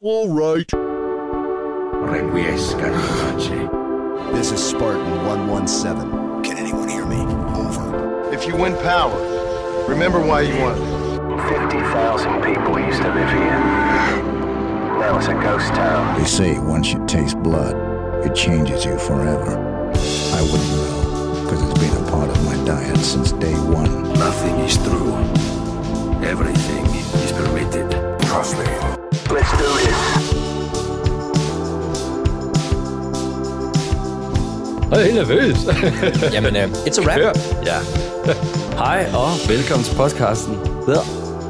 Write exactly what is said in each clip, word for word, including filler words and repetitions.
All right. Requiescat in pace. This is Spartan one one seven. Can anyone hear me? Over. If you win power, remember why you won it. fifty thousand people used to live here. Now it's a ghost town. They say once you taste blood, it changes you forever. I wouldn't know, because it's been a part of my diet since day one. Nothing is true. Everything is permitted. Trust me. Let's do this. Jeg er helt nervøs. Jamen, uh, it's a wrap. Kør. Ja. Hej og velkommen til podcasten. Der.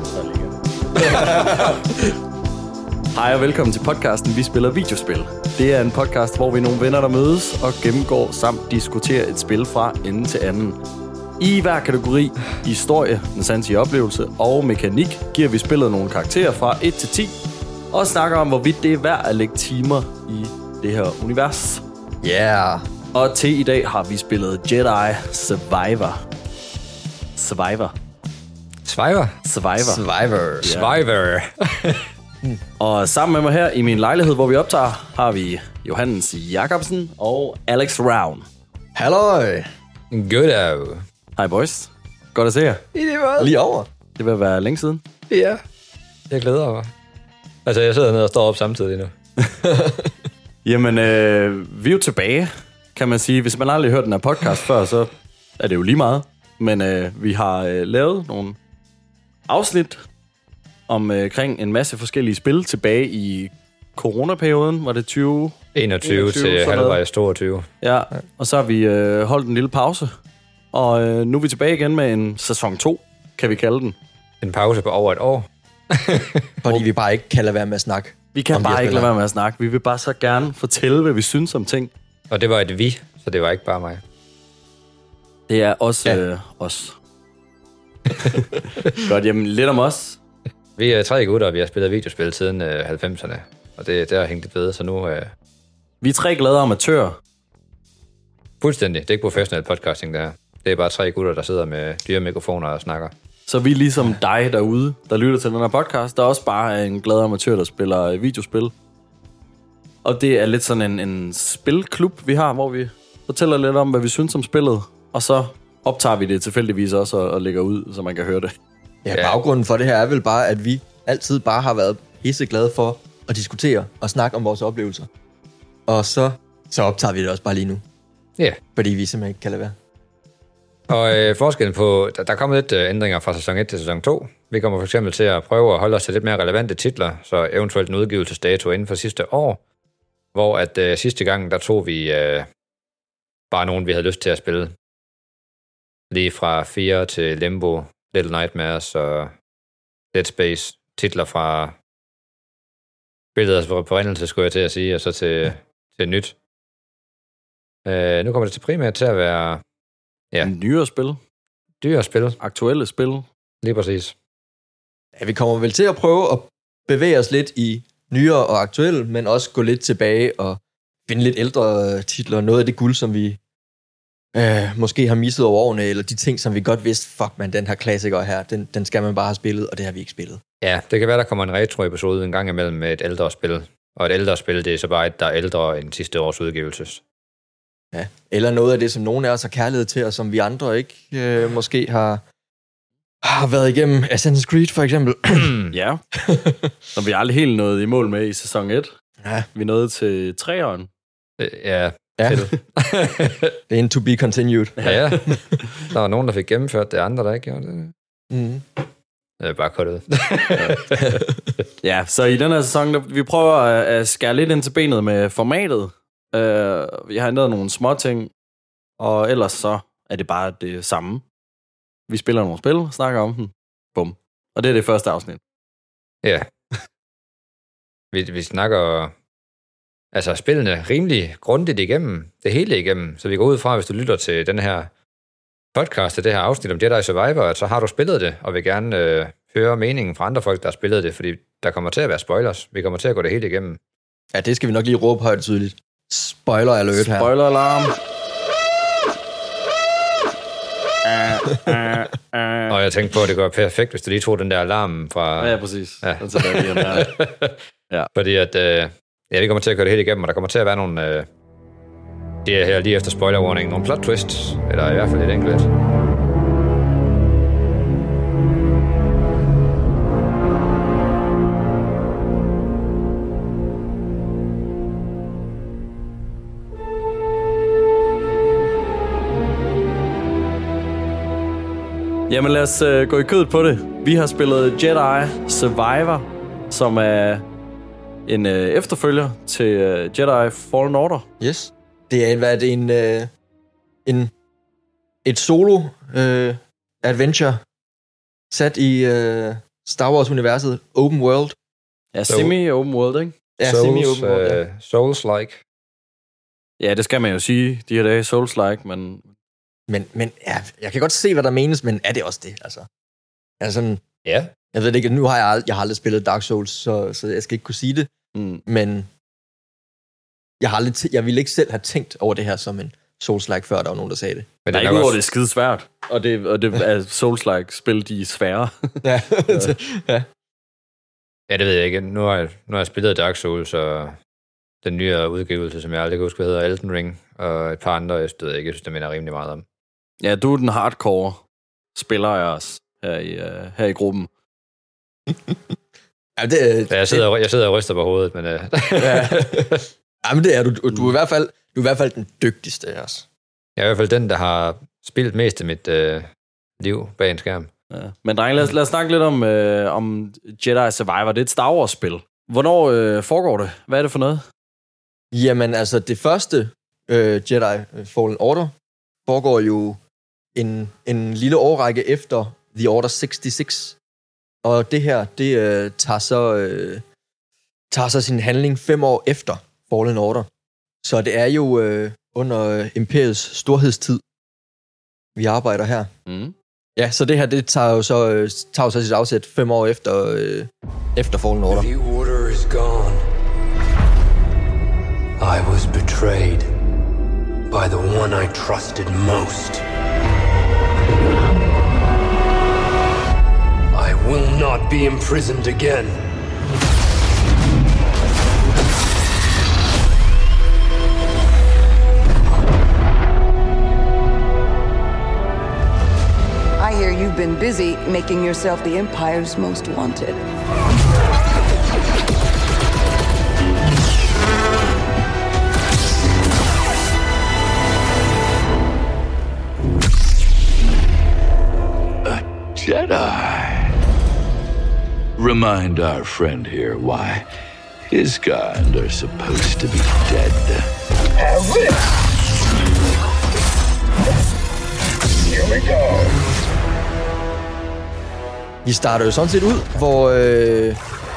Hej og velkommen til podcasten Vi Spiller Videospil. Det er en podcast, hvor vi er nogle venner, der mødes og gennemgår samt diskuterer et spil fra ende til anden. I hver kategori, historie, den sandsige oplevelse og mekanik, giver vi spillet nogle karakterer fra et til ti og snakker om, hvorvidt det er værd at lægge timer i det her univers. Yeah. Og til i dag har vi spillet Jedi Survivor. Survivor. Survivor. Survivor. Survivor. Survivor. Og sammen med mig her i min lejlighed, hvor vi optager, har vi Johannes Jacobsen og Alex Ravn. Halløj. Goddag. Hej boys. Godt at se jer. I det var lige over. Det vil være længe siden. Ja. Jeg glæder mig. Altså, jeg sidder nede og står op samtidig nu. Jamen, øh, vi er jo tilbage, kan man sige. Hvis man aldrig har hørt den her podcast før, så er det jo lige meget. Men øh, vi har øh, lavet nogle afsnit omkring øh, en masse forskellige spil tilbage i coronaperioden. Var det tyve enogtyve til halvvejs toogtyve. Ja, og så har vi øh, holdt en lille pause. Og øh, nu er vi tilbage igen med en sæson to, kan vi kalde den. En pause på over et år. Fordi vi bare ikke kan lade være med at snakke. Vi kan bare ikke lade være med at snakke. Vi vil bare så gerne fortælle, hvad vi synes om ting. Og det var et vi, så det var ikke bare mig. Det er også ja. øh, os. Godt, jamen lidt om os. Vi er tre gutter, og vi har spillet videospil siden øh, halvfemserne. Og det, det har hængt lidt ved, så nu... Øh... Vi er tre glade amatører. Fuldstændig. Det er ikke professionel podcasting, det her. Det er bare tre gutter, der sidder med dyre mikrofoner og snakker. Så vi er ligesom dig derude, der lytter til den her podcast, der også bare er en glad amatør, der spiller videospil. Og det er lidt sådan en, en spilklub, vi har, hvor vi fortæller lidt om, hvad vi synes om spillet. Og så optager vi det tilfældigvis også og, og lægger ud, så man kan høre det. Ja, baggrunden for det her er vel bare, at vi altid bare har været pisseglade for at diskutere og snakke om vores oplevelser. Og så, så optager vi det også bare lige nu. Ja. Yeah. Fordi vi simpelthen ikke kan lade være. Og øh, forskellen på, der, der kommer lidt øh, ændringer fra sæson et til sæson to. Vi kommer for eksempel til at prøve at holde os til lidt mere relevante titler, så eventuelt en udgivelsesdato inden for sidste år. Hvor at øh, sidste gang, der tog vi øh, bare nogen, vi havde lyst til at spille. Lige fra fire til Limbo, Little Nightmares og Dead Space. Titler fra billeders oprindelse, skulle jeg til at sige, og så til, til nyt. Øh, nu kommer det til primært til at være... Ja. Nyere spil. Dyre spil. Aktuelle spil. Lige præcis. Ja, vi kommer vel til at prøve at bevæge os lidt i nyere og aktuelle, men også gå lidt tilbage og finde lidt ældre titler. Noget af det guld, som vi øh, måske har misset over årene, eller de ting, som vi godt vidste, fuck man, den her klassiker her, den, den skal man bare have spillet, og det har vi ikke spillet. Ja, det kan være, der kommer en retro-episode en gang imellem med et ældre spil. Og et ældre spil, det er så bare et, der er ældre end sidste års udgivelse. Ja, eller noget af det, som nogen af os har kærlighed til, og som vi andre ikke øh, måske har, har været igennem. Assassin's Creed for eksempel. Ja, som vi aldrig helt nåede i mål med i sæson et. Ja. Vi nåede til treeren. Øh, ja, ja. Det er en to be continued. Ja, ja. Der var nogen, der fik gennemført det, andre, der ikke gjorde det. Mm. Det er bare kuttet. Ja, så i den her sæson, der, vi prøver at skære lidt ind til benet med formatet. Uh, vi har ændret nogle små ting, og ellers så er det bare det samme. Vi spiller nogle spil, snakker om dem, bum. Og det er det første afsnit. Ja. vi, vi snakker altså spillene rimelig grundigt igennem, det hele igennem, så vi går ud fra, hvis du lytter til den her podcast, til det her afsnit om Jedi Survivor, så har du spillet det, og vil gerne øh, høre meningen fra andre folk, der har spillet det, fordi der kommer til at være spoilers. Vi kommer til at gå det hele igennem. Ja, det skal vi nok lige råbe højt tydeligt. Spoiler alert her. Spoiler alarm. uh, uh, uh. Og jeg tænkte på, at det går perfekt, hvis du lige tog den der alarm fra... Ja, ja præcis. Ja. Den så der, Ja. Fordi at, øh, ja, vi kommer til at køre det helt igennem, og der kommer til at være nogle, øh, det er her lige efter spoiler warning, nogle plot twists, eller i hvert fald et enkelt. Jamen lad os øh, gå i kødet på det. Vi har spillet Jedi Survivor, som er en øh, efterfølger til øh, Jedi Fallen Order. Yes. Det er, hvad er det, en, øh, en et solo øh, adventure sat i øh, Star Wars-universet, open world. Ja, semi-open world, ikke? Ja, Souls, semi-open world, ja. øh, Souls-like. Ja, det skal man jo sige, de her dage, Souls-like, men... Men, men ja, jeg kan godt se, hvad der menes, men er det også det, altså? Altså sådan, Ja. jeg ved ikke, nu har jeg, ald- jeg har aldrig spillet Dark Souls, så, så jeg skal ikke kunne sige det, Mm. men jeg, har aldrig t- jeg ville ikke selv have tænkt over det her som en Souls-like, før der var nogen, der sagde det. Men Der det er er ikke nok ud over, også, det er skide svært. Og det, og det er Souls-like-spil, de er svære. Ja, ja. ja, det ved jeg ikke. Nu har jeg, nu har jeg spillet Dark Souls, og den nye udgivelse, som jeg aldrig kan huske, hvad hedder, Elden Ring, og et par andre, jeg ved ikke, jeg synes, det minder rimelig meget om. Ja, du er den hardcore spiller af os her i, uh, her i gruppen. Ja, det, Ja, jeg sidder, og- jeg sidder og ryster på hovedet, men... Øh, ja. Ja, men det er du. Du, du, er i hvert fald, du er i hvert fald den dygtigste af os. jeg er i hvert fald den, der har spillet mest af mit øh, liv bag en skærm. Ja. Men drenge, lad os, lad os snakke lidt om, øh, om Jedi Survivor. Det er et Star Wars-spil. Hvornår øh, foregår det? Hvad er det for noget? Jamen, altså, det første øh, Jedi Fallen Order foregår jo en, en lille årrække efter The Order seksogtres. Og det her, det øh, tager, så, øh, tager så sin handling fem år efter Fallen Order. Så det er jo øh, under øh, Imperiets storhedstid, vi arbejder her. Mm. Ja, så det her, det tager jo så, øh, tager jo så sit afsæt fem år efter, øh, efter Fallen Order. The order is gone. I was betrayed by the one I trusted most. I will not be imprisoned again. I hear you've been busy making yourself the Empire's most wanted. Jedi. Remind our friend here why his kind are supposed to be dead. Here we go. Vi starter jo sådan set ud, hvor øh,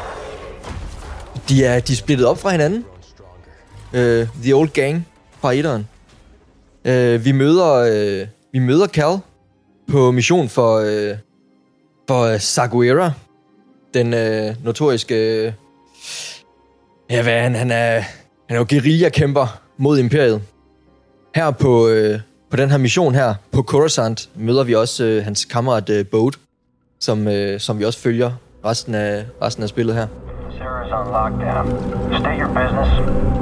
de, er, de er splittet op fra hinanden. Øh, the Old Gang fra etteren. Øh, vi møder øh, vi møder Cal på mission for øh, for Saguera, den øh, notoriske øh, ja, hvad er han? Han er, han er jo guerilla-kæmper mod Imperiet. Her på, øh, på den her mission her, på Coruscant, møder vi også øh, hans kammerat øh, Bode, som, øh, som vi også følger resten af, resten af spillet her. Sarah's on lockdown. State your business.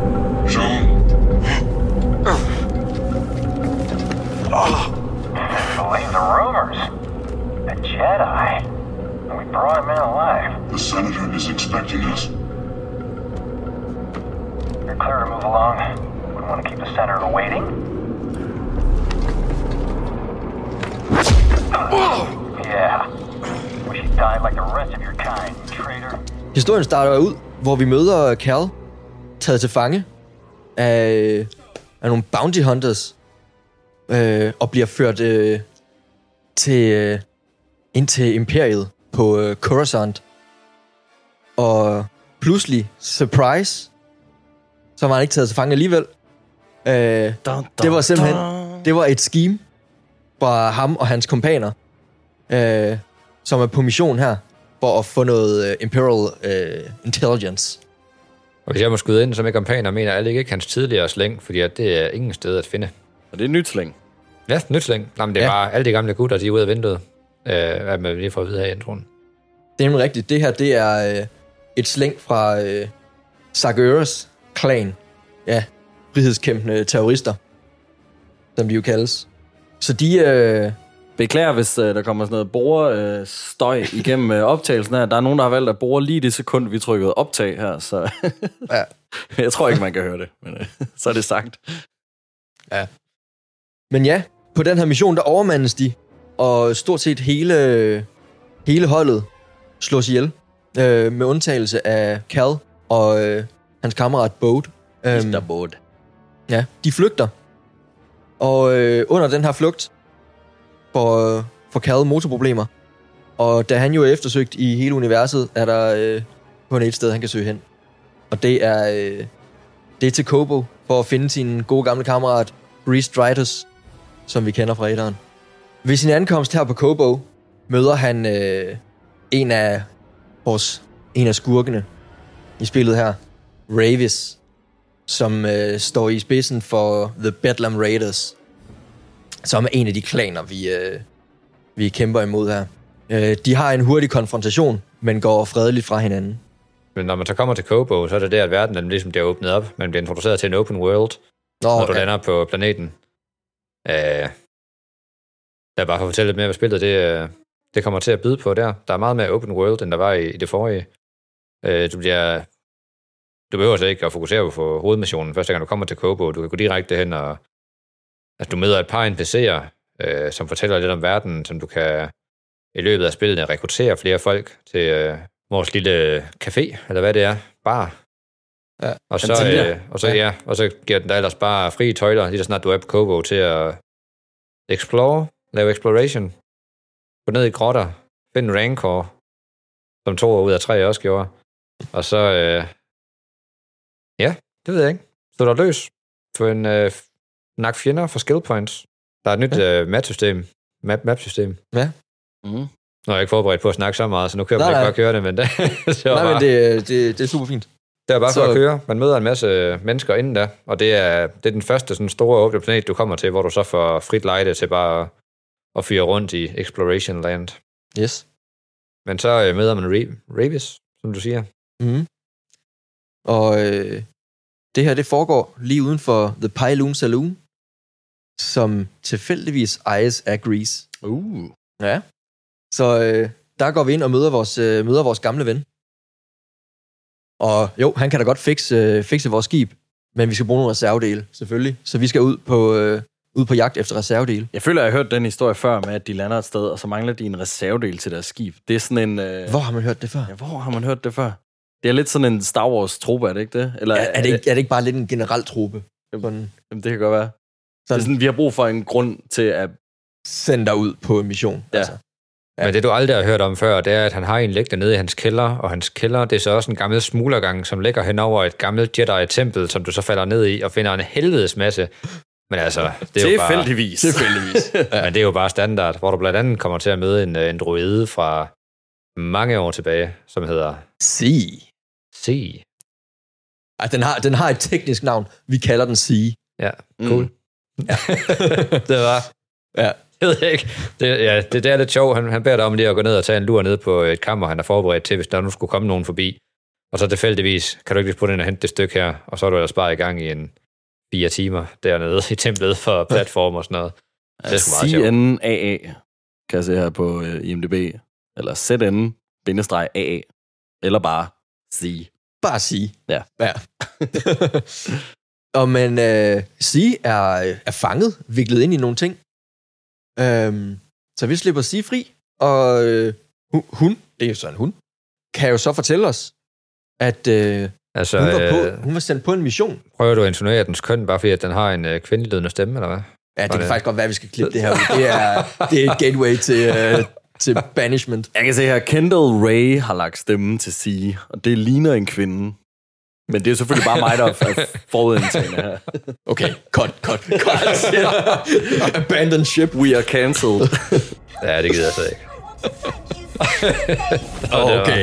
Believe the rumors. A Jedi. We brought him in alive. The Senator is expecting us. You're clear to move along. We want to keep the Senator waiting. Yeah. Wish you died like the rest of your kind, traitor. Historien starter ud, hvor vi møder Cal, taget til fange af, af nogle bounty hunters, øh, og bliver ført øh, til, øh, ind til Imperiet på øh, Coruscant. Og pludselig, surprise, så var han ikke taget til fange alligevel. Øh, det var simpelthen det var et scheme fra ham og hans kompaner, øh, som er på mission her, for at få noget uh, Imperial uh, Intelligence. Og hvis jeg må skyde ind som en kampaner, mener jeg ikke hans tidligere slæng, fordi at det er ingen sted at finde. Og det er nyt slæng. Ja, nyt slæng. Jamen, det er ja. bare alle de gamle gutter, de er ude af vinduet. Øh, hvad man lige får at vide her i introen. Det er nemlig rigtigt. Det her, det er uh, et slæng fra, uh, Sargeras klan. Ja, frihedskæmpende terrorister, som de jo kaldes. Så de... Øh... Beklager, hvis øh, der kommer sådan noget borestøj øh, igennem øh, optagelsen her. Der er nogen, der har valgt at bore lige det sekund, vi trykkede optag her, så ja. Jeg tror ikke, man kan høre det, men øh, så er det sagt. Ja. Men ja, på den her mission, der overmandes de, og stort set hele, hele holdet slås ihjel, øh, med undtagelse af Cal og øh, hans kammerat Bode. mister Bode. Ja, de flygter. Og øh, under den her flugt får, får Cal motorproblemer. Og da han jo er eftersøgt i hele universet, er der øh, kun et sted, han kan søge hen. Og det er, øh, det er til Kobo, for at finde sin gode gamle kammerat, Reese Dritus, som vi kender fra etteren. Ved sin ankomst her på Kobo, møder han øh, en af vores, en af skurkene i spillet her, Ravis, som øh, står i spidsen for The Bedlam Raiders, som er en af de klaner, vi, øh, vi kæmper imod her. Øh, de har en hurtig konfrontation, men går fredeligt fra hinanden. Men når man så kommer til Kobo, så er det der, at verden den ligesom bliver åbnet op. Man bliver introduceret til en open world, Nå, når okay. du lander på planeten. Øh, der er bare for at fortælle lidt mere, hvad spillet det, det kommer til at byde på der. Der er meget mere open world, end der var i, i det forrige. Øh, du bliver... Du behøver så ikke at fokusere på hovedmissionen, første gang du kommer til Kobo. Du kan gå direkte hen og... Altså, du møder et par N P C'er, øh, som fortæller lidt om verden, som du kan i løbet af spillet rekruttere flere folk til øh, vores lille café, eller hvad det er, bar. Ja, og, så, øh, og, så, ja. Ja, og så giver den dig ellers bare frie tøjler, lige så snart du er på Kobo, til at explore, lave exploration, gå ned i grotter, finde en rancor, som to ud af tre også gjorde. Og så... Øh, ja, det ved jeg ikke. Så der er løs for en øh, nak fjender for skill points. Der er et nyt ja. øh, map-system. Map, map-system. Ja. Mm. Nu er jeg ikke forberedt på at snakke så meget, så nu kører man ikke bare køre det, men det, det var Nej, bare, men det, det, det er super fint. Det er bare så... for at køre. Man møder en masse mennesker inden der, og det er, det er den første sådan store åbne planet, du kommer til, hvor du så får frit lejde til bare at fyre rundt i Exploration Land. Yes. Men så øh, møder man Ravis, som du siger. Mm. Og øh, det her, det foregår lige uden for The Pyloon Saloon, som tilfældigvis ejes af Grease. Uh. Ja. Så øh, der går vi ind og møder vores, øh, møder vores gamle ven. Og jo, han kan da godt fikse, øh, fikse vores skib, men vi skal bruge nogle reservedele, selvfølgelig. Så vi skal ud på, øh, ud på jagt efter reservedele. Jeg føler, jeg har hørt den historie før med, at de lander et sted, og så mangler de en reservedel til deres skib. Det er sådan en... Øh... Hvor har man hørt det før? Ja, hvor har man hørt det før? Det er lidt sådan en Star Wars-trope, er det ikke det? Eller, ja, er, det ikke, er det ikke bare lidt en generel trope? Jamen, det kan godt være. Så det er sådan, vi har brug for en grund til at... Sende dig ud på en mission. Ja. Altså. Ja. Men det, du aldrig har hørt om før, det er, at han har en liggende nede i hans kælder, og hans kælder, det er så også en gammel smuglergang, som ligger hen over et gammelt Jedi-tempel, som du så falder ned i og finder en helvedes masse. Men altså, det er jo bare... Tilfældigvis. Tilfældigvis. Ja. Men det er jo bare standard, hvor du blandt andet kommer til at møde en, en droide fra mange år tilbage, som hedder... C. C. Ej, den har, den har et teknisk navn. Vi kalder den C. Ja, cool. Mm. Ja. Det var... Ja. Jeg ved ikke. Det, ja, det, det er lidt sjovt. Han, han beder dig om lige at gå ned og tage en lur ned på et kammer, han er forberedt til, hvis der nu skulle komme nogen forbi. Og så tilfældigvis, kan du ikke lige putte ind og hente det stykke her, og så er du ellers bare i gang i en fire timer dernede i templet for platform og sådan noget. Ja, det er sgu meget sjovt. C N A A kan jeg se her på uh, I M D B. Eller Z N A A. Eller bare C. Bare C. Ja. Ja. Og men uh, C er, er fanget, viklet ind i nogle ting. Um, så vi slipper C fri, og uh, hun, det er jo så en hund, kan jo så fortælle os, at uh, altså, hun, var på, øh, hun var sendt på en mission. Prøver du at insinuere dens køn, bare fordi at den har en uh, kvindelydende stemme, eller hvad? Ja, det kan faktisk godt være, at vi skal klippe det her ud. Det er, det er et gateway til, uh, til banishment. Jeg kan se her, Kendall Ray har lagt stemmen til C, og det ligner en kvinde. Men det er selvfølgelig bare mig, der er forudindtagende her. Okay, cut, cut, cut. Abandon ship. We are cancelled. Ja, det gider jeg så ikke. Okay.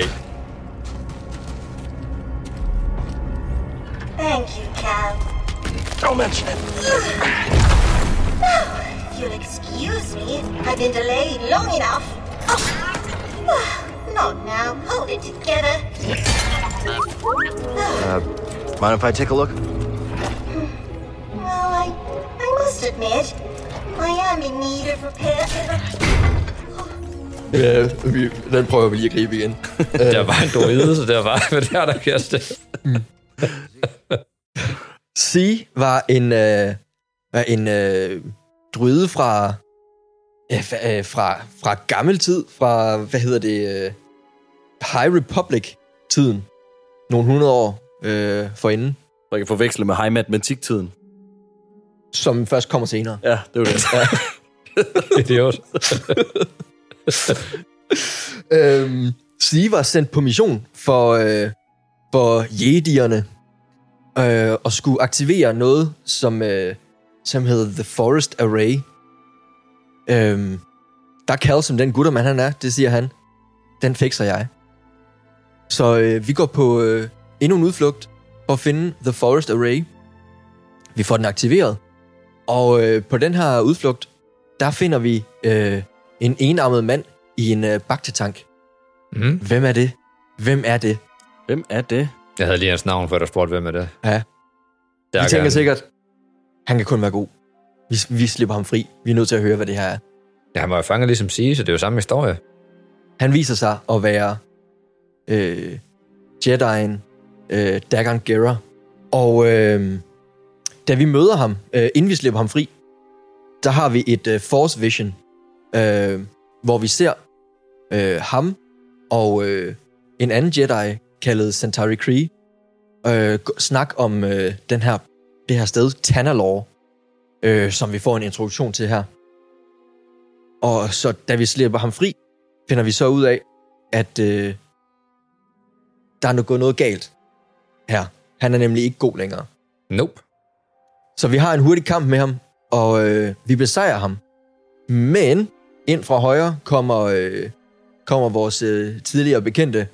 Thank you, Cal. Don't mention it. If you'll excuse me, I've been delayed long enough. Not now. Hold it together. Uh, Mind if I take a look? Well, I, I must admit, I am in need of repair. Ja, vi, den prøver vi lige at gribe igen. Der var en droide, så der var, hvad der der kæreste. C var en, øh, var en øh, droide fra, øh, fra, fra gammel tid, fra, hvad hedder det, øh, High Republic-tiden. Nogle hundrede år øh, forinden. Så jeg kan forveksle med high matematik-tiden. Som først kommer senere. Ja, det var det. Ja. Idiot. øhm, C var sendt på mission for, øh, for jedierne øh, og skulle aktivere noget, som, øh, som hedder The Forest Array. Øhm, der kalder som den guttermand han er, det siger han. Den fikser jeg. Så øh, vi går på øh, endnu en udflugt for at finde The Forest Array. Vi får den aktiveret. Og øh, på den her udflugt, der finder vi øh, en enarmet mand i en øh, bagtetank. Mm. Hvem er det? Hvem er det? Hvem er det? Jeg havde lige hans navn, før du spurgte, hvem er det. Ja. Der vi tænker kan... sikkert, han kan kun være god. Vi, vi slipper ham fri. Vi er nødt til at høre, hvad det her er. Ja, han var jo fanget ligesom sige, så det er jo samme historie. Han viser sig at være øh, Jedi'en øh, Dagan Gera. Og øh, da vi møder ham, øh, inden vi slipper ham fri, der har vi et øh, Force Vision, øh, hvor vi ser øh, ham og øh, en anden Jedi, kaldet Centauri Cree, øh, snak om øh, den her, det her sted, Tanalorr, øh, som vi får en introduktion til her. Og så da vi slipper ham fri, finder vi så ud af, at øh, der er noget gået noget galt her. Han er nemlig ikke god længere. Nope. Så vi har en hurtig kamp med ham, og øh, vi besejrer ham. Men ind fra højre kommer, øh, kommer vores øh, tidligere bekendte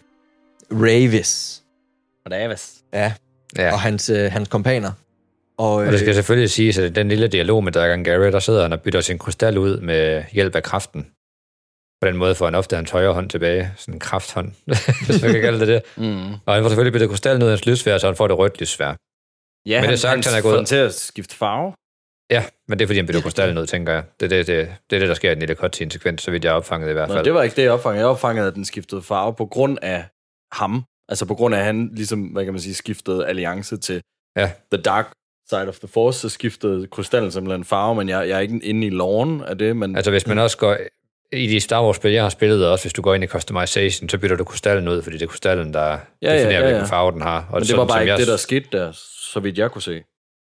Ravis. Ravis. Ja, ja. Og hans, øh, hans kompaner. Og, øh, og det skal selvfølgelig siges, at den lille dialog med Dagan Gera, der sidder han og bytter sin krystal ud med hjælp af kraften. På den måde får han ofte hans højre hånd tilbage. Sådan en krafthånd, hvis man kan kalde det det. Mm. Og han får selvfølgelig byttet krystallen ud af hans lyssvær, så han får det rødt lyssvær. Ja, men han, det sagt, han er gået til at skifte farve. Ja, men det er fordi, han bytter krystallen ud, tænker jeg. Det er det, det, det, er det der sker i den lille cutscene-sekvens, så vidt jeg opfangede i hvert fald. Nå, det var ikke det, jeg opfangede. Jeg opfangede, at den skiftede farve på grund af ham. Altså på grund af, at han ligesom, hvad kan man sige, skiftede alliance til ja. The Dark Side of the Force, så skiftede krystallen simpelthen farve, men jeg, jeg er ikke inde i loven af det. Men... Altså hvis man også går... I de Star Wars-spil, jeg har spillet, også hvis du går ind i customization, så bytter du krystallen ud, fordi det er krystallen, der ja, definerer, ja, ja, ja. hvilken farve den har. Og men det sådan, var bare ikke jeg... det, der skete der, så vidt jeg kunne se.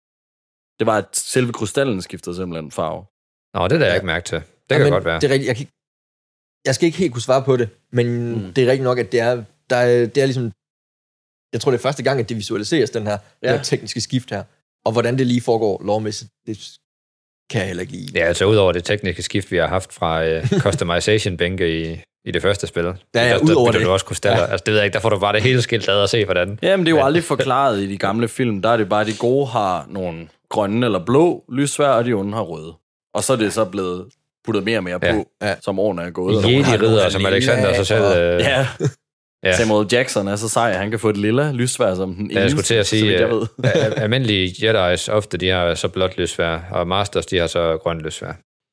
Det var, at selve krystallen skiftede simpelthen farve. Nå, det der jeg ikke mærke til. Det ja, kan godt være. Det er rigtigt. Jeg, kan, jeg skal ikke helt kunne svare på det, men mm. det er rigtigt nok, at det er, der er, det er ligesom... Jeg tror, det er første gang, at det visualiseres, den her, ja. her tekniske skift her. Og hvordan det lige foregår lovmæssigt, det kan jeg heller ikke lide. Ja, altså udover det tekniske skift, vi har haft fra uh, customization-bænke i, i det første spil. Ja, ja, der, udover der det. Du også krystaller. Ja. Altså det ved jeg ikke, der får du bare det hele skilt ad og se, hvordan. Jamen, det er jo aldrig forklaret i de gamle film. Der er det bare, at de gode har nogle grønne eller blå lyssvær, og de onde har røde. Og så er det så blevet puttet mere og mere ja. på, ja. som årene er gået. Jedi-ridder, som Alexander sig selv... Øh... Ja. Ja. Samuel Jackson er så sej, at han kan få et lille lyssvær som den eneste. Jeg skulle til at sige, jeg ved. uh, almindelige Jedi's ofte, de har så blåt lyssvær, og Masters, de har så grønt lyssvær.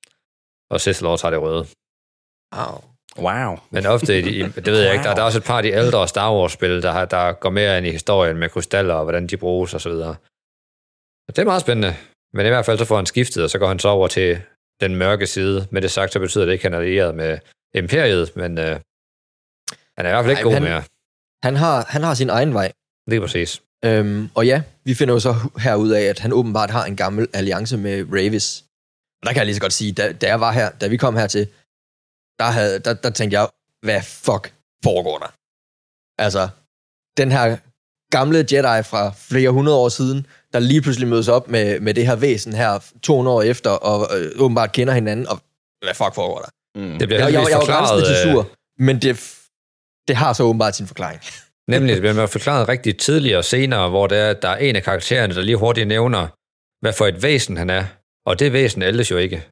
Og Sith Lords har det røde. Wow. Wow. Men ofte, i, det ved jeg ikke, der, der er også et par af de ældre Star Wars-spil, der, har, der går mere ind i historien med krystaller, og hvordan de bruges og så videre. Det er meget spændende. Men i hvert fald så får han skiftet, og så går han så over til den mørke side. Med det sagt, så betyder det ikke, at han er allieret med Imperiet, men... Uh, Han er i hvert fald ikke Ej, god han, mere. Han har, han har sin egen vej. Det er præcis. Øhm, og ja, vi finder jo så herud af, at han åbenbart har en gammel alliance med Ravis. Og der kan jeg lige så godt sige, da, da jeg var her, da vi kom hertil, der, havde, der, der tænkte jeg, hvad fuck foregår der? Altså, den her gamle Jedi fra flere hundrede år siden, der lige pludselig mødes op med, med det her væsen her to hundrede år efter, og øh, åbenbart kender hinanden, og hvad fuck foregår der? Mm. Det bliver jeg, jeg, jeg, jeg forklaret... var til sur, men det... Det har så åbenbart sin forklaring. Nemlig, det bliver forklaret rigtig tidligere og senere, hvor der er, der er en af karaktererne, der lige hurtigt nævner, hvad for et væsen han er. Og det væsen ældes jo ikke.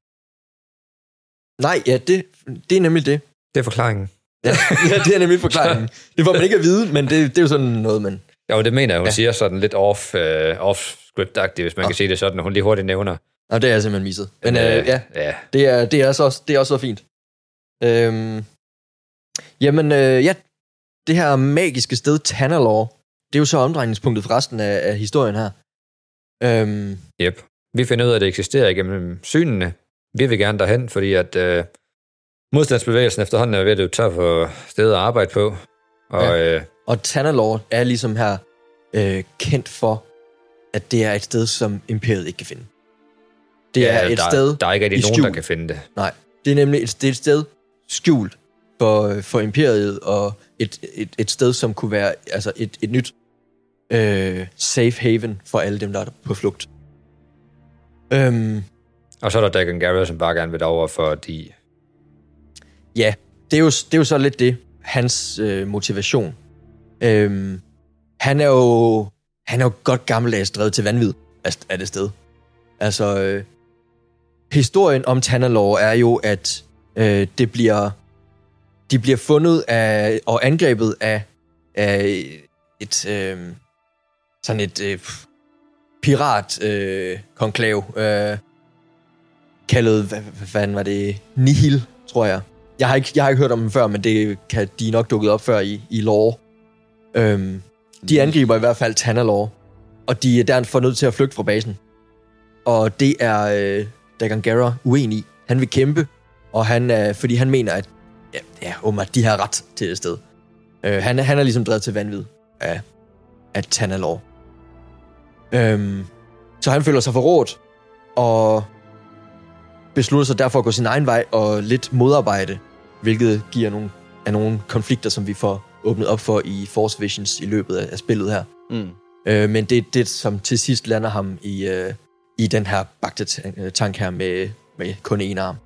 Nej, ja, det, det er nemlig det. Det er forklaringen. Ja, ja, det er nemlig forklaringen. Det får man ikke at vide, men det, det er jo sådan noget, man... Jo, det mener jeg, hun Ja. ja. siger sådan lidt off, uh, off-script-agtigt, hvis man Nå. kan sige det sådan, og hun lige hurtigt nævner. Og det er jeg simpelthen misset. Men Men, øh, øh, ja, ja. det er, det, er så, det er også så fint. Øhm, jamen, øh, ja, det her magiske sted, Tanalorr, det er jo så omdrejningspunktet for resten af, af historien her. Øhm, Yep. Vi finder ud af, at det eksisterer igennem synene. Vi vil gerne derhen, fordi at øh, modstandsbevægelsen efterhånden er ved at løbe tør for stedet at arbejde på. Og Ja. øh, og Tanalorr er ligesom her øh, kendt for, at det er et sted, som Imperiet ikke kan finde. Det ja, er et der, sted der er ikke rigtig i nogen, skjul. der kan finde det. Nej, det er nemlig et, det er et sted skjult for, for Imperiet, og et, et, et sted, som kunne være altså et, et nyt øh, safe haven for alle dem, der er på flugt. Øhm, Og så er der Dagan Gera, som bare gerne vil derover, fordi... ja, det er, jo, det er jo så lidt det, hans øh, motivation. Øhm, han er jo han er jo godt gammeldags drevet til vanvid af, af det sted. Altså, øh, historien om Tanalorr er jo, at øh, det bliver de bliver fundet af og angrebet af, af et øh, sådan et øh, pirat øh, konklav øh, kaldet hvad, hvad fanden var det Nihil, tror jeg. Jeg har ikke jeg har ikke hørt om dem før, men det kan de nok dukket op før i i lore. Øhm, de angriber i hvert fald Tanalorr, og de er derfor nødt til at flygte fra basen. Og det er øh, Dagan Gera uenig i. Han vil kæmpe, og han er, fordi han mener, at ja, ja, åbenbart, de har ret til det sted. Øh, han, han er ligesom drevet til vanvid af, af Tanalorr. Øhm, så han føler sig forrådt, og beslutter sig derfor at gå sin egen vej og lidt modarbejde, hvilket giver nogle, af nogle konflikter, som vi får åbnet op for i Force Visions i løbet af, af spillet her. Mm. Øh, men det er det, som til sidst lander ham i, øh, i den her bagte-tank her med, med kun én arm.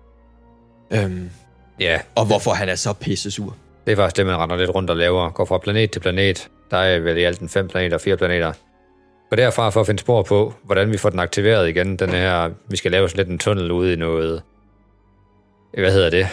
Øhm, Ja. og hvorfor han er så pisse sur. Det er faktisk det, man render lidt rundt og laver. Går fra planet til planet. Der er vel i alt en fem planeter, fire planeter. Og derfra for at finde spor på, hvordan vi får den aktiveret igen. Den her, vi skal lave sådan lidt en tunnel ude i noget... Hvad hedder det?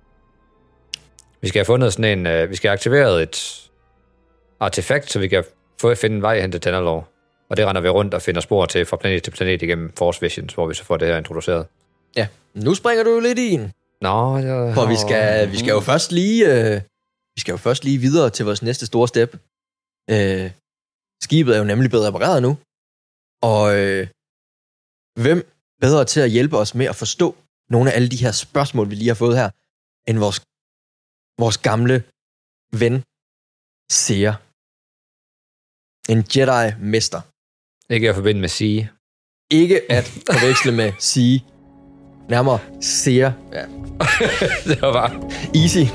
Vi skal have fundet sådan en... Uh, vi skal have aktiveret et artefakt, så vi kan få finde en vej hen til Tanalorr. Og det render vi rundt og finder spor til fra planet til planet igennem Force Visions, hvor vi så får det her introduceret. Ja, nu springer du jo lidt i en. Nå, ja. For vi skal, vi skal jo først lige... Øh, vi skal jo først lige videre til vores næste store step. Øh, skibet er jo nemlig blevet repareret nu. Og øh, hvem bedre til at hjælpe os med at forstå nogle af alle de her spørgsmål, vi lige har fået her, end vores, vores gamle ven, Seer. En Jedi-mester. Ikke at forbinde med Sige. Ikke at forveksle med Sige. Nærmere Seer. Ja. Det var bare... Easy.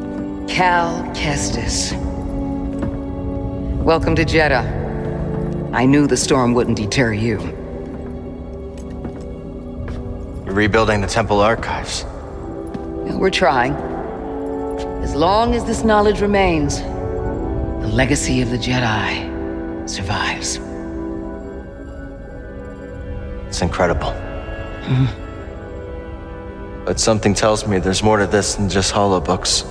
Cal Kestis. Welcome to Jeddah. I knew the storm wouldn't deter you. You're rebuilding the temple archives. Yeah, we're trying. As long as this knowledge remains, the legacy of the Jedi survives. It's incredible. Mhm. But something tells me there's more to this than just holobooks.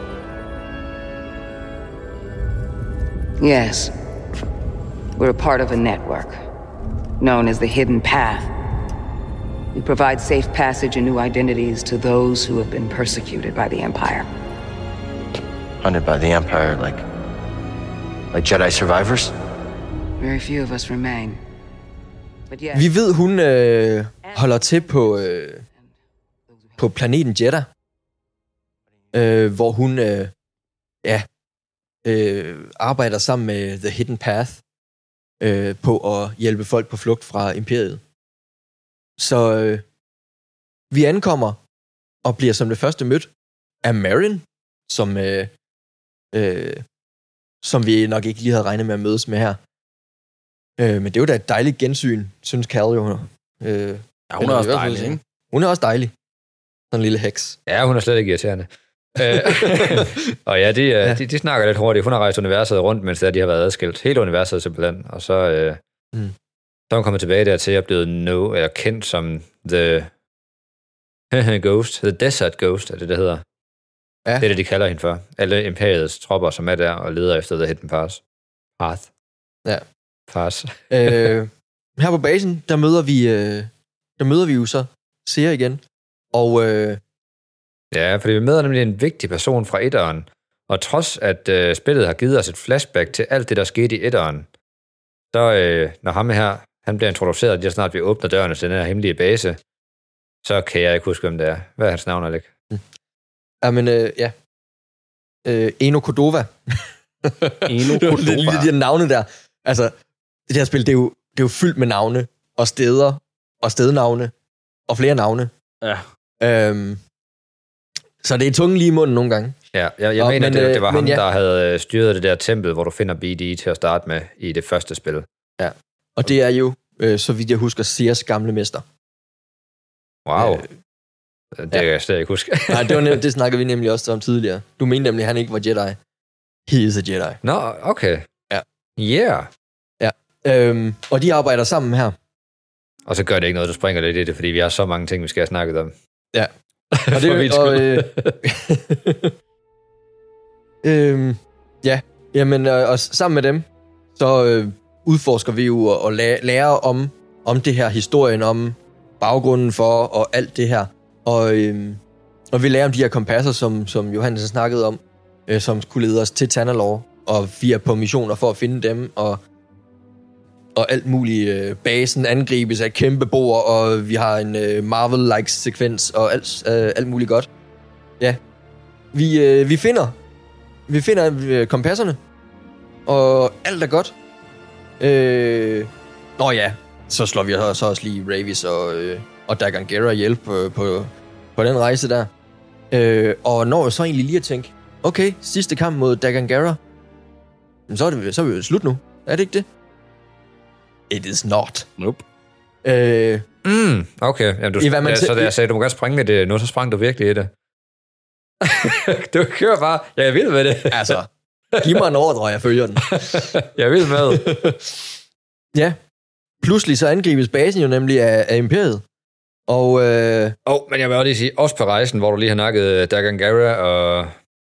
Yes. We're a part of a network known as the Hidden Path. We provide safe passage and new identities to those who have been persecuted by the Empire. Hunted by the Empire, like... like Jedi survivors? Very few of us remain. But yes. Vi ved, hun øh, holder til på, øh, på planeten Jeddah, øh, hvor hun øh, ja, øh, arbejder sammen med The Hidden Path øh, på at hjælpe folk på flugt fra Imperiet. Så øh, vi ankommer og bliver som det første mødt af Merrin, som, øh, øh, som vi nok ikke lige havde regnet med at mødes med her. Øh, men det er jo da et dejligt gensyn, synes Cal jo. Øh, ja, hun er også dejlig, ikke? Hun er også dejlig. Sådan en lille heks. Ja, hun er slet ikke irriterende. øh, og ja, de, ja. De, de snakker lidt hurtigt. Hun har rejst universet rundt, mens der, de har været adskilt. Hele universet simpelthen. Og så, øh, mm. så er hun kommet tilbage dertil og blevet no, eller kendt som The Ghost. The Desert Ghost er det, der hedder. Ja. Det er det, de kalder hende for. Alle Imperiets tropper, som er der og leder efter The Hidden Path. Path. Ja. Fars. øh, her på basen, der møder vi, øh, der møder vi jo så Cere igen. Og øh, ja, fordi vi møder nemlig en vigtig person fra etteren. Og trods at øh, spillet har givet os et flashback til alt det, der skete i etteren, så øh, når ham her, han bliver introduceret, lige snart vi åbner dørene til den her hemmelige base, så kan jeg ikke huske, hvem det er. Hvad er hans navn, Alec? Mm. Jamen, øh, ja. Øh, Eno Cordova. Eno Cordova. det, det, de der navne der. Altså, det her spil, det er, jo, det er jo fyldt med navne, og steder, og stednavne, og flere navne. Ja. Øhm, så det er tunge lige i munden nogle gange. Ja, jeg, jeg og, mener, men, det, det var ham, ja. der havde styret det der tempel, hvor du finder B D til at starte med i det første spil. Ja, og det er jo, øh, så vidt jeg husker, Ceres gamle mester. Wow. Øh, det kan ja. jeg slet ikke huske. Nej, det, var nem- det snakkede vi nemlig også om tidligere. Du mente nemlig, at han ikke var Jedi. He is a Jedi. Nå, okay. Ja. Yeah. Ja, øhm, og de arbejder sammen her. Og så gør det ikke noget, du springer lidt i det, fordi vi har så mange ting, vi skal have snakket om. Ja. Og det For og, øh, øhm, ja, jamen, øh, og sammen med dem, så øh, udforsker vi jo og, og læ- lærer om, om det her, historien om baggrunden for, og alt det her. Og, øh, og vi lærer om de her kompasser, som, som Johannes snakkede om, øh, som skulle lede os til Tanalorr, og vi er på missioner for at finde dem, og, og alt muligt. Øh, basen angribes af et kæmpe bord, og vi har en øh, Marvel-like sekvens, og alt, øh, alt muligt godt. Ja, vi, øh, vi finder, vi finder øh, kompasserne, og alt er godt. Øh, nå ja, så slår vi så også lige Ravis og, øh, og Dagan Gera hjælp på, på, på den rejse der. Øh, og når jeg så egentlig lige at tænke, okay, sidste kamp mod Dagan Gera, så er, det, så er vi jo slut nu. Er det ikke det? It is not. Nope. Øh, mm, okay, jamen, du, ja, så da jeg sagde, du må godt springe med det nu, så sprang du virkelig i det. Du kører bare, jeg er vild med det. Altså, giv mig en ordre, og jeg følger den. Jeg er vild med. Ja, pludselig så angribes basen jo nemlig af, af Imperiet. Og... Øh... Oh, men jeg vil også lige sige, også på rejsen, hvor du lige har nakket Dagan Gera og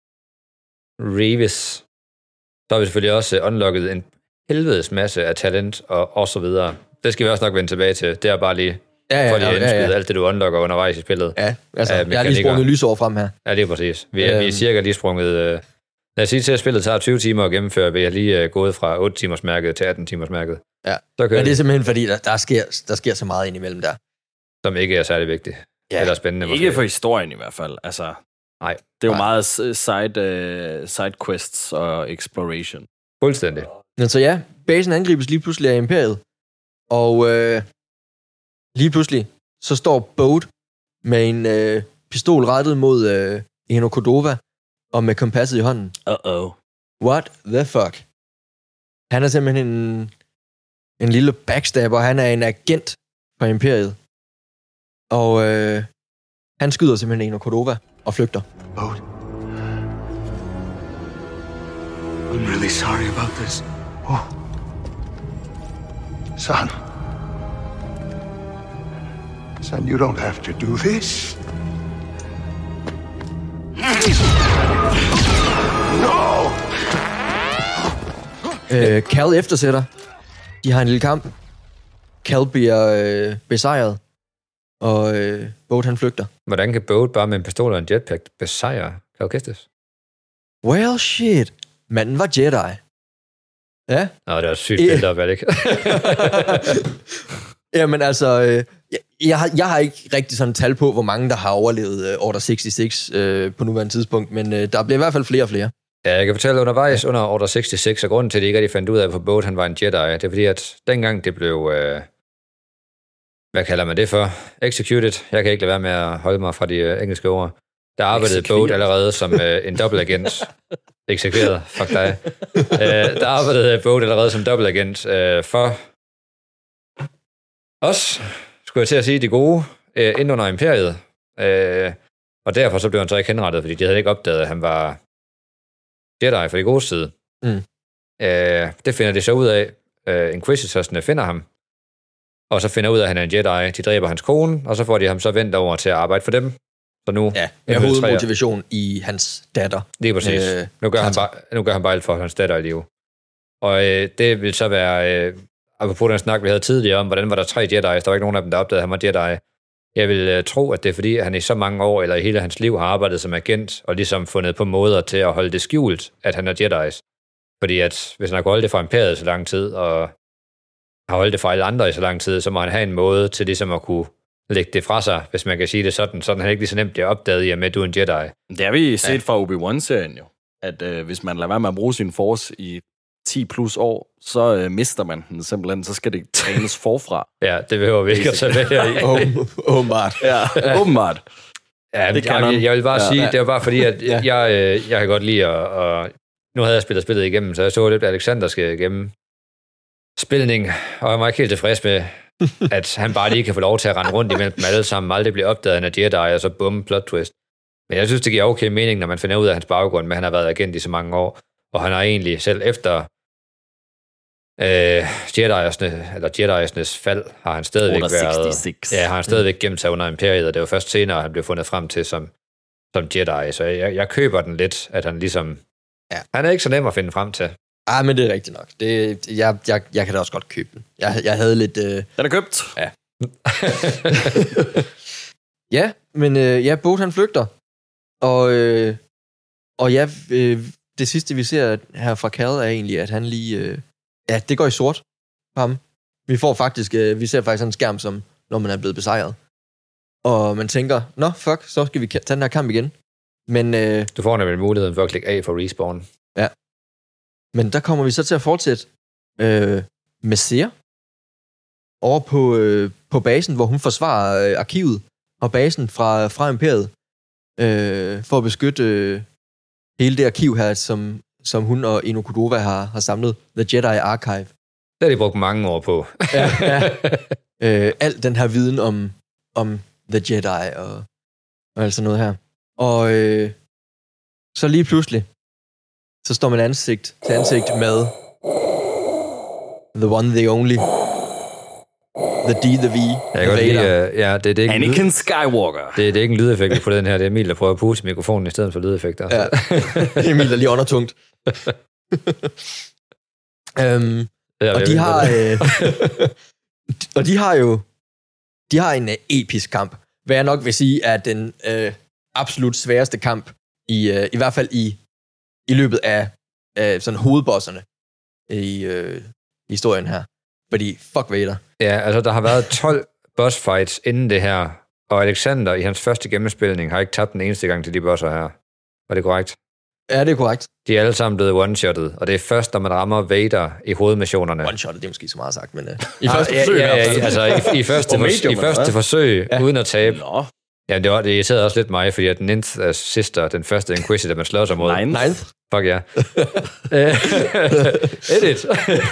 Ravis, så har vi selvfølgelig også unlocket en helvedes masse af talent og, og så videre. Det skal vi også nok vende tilbage til. Det er bare lige ja, ja, for lige at ja, ja, ja. alt det, du unlocker undervejs i spillet. Ja, altså, jeg har lige sprunget lysår frem her. Ja, det er præcis. Vi er, øhm. vi er cirka lige sprunget... Øh, lad os sige til, at spillet tager tyve timer at gennemføre, vi er lige øh, gået fra otte timers mærket til atten timers mærket. Ja, så men det er simpelthen fordi, der, der, sker, der sker så meget indimellem der. Som ikke er særlig vigtigt. Ja. Eller spændende. Ikke måske. For historien i hvert fald. Altså, nej. Det er jo nej. meget side, uh, side quests og exploration. Fuldstændig. Men så ja, basen angribes lige pludselig af Imperiet. Og øh, lige pludselig, så står Bode med en øh, pistol rettet mod øh, Eno Cordova, og med kompasset i hånden. Uh-oh. What the fuck? Han er simpelthen en, en lille backstabber. Han er en agent for Imperiet. Og øh, han skyder simpelthen Eno Cordova og flygter. Bode. I'm really sorry about this. Oh. Son. Son, you don't have to do this. No! Øh, Cal eftersætter. De har en lille kamp. Cal bliver øh, besejret. Og øh, Bode han flygter. Hvordan kan Bode bare med en pistol og en jetpack besejre Cal Kestis? Well, shit. Manden var Jedi. Ja. Nå, det var sygt vildt op, er det ikke? Jamen altså, øh, jeg, jeg, har, jeg har ikke rigtig sådan tal på, hvor mange der har overlevet øh, Order seksogtres øh, på nuværende tidspunkt, men øh, der bliver i hvert fald flere og flere. Ja, jeg kan fortælle undervejs under Order seksogtres, og grunden til, at de ikke rigtig fandt ud af, hvor Bode han var en Jedi, det er fordi, at dengang det blev, øh, hvad kalder man det for? Executed. Jeg kan ikke lade være med at holde mig fra de øh, engelske ord. Der arbejdede Bode allerede som øh, en dobbeltagent. Eksekveret, fuck dig. øh, der arbejdede Bode allerede som dobbeltagent øh, for os, skulle jeg til at sige, de gode, øh, inden under Imperiet. Øh, og derfor så blev han så ikke henrettet, fordi de havde ikke opdaget, at han var Jedi for de gode side. Mm. Øh, det finder de så ud af. Øh, Inquisitorsne finder ham, og så finder ud af, at han er en Jedi. De dræber hans kone, og så får de ham så vendt over til at arbejde for dem. Så nu, ja, med hovedmotivation i hans datter. Det er præcis. Øh, nu, gør han bare, nu gør han bare alt for hans datter i live. Og øh, det vil så være, øh, apropos den snak, vi havde tidligere om, hvordan var der tre Jedi's, der var ikke nogen af dem, der opdagede, at han var Jedi. Jeg vil øh, tro, at det er fordi, han i så mange år, eller i hele hans liv, har arbejdet som agent, og ligesom fundet på måder til at holde det skjult, at han er Jedi's. Fordi at, hvis han har holdt det fra imperiet så lang tid, og har holdt det fra alle andre i så lang tid, så må han have en måde til ligesom at kunne lægge det fra sig, hvis man kan sige det sådan, sådan han ikke lige så nemt bliver opdaget i, at med, du er en Jedi. Det har vi set ja. fra Obi-Wan-serien jo, at øh, hvis man lader være med at bruge sin force i ti plus år, så øh, mister man den simpelthen, så skal det trænes forfra. Ja, det behøver vi ikke at tage med her i. Åbenbart. Ja, åbenbart. Ja, det kan jeg, jeg vil bare ja, sige, ja. det var bare fordi, at Ja. jeg, øh, jeg kan godt lide at, og nu havde jeg spillet spillet igennem, så jeg så lidt Alexander skal igennem spilning, og jeg var ikke helt tilfreds med, at han bare lige kan få lov til at rende rundt imellem dem alle sammen, aldrig blive opdaget af en Jedi, og så bum, plot twist. Men jeg synes, det giver okay mening, når man finder ud af hans baggrund, men han har været agent i så mange år, og han har egentlig selv efter øh, Jedi'ernes, eller Jedi'ernes fald, har han stadigvæk været, ja, har han stadigvæk gemt sig under imperiet, og det var først senere, han blev fundet frem til som, som Jedi, så jeg, jeg køber den lidt, at han ligesom, ja. han er ikke så nem at finde frem til. Ah, men det er rigtigt nok. Det, jeg, jeg, jeg kan da også godt købe den. Jeg, jeg havde lidt... Øh... Den er købt. Ja. ja, men øh, ja, Boat han flygter. Og, øh, og ja, øh, det sidste vi ser her fra Cal er egentlig, at han lige... Øh, ja, det går i sort på ham. Vi får faktisk... Øh, vi ser faktisk en skærm, som når man er blevet besejret. Og man tænker, nå, fuck, så skal vi tage den her kamp igen. Men... Øh, du får nemlig muligheden for at klikke A for respawn. Ja. Men der kommer vi så til at fortsætte øh, med Seer over på, øh, på basen, hvor hun forsvarer øh, arkivet og basen fra, fra imperiet øh, for at beskytte øh, hele det arkiv her, som, som hun og Eno Cordova har, har samlet. The Jedi Archive. Det har de brugt mange år på. ja, ja. Øh, al den her viden om, om The Jedi og, og alt sådan noget her. Og øh, så lige pludselig så står man ansigt til ansigt med the one, the only, the D, the V, jeg kan godt lide, uh, ja, det, det er ikke Anakin Skywalker. Det, det er ikke en lydeffekt på den her, det er Emil, der prøver at puste mikrofonen i stedet for lydeffekter. Ja, Emil er lige undertungt. um, ja, og de har, øh, og de har jo, de har en uh, episk kamp, hvad jeg nok vil sige er den uh, absolut sværeste kamp, i, uh, i hvert fald i i løbet af, af sådan hovedbosserne i øh, historien her. Fordi, fuck Vader. Ja, altså der har været tolv boss fights inden det her, og Alexander i hans første gennemspilning har ikke tabt den eneste gang til de bosser her. Var det korrekt? Ja, det er korrekt. De er alle sammen blevet one-shottet, og det er først, når man rammer Vader i hovedmissionerne. One-shottet, det er måske så meget sagt, men uh, i ah, første ja, forsøg. Ja, ja, altså i, i første, for, i første forsøg, ja. Uden at tabe. Nå. Ja, det, var, det irriterede også lidt mig, fordi at den Ninth Sister, den første Inquisitor, man slår sig mod. Ninth? Ninth? Fuck ja. Edit.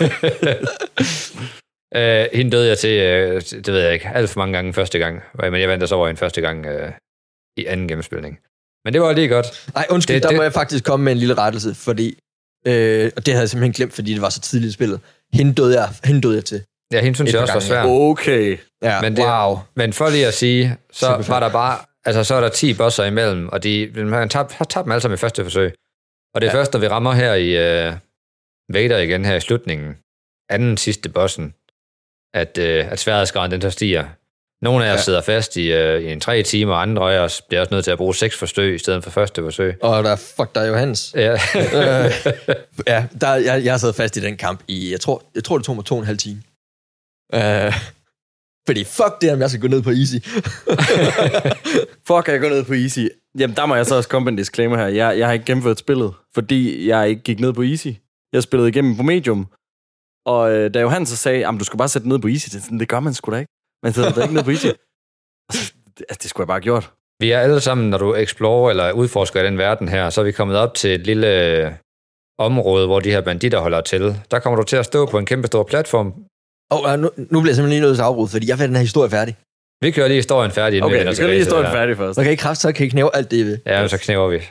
uh, hende døde jeg til, uh, det ved jeg ikke, alt for mange gange første gang. Men jeg vandt så over en første gang uh, i anden gennemspilning. Men det var lige godt. Nej, undskyld, det, der det, må jeg faktisk komme med en lille rettelse, fordi, øh, og det havde jeg simpelthen glemt, fordi det var så tidligt i spillet. Hende døde jeg, hende døde jeg til. Ja, hende synes jeg også var svær. Okay. Ja, men det, wow. Men for lige at sige, så Super var der bare, altså så er der ti bosser imellem, og de, man tab, har tabt dem alle sammen i første forsøg. Og det er ja. først, når vi rammer her i uh, Vader igen her i slutningen, anden sidste bossen, at, uh, at sværhedsgraden den der stiger. Nogle af os ja. sidder fast i, uh, i en tre timer, og andre af os bliver også nødt til at bruge seks forsøg i stedet for første forsøg. Og der fuck der Johannes. Ja. øh, ja, der, jeg, jeg sad fast i den kamp i, jeg tror, jeg tror det tog mig to og en halv time. Uh, fordi fuck det, om jeg skal gå ned på easy. Fuck, jeg går ned på easy. Jamen, der må jeg så også komme med en disclaimer her. Jeg, jeg har ikke gennemført spillet, fordi jeg ikke gik ned på easy. Jeg spillede igennem på medium. Og øh, da Johan så sagde, at du skal bare sætte ned på easy, det, sådan, det gør man sgu da ikke. Man sætter da ikke ned på easy. Altså, det, det skulle jeg bare have gjort. Vi er alle sammen, når du explorer eller udforsker den verden her, så er vi kommet op til et lille område, hvor de her banditter holder til. Der kommer du til at stå på en kæmpe stor platform. Oh, nu, nu bliver jeg simpelthen lige nødt til at afbryde, fordi jeg vil have den her historie færdig. Vi kører lige historien færdig, inden okay, vi vender tilbage. Okay, vi kører lige historien færdig først. Okay, kraft, så kan I knæve alt det, I vil. Ja, men så knæver vi.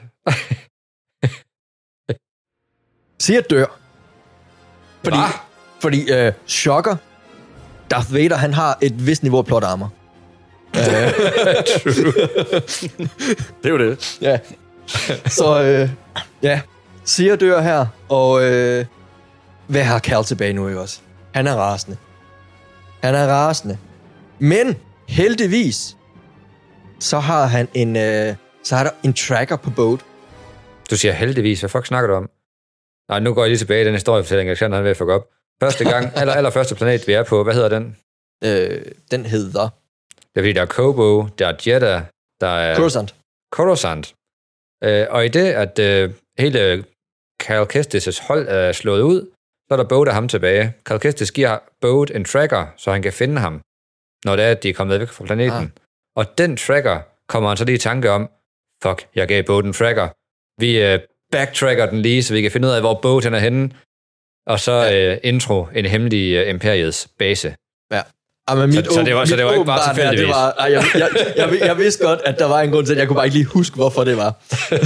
Seer dør. Fordi, Hva? fordi øh, Shocker, Darth Vader, han har et vist niveau af plot armor. True. Det er jo det. Ja. Så, øh, ja. Seer dør her, og øh, hvad har Cal tilbage nu, ikke også? Han er rasende. Han er rasende. Men heldigvis, så har han en, øh, så har der en tracker på boat. Du siger heldigvis. Hvad fuck snakker du om? Nej, nu går jeg lige tilbage i den historiefortælling, Alexander han er ved at fuck op. Første gang, eller allerførste planet, vi er på, hvad hedder den? Øh, den hedder... Det er fordi, der er Kobo, der er Jeddah, der er... Coruscant. Coruscant. Øh, og i det, at øh, hele Cal Kestis' hold er slået ud, så er der Boat af ham tilbage. Cal Kestis giver Boat en tracker, så han kan finde ham, når det er, at de er kommet væk fra planeten. Ah. Og den tracker kommer han så lige i tanke om, fuck, jeg gav Boat en tracker. Vi øh, backtracker den lige, så vi kan finde ud af, hvor Boat han er henne. Og så ja. øh, intro en hemmelig øh, Imperiets base. Ja. Ah, mit så, så det var, så det var ikke bare tilfældigvis. Det var, ej, jeg, jeg, jeg, jeg, jeg vidste godt, at der var en grund til, at jeg kunne bare ikke lige huske, hvorfor det var.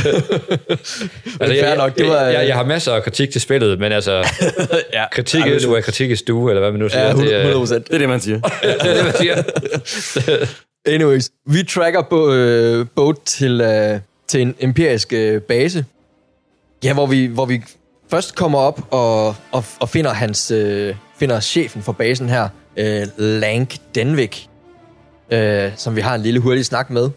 altså, jeg, nok, det var jeg, jeg, jeg har masser af kritik til spillet, men altså, ja, kritik er jo kritik i stue, eller hvad man nu siger. Ja, hundrede procent. Det er det, man siger. ja, det er det, man siger. Anyways, vi tracker på uh, Boat til, uh, til en imperisk uh, base. Ja, hvor vi, hvor vi først kommer op og, og, og finder hans uh, finder chefen for basen her, uh, Lank Denvik, uh, som vi har en lille hurtig snak med.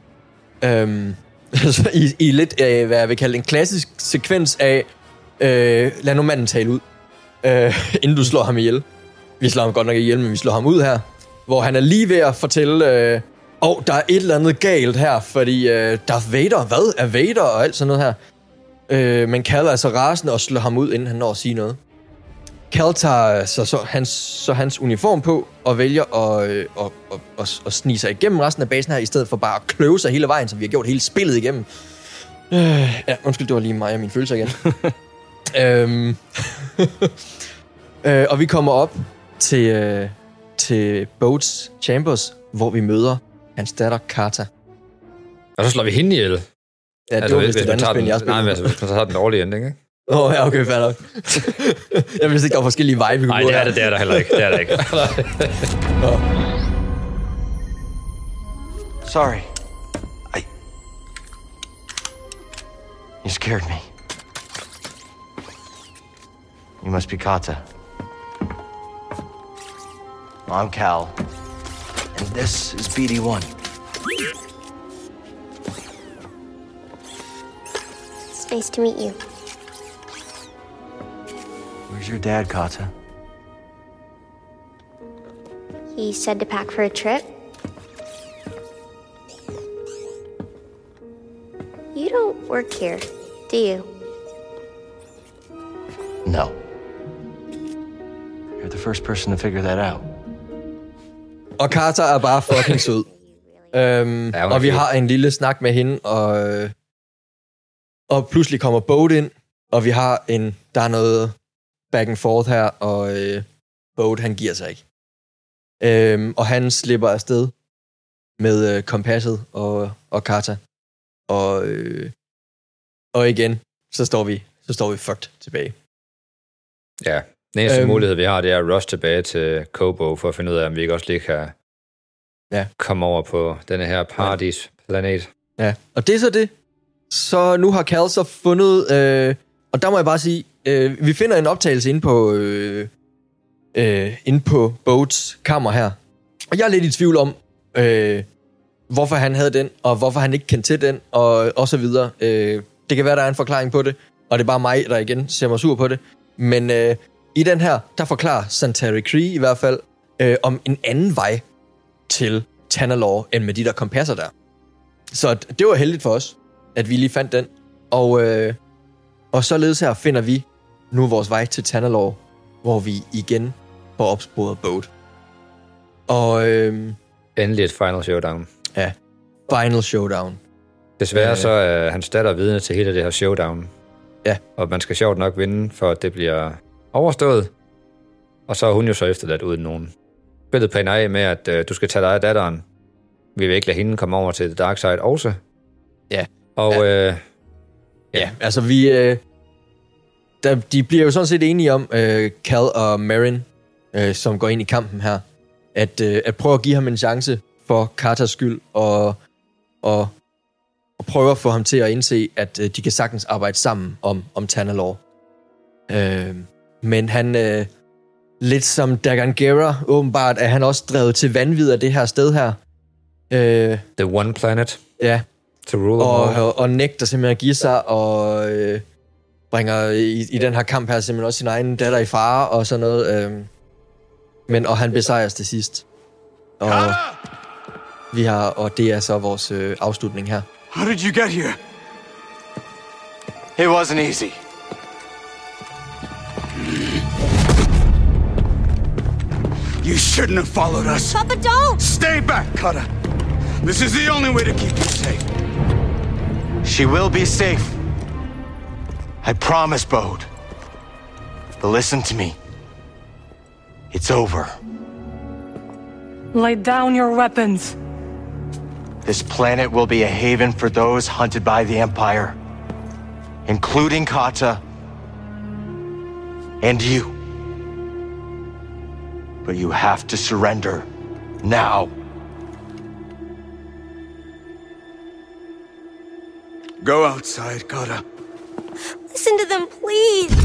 Um, i, I lidt, uh, hvad jeg vil kalde en klassisk sekvens af, uh, lad nu manden tale ud, uh, inden du slår ham ihjel. Vi slår ham godt nok ihjel, men vi slår ham ud her. Hvor han er lige ved at fortælle, åh, øh, oh, der er et eller andet galt her, fordi øh, Darth Vader, hvad er Vader og alt sådan noget her. Øh, men Cal er så rasende og slår ham ud, inden han når at sige noget. Cal tager så, så, hans, så hans uniform på og vælger at, øh, at, at, at, at snige sig igennem resten af basen her, i stedet for bare at kløve sig hele vejen, som vi har gjort hele spillet igennem. Øh, ja, undskyld, det var lige mig og mine følelser igen. øhm, øh, og vi kommer op til... Øh, til Boats Chambers, hvor vi møder hans datter, Carter. Og så slår vi hende ihjel. Ja, det altså, var vist det andet spil, jeg spillede. Nej, men altså, hvis man så har den dårlige ending, ikke? Åh, oh, ja, okay, fair nok. Jeg vidste ikke, der var forskellige veje, vi kunne Nej, gå det er her. det, det er der heller ikke. Det er der ikke. oh. Sorry. I... You scared me. You must be Kata. I'm Cal, and this is B D one. It's nice to meet you. Where's your dad, Kata? He said to pack for a trip. You don't work here, do you? No. You're the first person to figure that out. Og Carter er bare fucking sød. øhm, ja, og vi har en lille snak med hende, og, øh, og pludselig kommer Boat ind, og vi har en, der er noget back and forth her, og øh, Boat, han giver sig ikke. Øhm, og han slipper afsted med øh, kompasset og, og Carter. Og, øh, og igen, så står vi, så står vi fucked tilbage. Ja. Den eneste øhm, mulighed, vi har, det er at rush tilbage til Kobo, for at finde ud af, om vi ikke også lige kan ja. komme over på denne her paradisplanet. Ja, og det er så det. Så nu har Cal så fundet, øh, og der må jeg bare sige, øh, vi finder en optagelse inde på, øh, øh, inde på Boats kammer her. Og jeg er lidt i tvivl om, øh, hvorfor han havde den, og hvorfor han ikke kendte til den, og, og så videre. Øh, det kan være, der er en forklaring på det, og det er bare mig, der igen ser mig sur på det. Men... Øh, I den her, der forklarer Santari Khri i hvert fald, øh, om en anden vej til Tanalorr, end med de der kompasser der. Så det var heldigt for os, at vi lige fandt den. Og, øh, og således her finder vi nu vores vej til Tanalorr, hvor vi igen får opsporet Boat. Og øh, endelig et final showdown. Ja, final showdown. Desværre øh, så er hans datter vidne til hele det her showdown. Ja. Og man skal sjovt nok vinde, for at det bliver... overstået, og så er hun jo så efterladt uden nogen. Spillet planer af med, at øh, du skal tage dig af datteren. Vi vil ikke lade hende komme over til The Dark Side også. Ja. Og, ja. Øh, ja. ja, altså vi... Øh, der, de bliver jo sådan set enige om, øh, Cal og Merrin, øh, som går ind i kampen her, at, øh, at prøve at give ham en chance for Carters skyld, og, og, og prøve at få ham til at indse, at øh, de kan sagtens arbejde sammen om, om Tanalorr. Øh, Men han, øh, lidt som Dagan Gera, åbenbart, er han også drevet til vanvid af det her sted her. Øh, The One Planet. Ja. To rule og, og, og, og nægter simpelthen at give sig, og øh, bringer i, i den her kamp her simpelthen også sin egen datter i fare, og sådan noget. Øh, men, og han besejres til sidst. Og vi har, og det er så vores øh, afslutning her. How did you get here? It wasn't easy. You shouldn't have followed us. Papa, don't! Stay back, Cutter. This is the only way to keep you safe. She will be safe. I promise, Bode. But listen to me. It's over. Lay down your weapons. This planet will be a haven for those hunted by the Empire, including Kata and you. But you have to surrender now. Go outside, Cutter. Listen to them, please.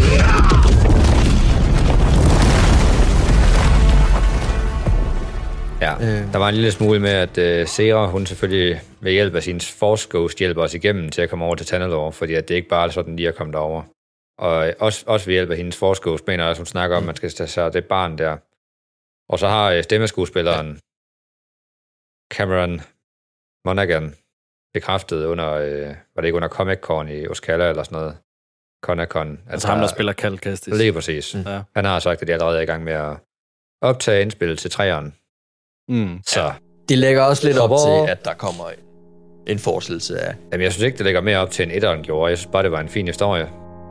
Ja, øh. der var en lille smule med, at uh, Sera, hun selvfølgelig ved hjælp af sin Force Ghost hjælper os igennem til at komme over til Tanalorr, fordi at det ikke bare er sådan lige at komme derover. Og også, også ved hjælp af hendes Force Ghost, mener jeg, at hun snakker om, at man skal tage sig det barn der. Og så har uh, stemmeskuespilleren Cameron Monaghan bekræftet under, uh, var det ikke under Comic-Con i Oscala eller sådan noget? Conacon. Altså ham, der spiller Cal Kestis. Lige præcis. Mm. Ja. Han har sagt, at de allerede er i gang med at optage indspillet til træeren. Mm. Så ja. Det lægger også lidt op til, at der kommer en, en forestillelse af... Jamen, jeg synes ikke, det lægger mere op til en etteren gjorde. Jeg synes bare, det var en fin historie.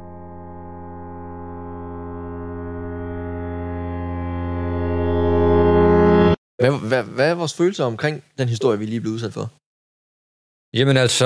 Hvad, hvad, hvad er vores følelser omkring den historie, vi lige blev udsat for? Jamen altså,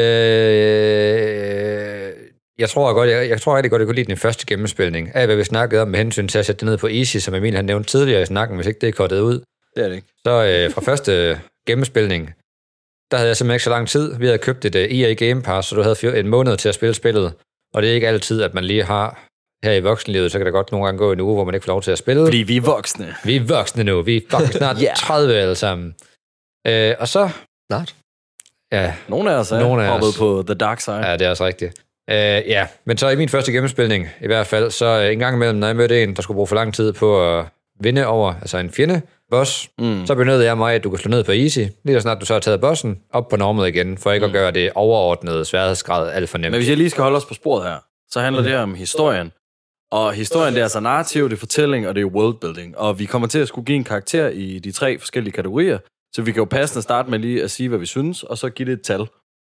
øh, jeg tror godt, jeg, jeg tror rigtig godt, jeg kunne lide den første gennemspilning. Af hvad vi snakkede om med hensyn til at sætte det ned på Easy, som Emil han nævnte tidligere i snakken, hvis ikke det er kortet ud. Det er det ikke. Så øh, fra første gennemspilning, der havde jeg simpelthen ikke så lang tid. Vi havde købt et uh, E A Game Pass, så du havde en måned til at spille spillet. Og det er ikke altid, at man lige har her i voksenlivet, så kan der godt nogle gange gå en uge, hvor man ikke får lov til at spille. Fordi vi er voksne. Vi er voksne nu. Vi er fucking snart yeah. tredive alle sammen. Øh, og så... Snart? Ja. Nogle af os er nogle af hoppet os. på The Dark Side. Ja, det er også rigtigt. Øh, ja, men så i min første gennemspilning, i hvert fald, så en gang imellem, når jeg mødte en, der skulle bruge for lang tid på at vinde over, altså en fjende, boss, mm. så benyttede jeg mig, at du kan slå ned på easy, lige så snart du så har taget bossen, op på normal igen, for ikke mm. at gøre det overordnede sværhedsgrad alt for nemt. Men hvis jeg lige skal holde os på sporet her, så handler mm. det om historien. Og historien, det er altså narrativ, det er fortælling, og det er worldbuilding. Og vi kommer til at skulle give en karakter i de tre forskellige kategorier, så vi kan jo passende starte med lige at sige, hvad vi synes, og så give det et tal.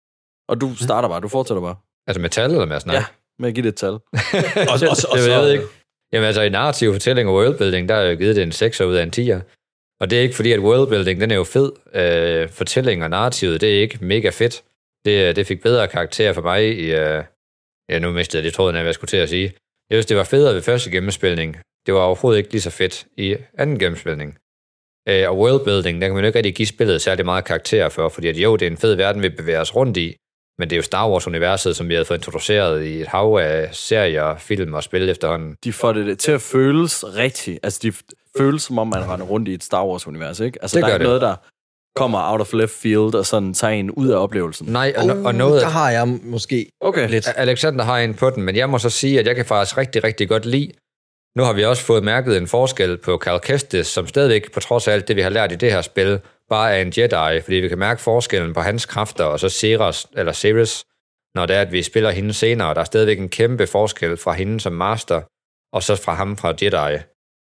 Og du starter bare, du fortsætter bare. Altså med tal eller med at snakke? Ja, med at give det et tal. og, og, og, og, det, jeg ved ikke. Jamen altså i narrativ fortælling og worldbuilding, der er jo givet det en sekser ud af en tier. Og det er ikke fordi, at worldbuilding, den er jo fed. Øh, fortælling og narrativet, det er ikke mega fedt. Det, det fik bedre karakter for mig i... Øh, ja, nu mistede jeg det tråden af, hvad jeg skulle til at sige. Jeg synes, det var federe ved første gennemspilning. Det var overhovedet ikke lige så fedt i anden gennemspilning. Øh, og worldbuilding, der kan man jo ikke rigtig give spillet særlig meget karakter for, fordi at jo, det er en fed verden, vi bevæger os rundt i, men det er jo Star Wars-universet, som vi havde fået introduceret i et hav af serier, film og spil efterhånden. De får det til at føles rigtigt. Altså, de føles, som om man render rundt i et Star Wars-univers, ikke? Altså, det der er ikke det. noget, der kommer out of left field og sådan tager en ud af oplevelsen. Nej, og, uh, og noget... Der har jeg måske okay. lidt. Alexander har en på den, men jeg må så sige, at jeg kan faktisk rigtig, rigtig godt lide. Nu har vi også fået mærket en forskel på Cal Kestis, som stadigvæk, på trods af alt det, vi har lært i det her spil, bare er en Jedi, fordi vi kan mærke forskellen på hans kræfter, og så Ceres, eller Ceres, når det er, at vi spiller hende senere. Der er stadigvæk en kæmpe forskel fra hende som master, og så fra ham fra Jedi.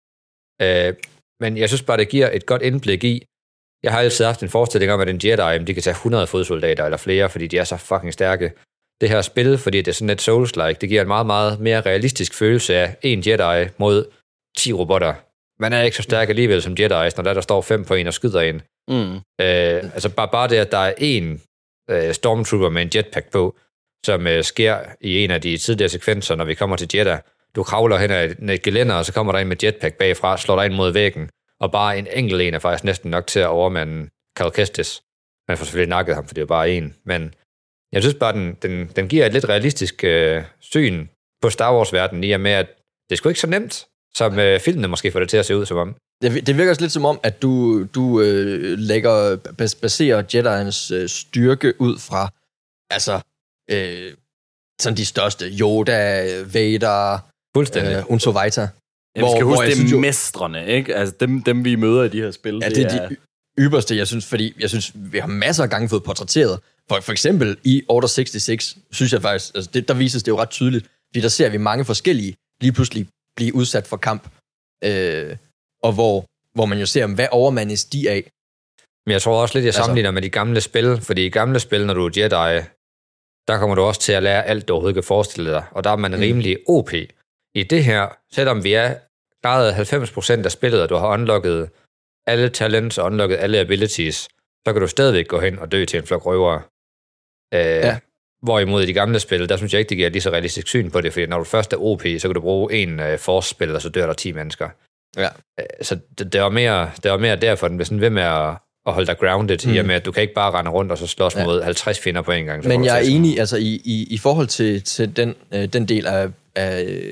Øh, men jeg synes bare, det giver et godt indblik i. Jeg har altid haft en forestilling om, at en Jedi, de kan tage hundrede fodsoldater eller flere, fordi de er så fucking stærke. Det her spil, fordi det er sådan lidt Souls-like, det giver en meget, meget mere realistisk følelse af en Jedi mod ti robotter. Man er ikke så stærk alligevel som Jedi's, når der, der står fem på en og skyder en. Mm. Øh, altså bare, bare det, at der er en øh, stormtrooper med en jetpack på, som øh, sker i en af de tidligere sekvenser, når vi kommer til Jedha. Du kravler hen ad et, et gelænder, og så kommer der en med jetpack bagfra, slår dig ind mod væggen, og bare en enkelt en er faktisk næsten nok til at overmande Cal Kestis. Man får selvfølgelig nakket ham, for det er bare en, men jeg synes bare, den, den, den giver et lidt realistisk øh, syn på Star Wars-verdenen, i og med, at det er sgu ikke så nemt, som øh, filmene måske får det til at se ud som om. Det, det virker også lidt som om, at du, du øh, lægger, baserer Jedi'ernes øh, styrke ud fra, altså, øh, sådan de største, Yoda, Vader, Fuldstændig. Øh, Unso Vita. Ja, vi skal huske, det er synes, mestrene, ikke? Altså dem, dem, vi møder i de her spil. Ja, det, det er de ypperste, jeg synes, fordi jeg synes, vi har masser af gange fået portrætteret. For, for eksempel i Order seksogtres, synes jeg faktisk, altså det, der vises det jo ret tydeligt, fordi der ser vi mange forskellige lige pludselig blive udsat for kamp, øh, og hvor, hvor man jo ser, hvad overmandes de af. Men jeg tror også lidt, jeg sammenligner altså, med de gamle spil, fordi i gamle spil, når du er Jedi, der kommer du også til at lære alt, du overhovedet kan forestille dig, og der er man mm. rimelig O P. I det her, selvom vi er klaret halvfems procent af spillet, og du har unlocket alle talents og unlocket alle abilities, så kan du stadigvæk gå hen og dø til en flok røvere. Øh, ja. Hvorimod i de gamle spil, der synes jeg ikke, det giver lige så realistisk syn på det, fordi når du først er O P, så kan du bruge en uh, force-spil, og så dør der ti mennesker. Ja. Øh, så det, det, var mere, det var mere derfor, den blev sådan ved med at, at holde dig grounded, mm. i og med, at du kan ikke bare rende rundt og så slås ja. mod halvtreds fjender på en gang. Men jeg er enig, altså i, i, i forhold til, til den, øh, den del af, af,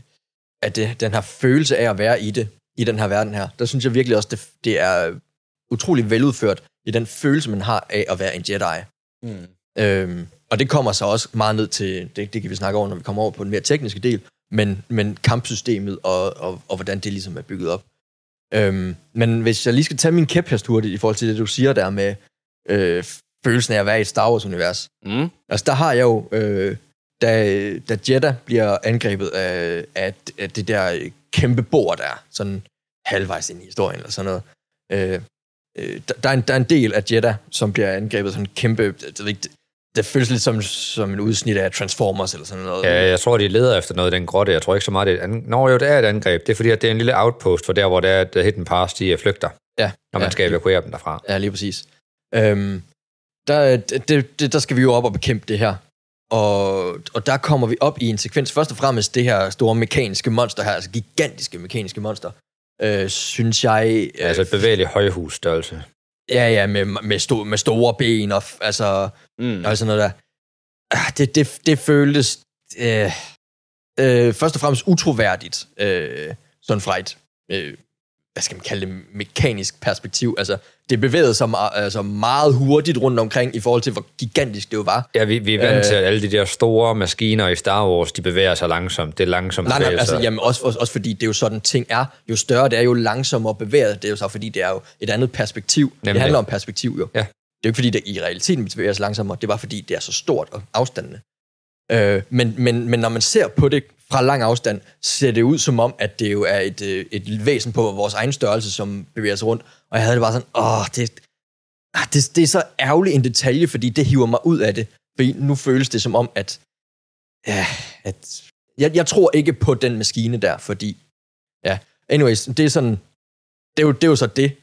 af det, den her følelse af at være i det, i den her verden her, der synes jeg virkelig også, det, det er utrolig veludført i den følelse, man har af at være en Jedi. Mm. Øhm, og det kommer så også meget ned til, det, det kan vi snakke over, når vi kommer over på den mere tekniske del, men, men kampsystemet og, og, og hvordan det ligesom er bygget op. Øhm, men hvis jeg lige skal tage min kæphest hurtigt i forhold til det, du siger der med øh, følelsen af at være i et Star Wars-univers. Mm. Altså der har jeg jo, øh, da, da Jedha bliver angrebet af, af, af det der kæmpe bord der, sådan halvvejs ind i historien eller sådan noget. Øh, øh, der, er en, der er en del af Jedha, som bliver angrebet sådan en kæmpe, det, det, det føles lidt som, som en udsnit af Transformers eller sådan noget. Ja, jeg tror, de leder efter noget i den grotte. Jeg tror ikke så meget, det er et angreb. Nå jo, det er et angreb. Det er fordi, at det er en lille outpost for der, hvor det er et hidden pass, de flygter. Ja. Når man ja, skal evakuere dem derfra. Ja, lige præcis. Øhm, der, det, det, der skal vi jo op og bekæmpe det her. Og, og der kommer vi op i en sekvens. Først og fremmest det her store mekaniske monster her, altså gigantiske mekaniske monster, øh, synes jeg... Øh, altså et bevægeligt højhusstørrelse. Ja, ja, med, med, sto, med store ben og altså, mm. og sådan noget der. Det, det, det føltes øh, øh, først og fremmest utroværdigt, øh, sådan fra et, øh, hvad skal man kalde det, mekanisk perspektiv. Altså, det bevægede sig meget, altså meget hurtigt rundt omkring i forhold til, hvor gigantisk det jo var. Ja, vi, vi er vant øh, til, at alle de der store maskiner i Star Wars, de bevæger sig langsomt. Det er langsomt nej, nej, altså, jamen, også, også, også fordi det er jo sådan, ting er. Jo større det er, jo langsommere bevæget. Det er jo så, fordi det er jo et andet perspektiv. Nemlig. Det handler om perspektiv jo. Ja. Det er jo ikke, fordi det i realiteten bevæger sig langsommere. Det var, fordi det er så stort og afstandende. Øh, men, men, men når man ser på det fra lang afstand, ser det ud som om, at det jo er et, et væsen på vores egen størrelse, som bevæger sig rundt. Og jeg havde det bare sådan, åh, det, det, det er så ærgerligt en detalje, fordi det hiver mig ud af det. Fordi nu føles det som om, at, ja, at jeg, jeg tror ikke på den maskine der, fordi, ja, anyways, det er sådan, det er jo, det er jo så det.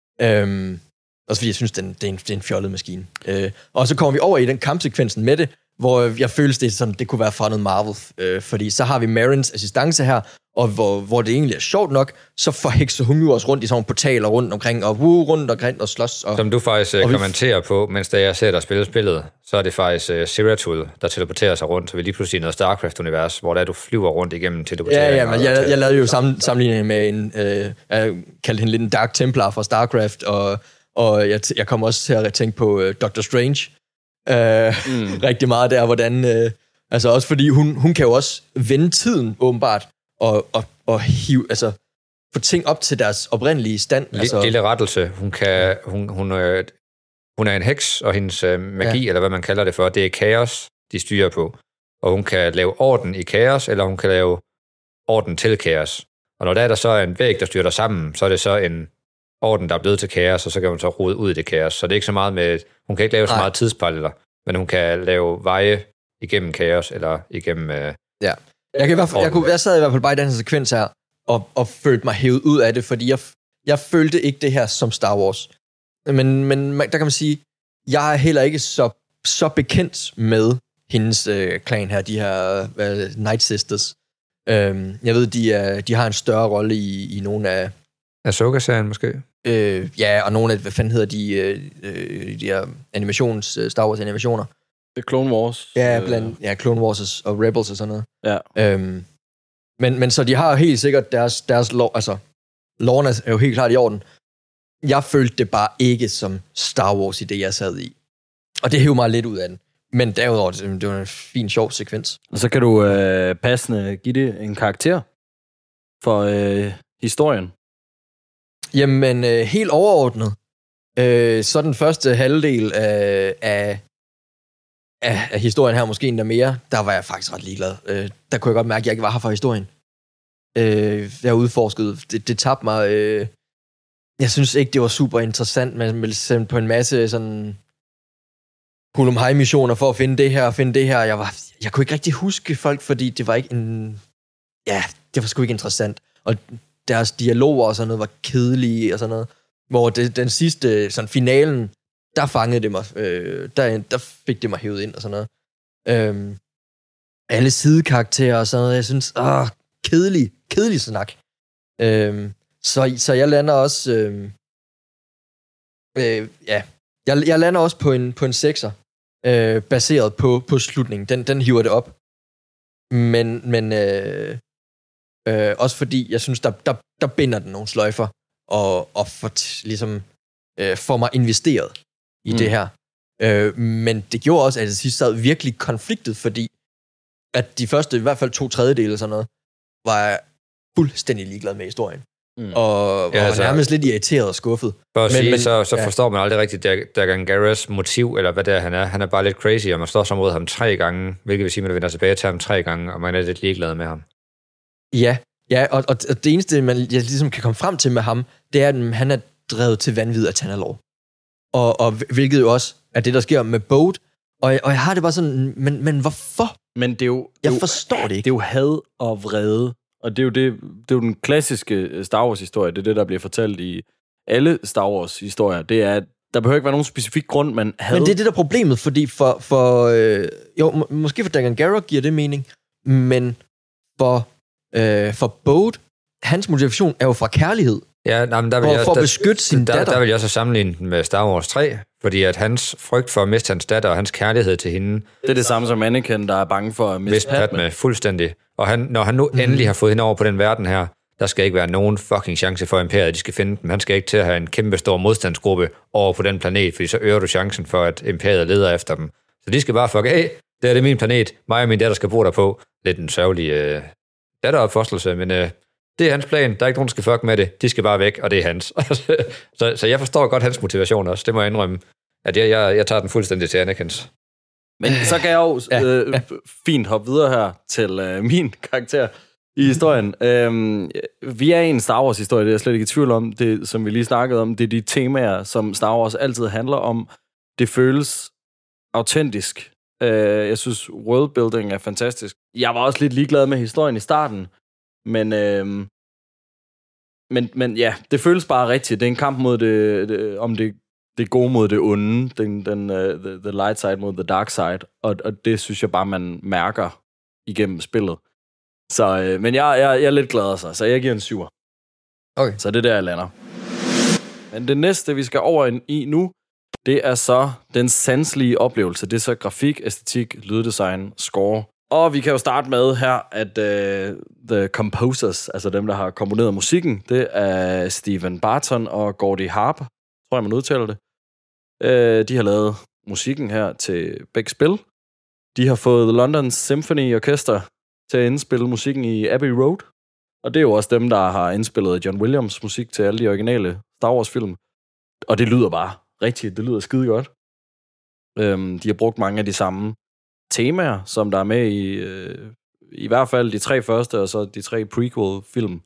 Øhm, også fordi jeg synes, det er en, det er en, det er en fjollet maskine. Øh, og så kommer vi over i den kampsekvensen med det, hvor jeg føles, det er sådan, det kunne være fra noget Marvel. Øh, fordi så har vi Marins assistance her, og hvor, hvor det egentlig er sjovt nok, så forhekser hun jo også rundt i sådan nogle portaler rundt omkring, og uh, rundt omkring og slås. Og, som du faktisk og kommenterer på, mens da jeg ser dig spille spillet, så er det faktisk uh, Zeratul, der teleporterer sig rundt, så vi lige pludselig i noget StarCraft-univers, hvor der du flyver rundt igennem teleporteringen. Ja, ja, men jeg, jeg lavede jo sammen, sammenligning med en, øh, jeg kaldte hende lidt en Dark Templar fra StarCraft, og, og jeg, jeg kom også til at tænke på uh, Doctor Strange, Uh, mm. rigtig meget der, hvordan uh, altså også fordi hun, hun kan jo også vende tiden åbenbart og, og, og hive, altså få ting op til deres oprindelige stand. L- altså, lille rettelse. Hun kan hun, hun, øh, hun er en heks, og hendes øh, magi, ja. eller hvad man kalder det for, det er kaos, de styrer på. Og hun kan lave orden i kaos, eller hun kan lave orden til kaos. Og når der er der så en væg, der styrer sammen, så er det så en orden, der er blevet til kaos, og så kan hun så rode ud i det kaos. Så det er ikke så meget med, hun kan ikke lave så meget tidsparalleller, men hun kan lave veje igennem kaos, eller igennem... Øh, ja. Jeg, kan i hvert fald, jeg, kunne, jeg sad i hvert fald bare i den her sekvens her, og, og følte mig hævet ud af det, fordi jeg, jeg følte ikke det her som Star Wars. Men, men der kan man sige, jeg er heller ikke så, så bekendt med hendes øh, klan her, de her øh, Night Sisters. Øhm, jeg ved, de, er, de har en større rolle i, i nogle af... Ahsoka-serien måske? Øh, ja, og nogle af, hvad fanden hedder de, øh, de her animations, Star Wars animationer? The Clone Wars. Ja, blandt, ja, Clone Wars og Rebels og sådan noget. Ja. Øhm, Men, men så de har helt sikkert deres, deres lov, altså, lovene er jo helt klart i orden. Jeg følte det bare ikke som Star Wars i det, jeg sad i. Og det hævde mig lidt ud af den. Men derudover, det, det var en fin, sjov sekvens. Og så kan du øh, passende give det en karakter for øh, historien. Jamen, øh, helt overordnet, øh, så den første halvdel af, af, af, af historien her, måske endda mere, der var jeg faktisk ret ligeglad. Øh, der kunne jeg godt mærke, at jeg ikke var her for historien. Øh, jeg udforskede, det, det tabte mig. Øh, jeg synes ikke, det var super interessant, men ville sende på en masse sådan Hulum-High-missioner for at finde det her og finde det her. Jeg, var, jeg kunne ikke rigtig huske folk, fordi det var ikke en... Ja, det var sgu ikke interessant. Og deres dialoger og sådan noget var kedelige og sådan noget. Hvor det, den sidste, sådan finalen, der fangede det mig. Øh, der, der fik det mig hævet ind og sådan noget. Øh, alle sidekarakterer og sådan noget. Jeg synes, åh, kedelig, kedelig snak. Øh, så, så jeg lander også... Øh, øh, ja, jeg, jeg lander også på en, på en sekser. Øh, baseret på, på slutningen. Den, den hiver det op. Men, men øh, øh, også fordi, jeg synes, der, der, der binder den nogle sløjfer, og, og for, ligesom, øh, får mig investeret i mm. det her. Øh, men det gjorde også, at jeg sidst sad virkelig konfliktet, fordi at de første, i hvert fald to tredjedele og sådan noget, var jeg fuldstændig ligeglad med historien. Mm. Og ja, var altså, nærmest lidt irriteret og skuffet. For at men, sige, men, så, så ja. forstår man aldrig rigtigt Dagan Gera's motiv, eller hvad det er, han er. Han er bare lidt crazy, og man står så mod ham tre gange, hvilket vil sige, at man vender tilbage til ham tre gange, og man er lidt ligeglad med ham. Ja, ja og, og, og det eneste, man jeg ligesom kan komme frem til med ham, det er, at han er drevet til vanvid af Tanalor. Og, og hvilket jo også er det, der sker med Bode. Og, og jeg har det bare sådan, men, men hvorfor? Men det er jo... Jeg det er forstår jo, det ikke. Det er jo had og vrede. Og det er jo, det, det er jo den klassiske Star Wars-historie. Det er det, der bliver fortalt i alle Star Wars-historier. Det er, at der behøver ikke være nogen specifik grund, man havde. Men det er det, der er problemet, fordi for... for øh, jo, må, måske for Dagan Gera giver det mening, men for, øh, for Bode, hans motivation er jo fra kærlighed. Ja, nej, men der vil for, jeg, for at der, beskytte sin der, datter. Der vil jeg så sammenligne den med Star Wars tre, fordi at hans frygt for at miste hans datter og hans kærlighed til hende... Det er det samme som Anakin, der er bange for at miste Padme. Padme. Fuldstændig. Og han, når han nu mm. endelig har fået hende over på den verden her, der skal ikke være nogen fucking chance for Imperiet, de skal finde dem. Han skal ikke til at have en kæmpe stor modstandsgruppe over på den planet, fordi så øger du chancen for, at Imperiet leder efter dem. Så de skal bare fuck af, det er det min planet, mig og min datter skal bo der på. Lidt en sørgelig øh, datteropfostelse, men... Øh, det er hans plan. Der er ikke nogen, der skal fuck med det. De skal bare væk, og det er hans. så, så jeg forstår godt hans motivation også. Det må jeg indrømme. At jeg, jeg, jeg tager den fuldstændig til Anakins. Men så kan jeg jo øh, ja. fint hoppe videre her til øh, min karakter i historien. øhm, vi er i en Star Wars-historie, det er jeg slet ikke i tvivl om. Det, som vi lige snakkede om, det er de temaer, som Star Wars altid handler om. Det føles autentisk. Øh, jeg synes, worldbuilding er fantastisk. Jeg var også lidt ligeglad med historien i starten. Men, øhm, men, men ja, det føles bare rigtigt. Det er en kamp mod det, det om det, det gode mod det onde, den, den, uh, the, the light side mod the dark side, og, og det synes jeg bare, man mærker igennem spillet. Så, øh, men jeg, jeg, jeg er lidt glad så, så jeg giver en syver. Okay. Så det er der, jeg lander. Men det næste, vi skal over i nu, det er så den sanselige oplevelse. Det er så grafik, æstetik, lyddesign, score. Og vi kan jo starte med her, at uh, The Composers, altså dem, der har komponeret musikken, det er Stephen Barton og Gordy Harp, tror jeg, man udtaler det. Uh, de har lavet musikken her til begge spil. De har fået London Symphony Orchestra til at indspille musikken i Abbey Road. Og det er jo også dem, der har indspillet John Williams musik til alle de originale Star Wars-film. Og det lyder bare rigtigt, det lyder skide godt. Uh, de har brugt mange af de samme temaer, som der er med i øh, i hvert fald de tre første, og så de tre prequel-film.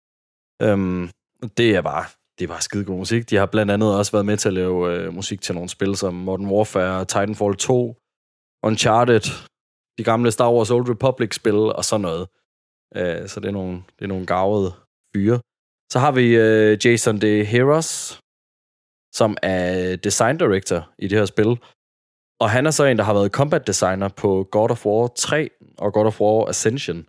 Øhm, det er bare det er bare skidegod musik. De har blandt andet også været med til at lave øh, musik til nogle spil som Modern Warfare, Titanfall to, Uncharted, de gamle Star Wars Old Republic-spil og sådan noget. Øh, så det er nogle, det er nogle garvede fyre. Så har vi øh, Jason De Heros, som er design director i det her spil. Og han er så en, der har været combat designer på God of War tre og God of War Ascension.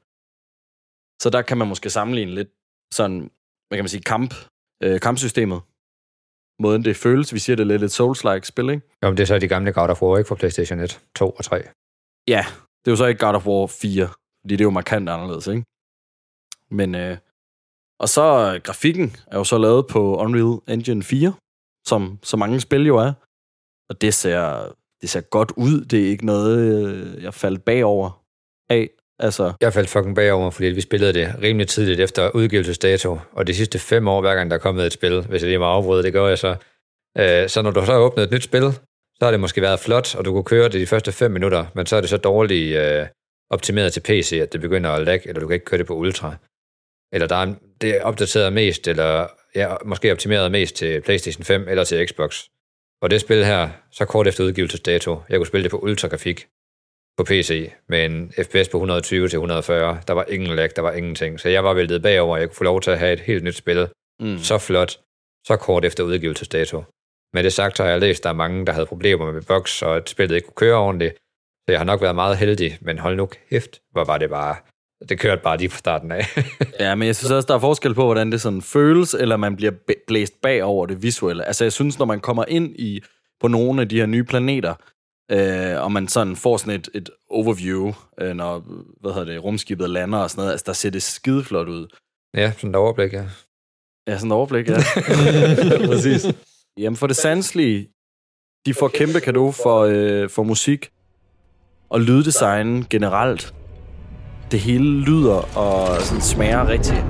Så der kan man måske sammenligne lidt sådan, hvad kan man sige, kamp, øh, kampsystemet. Måden det føles, vi siger det er lidt et Souls-like spil, ikke? Jo, men det er så de gamle God of War, ikke for PlayStation et, to og tre. Ja, det er jo så ikke God of War fire, fordi det er jo markant anderledes, ikke? Men, øh, og så grafikken er jo så lavet på Unreal Engine fire, som så mange spil jo er. Og det ser, det ser godt ud. Det er ikke noget, øh, jeg faldt bagover af. Altså. Jeg faldt fucking bagover, fordi vi spillede det rimelig tidligt efter udgivelsesdato, og de sidste fem år, hver gang der er kommet et spil, hvis jeg lige må afbryde, det gør jeg så. Øh, så når du så har åbnet et nyt spil, så har det måske været flot, og du kunne køre det de første fem minutter, men så er det så dårligt øh, optimeret til P C, at det begynder at lagge, eller du kan ikke køre det på Ultra. Eller der er, det er opdateret mest, eller ja, måske optimeret mest til PlayStation fem eller til Xbox. Og det spil her, så kort efter udgivelsesdato, jeg kunne spille det på Ultra-grafik på P C med en F P S på et hundrede og tyve til et hundrede og fyrre. Der var ingen lag, der var ingenting. Så jeg var væltet bagover, jeg kunne få lov til at have et helt nyt spil. Mm. Så flot, så kort efter udgivelsesdato. Med det sagt, så har jeg læst, at der er mange, der havde problemer med box, og at spillet ikke kunne køre ordentligt. Så jeg har nok været meget heldig, men hold nu kæft, hvor var det bare... Det kørte bare lige fra starten af. Ja, men jeg synes også, der er forskel på, hvordan det sådan føles, eller man bliver blæst bagover det visuelle. Altså, jeg synes, når man kommer ind i på nogle af de her nye planeter, øh, og man sådan får sådan et, et overview, øh, når, hvad hedder det, rumskibet lander og sådan noget, altså, der ser det skideflot ud. Ja, sådan et overblik, ja. Ja, sådan et overblik, ja. Præcis. Jamen, for det sanselige, de får kæmpe cadeau for, øh, for musik og lyddesign generelt. Det hele lyder og sådan smager rigtigt.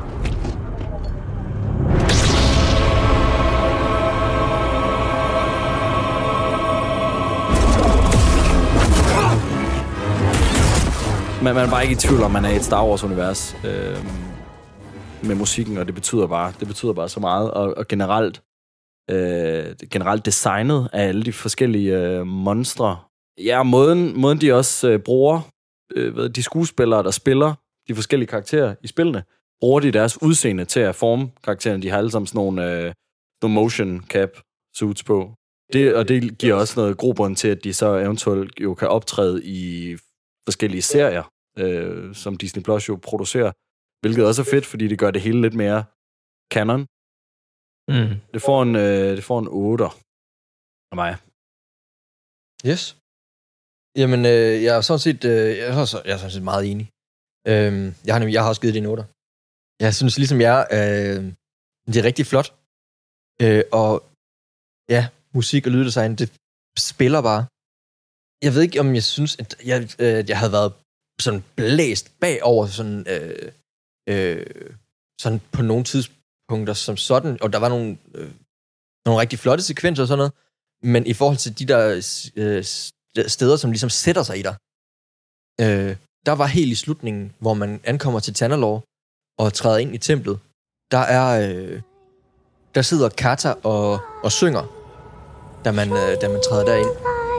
Men man er bare ikke i tvivl om, man er i et Star Wars-univers øh, med musikken, og det betyder bare, det betyder bare så meget. Og, og generelt, øh, generelt designet af alle de forskellige øh, monstre. Ja, måden, måden de også øh, bruger øh, de skuespillere, der spiller de forskellige karakterer i spillene, bruger de deres udseende til at forme karaktererne. De har alle sammen sådan nogle, øh, nogle motion cap suits på. Det, og det giver også noget grobund til, at de så eventuelt jo kan optræde i forskellige serier, øh, som Disney Plus jo producerer, hvilket også er fedt, fordi det gør det hele lidt mere canon. Mm. Det får en, øh, det får en otter af mig. Yes. Jamen, øh, jeg er sådan set, øh, jeg er, så, jeg er sådan set meget enig. Øh, jeg, har nemlig, jeg har også givet det en otter. Jeg synes ligesom jeg, øh, det er rigtig flot. Øh, og ja, musik og lyddesign, det spiller bare. Jeg ved ikke, om jeg synes, at jeg, øh, jeg havde været sådan blæst bagover sådan, øh, øh, sådan på nogle tidspunkter som sådan, og der var nogle, øh, nogle rigtig flotte sekvenser og sådan noget, men i forhold til de der øh, steder, som ligesom sætter sig i dig, øh, der var helt i slutningen, hvor man ankommer til Tanalorr og træder ind i templet, der er, øh, der sidder Kata og, og synger, da man, øh, da man træder derind.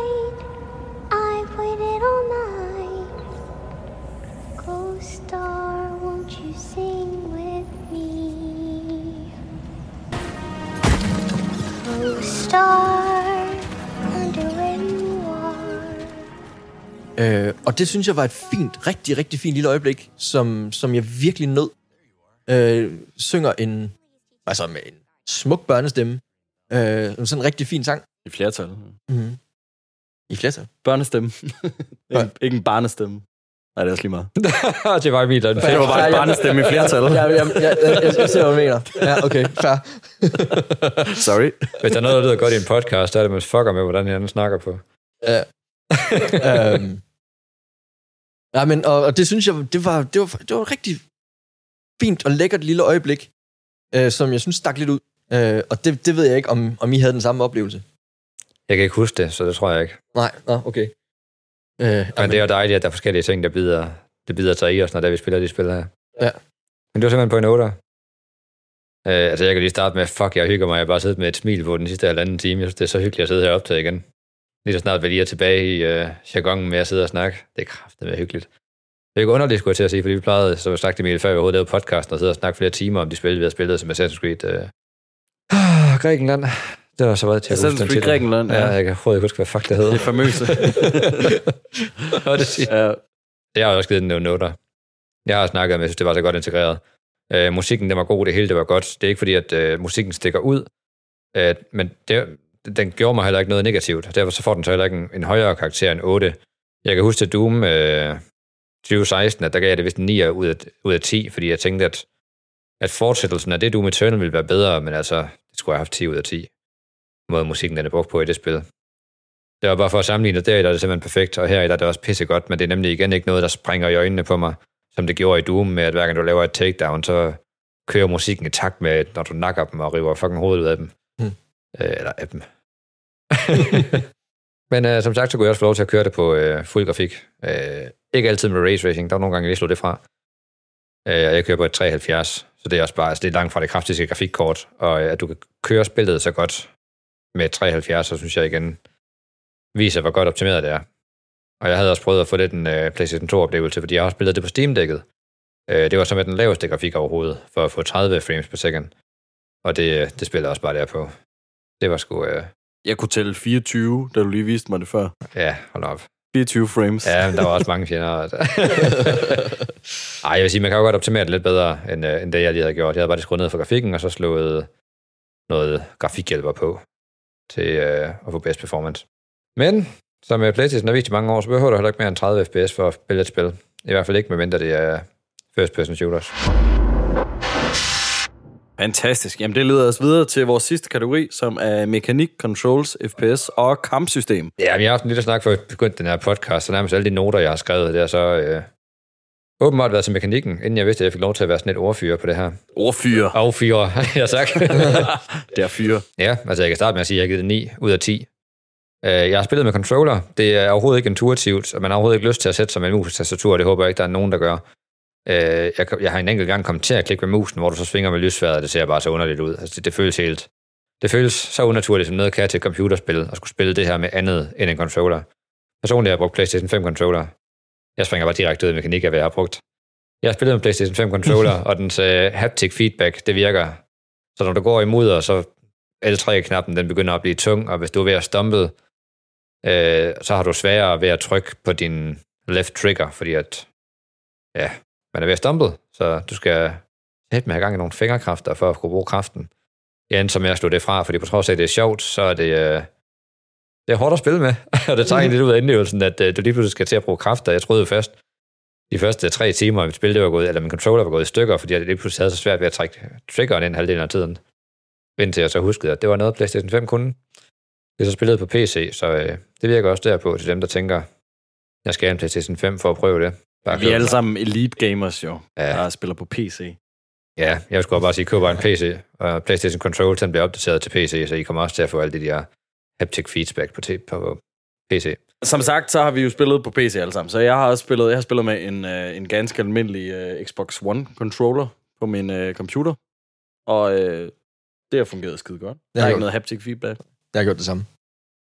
Øh, og det synes jeg var et fint, rigtig, rigtig fint lille øjeblik, som, som jeg virkelig nød. Øh, synger en, altså med en smuk børnestemme. Øh, sådan en rigtig fin sang. I flertal. Mm-hmm. I flertal? Børnestemme. ikke, ikke en barnestemme. Nej, det er også lige meget. Det var vildt. Det var bare en barnestemme i flertal. Ja, jeg, jeg, jeg, jeg, jeg ser, hvad du mener. Ja, okay, fair. Sorry. Hvis der er noget, der lyder godt i en podcast, så er det, man fucker med, hvordan jeg snakker på. Ja. øhm. Ja, men, og, og det synes jeg, det var, det var, det var et rigtig fint og lækkert lille øjeblik, øh, som jeg synes stak lidt ud. Øh, og det, det ved jeg ikke, om, om I havde den samme oplevelse. Jeg kan ikke huske det, så det tror jeg ikke. Nej, nå, okay. Øh, men amen. Det er jo dejligt, at der er forskellige ting, der bider, der bider sig i os, når der vi spiller de spil her. Ja. Men det var simpelthen på en otter. Øh, altså, jeg kan lige starte med, fuck, jeg hygger mig. Jeg har bare siddet med et smil på den sidste halvanden time. Jeg synes, det er så hyggeligt at sidde her optaget igen. Lige så snart vi lige er tilbage i øh, jargonen med at sidde og snakke. Det er kraftedeme hyggeligt. Det er ikke underligt, skulle jeg til at sige, fordi vi plejede, som jeg sagt Emil, før vi overhovedet lavede podcasten, og sidde og snakke flere timer om de spil, vi har spillet, som Assassin's Creed. Øh. Ah, Grækenland. Det har så været til at huske den til. Grækenland, ja. Ja, jeg kan prøve at huske, hvad fuck det hedder. Det er famøse. Hvad det siger? Ja. Jeg har også givet den nogle noter. Jeg har snakket med, jeg synes, det var så godt integreret. Øh, musikken, den var god, det hele, det var godt. Det er ikke fordi, at øh, musikken stikker ud, øh, men det, den gjorde mig heller ikke noget negativt. Derfor så får den så heller ikke en, en højere karakter end otte. Jeg kan huske, at Doom, øh, tyve seksten, at der gav jeg det vist en ni ud af, ud af ti, fordi jeg tænkte, at, at fortsættelsen af det Doom Eternal ville være bedre, men altså, det skulle jeg have haft ti ud af ti. Måde musikken, den er brugt på i det spil. Det var bare for at sammenligne, at der er det simpelthen perfekt, og her er det også pissegodt, men det er nemlig igen ikke noget, der springer i øjnene på mig, som det gjorde i Doom, med at hver gang du laver et takedown, så kører musikken i takt med, når du nakker dem og river fucking hovedet ud af dem. Hmm. Øh, eller af dem. Men øh, som sagt, så kunne jeg også få lov til at køre det på øh, fuld grafik. Øh, ikke altid med Ray Tracing, der var nogle gange, jeg lige slog det fra. Øh, jeg kører på et tre halvfjerds, så det er også bare, altså det er langt fra det kraftigste grafikkort, og øh, at du kan køre spillet så godt med et tre halvfjerds, så synes jeg igen viser, hvor godt optimeret det er. Og jeg havde også prøvet at få lidt en øh, PlayStation to-oplevelse, fordi jeg har også spillet det på Steam-dækket. Øh, det var så med den laveste grafik overhovedet, for at få tredive frames per second. Og det, det spillede også bare der på. Det var sgu... Øh... Jeg kunne tælle fireogtyve, da du lige viste mig det før. Ja, hold op. fireogtyve frames. Ja, men der var også mange fjender. Ej, jeg vil sige, man kan jo godt optimere det lidt bedre, end, øh, end det, jeg lige havde gjort. Jeg havde bare skruet ned for grafikken, og så slået noget grafikhjælper på, til øh, at få bedst performance. Men, som med PlayStation har vist i mange år, så behøver du heller ikke mere end tredive F P S for at spille et spil. I hvert fald ikke, medmindre det er first person shooters. Fantastisk. Jamen det leder os videre til vores sidste kategori, som er mekanik, controls, F P S og kampsystem. Ja, vi har haft en lille snak for at begynde den her podcast, så nærmest alle de noter, jeg har skrevet, det er så øh, åbenbart været til mekanikken, inden jeg vidste, at jeg fik lov til at være sådan et ordfyre på det her. Ordfyre? Ordfyre, jeg har sagt. Det er fyre. Ja, altså jeg kan starte med at sige, at jeg har givet det ni ud af ti. Jeg har spillet med controller. Det er overhovedet ikke intuitivt, og man har overhovedet ikke lyst til at sætte sig med en mus-tastatur. Det håber jeg ikke, der er nogen, der gør. Jeg, jeg har en enkelt gang kommet til at klikke med musen, hvor du så svinger med lyssværet, og det ser bare så underligt ud. Altså, det, det føles helt... Det føles så unaturligt, som noget kan til et computerspil, at skulle spille det her med andet end en controller. Personligt har jeg brugt PlayStation fem controller. Jeg springer bare direkte ud af mekanik af, hvad jeg har brugt. Jeg har spillet med PlayStation fem controller, og dens uh, haptic feedback, det virker. Så når du går i mudder, så L tre-knappen, den begynder at blive tung, og hvis du er ved at stumble, øh, så har du sværere ved at trykke på din left trigger, fordi at, ja, man er ved at stumble, så du skal hætte med at have gang i nogle fingerkræfter for at kunne bruge kraften. Jeg endte som jeg slog det fra, fordi på trods af, at det er sjovt, så er det, øh, det er hårdt at spille med, og det tager egentlig lidt ud af indlevelsen, at øh, du lige pludselig skal til at bruge kræfter. Jeg troede jo først, de første tre timer, mit spil, det var gået, eller min controller var gået i stykker, fordi jeg lige pludselig havde så svært ved at trække triggeren ind halvdelen af tiden. Indtil jeg så huskede, at det var noget, PlayStation fem kunne. Det er så spillet på P C, så øh, det virker også derpå til dem, der tænker, jeg skal have en PlayStation fem for at prøve det. Bare vi er alle sammen elite gamers jo, ja. Der spiller på P C. Ja, jeg skulle bare sige, køb bare en P C, og PlayStation Control, den bliver opdateret til P C, så I kommer også til at få alle de der haptic feedback på, på P C. Som sagt, så har vi jo spillet på P C alle sammen, så jeg har også spillet, jeg har spillet med en, øh, en ganske almindelig øh, Xbox One controller på min øh, computer, og øh, det har fungeret skide godt. Der er ikke noget haptic feedback. Jeg har gjort det samme.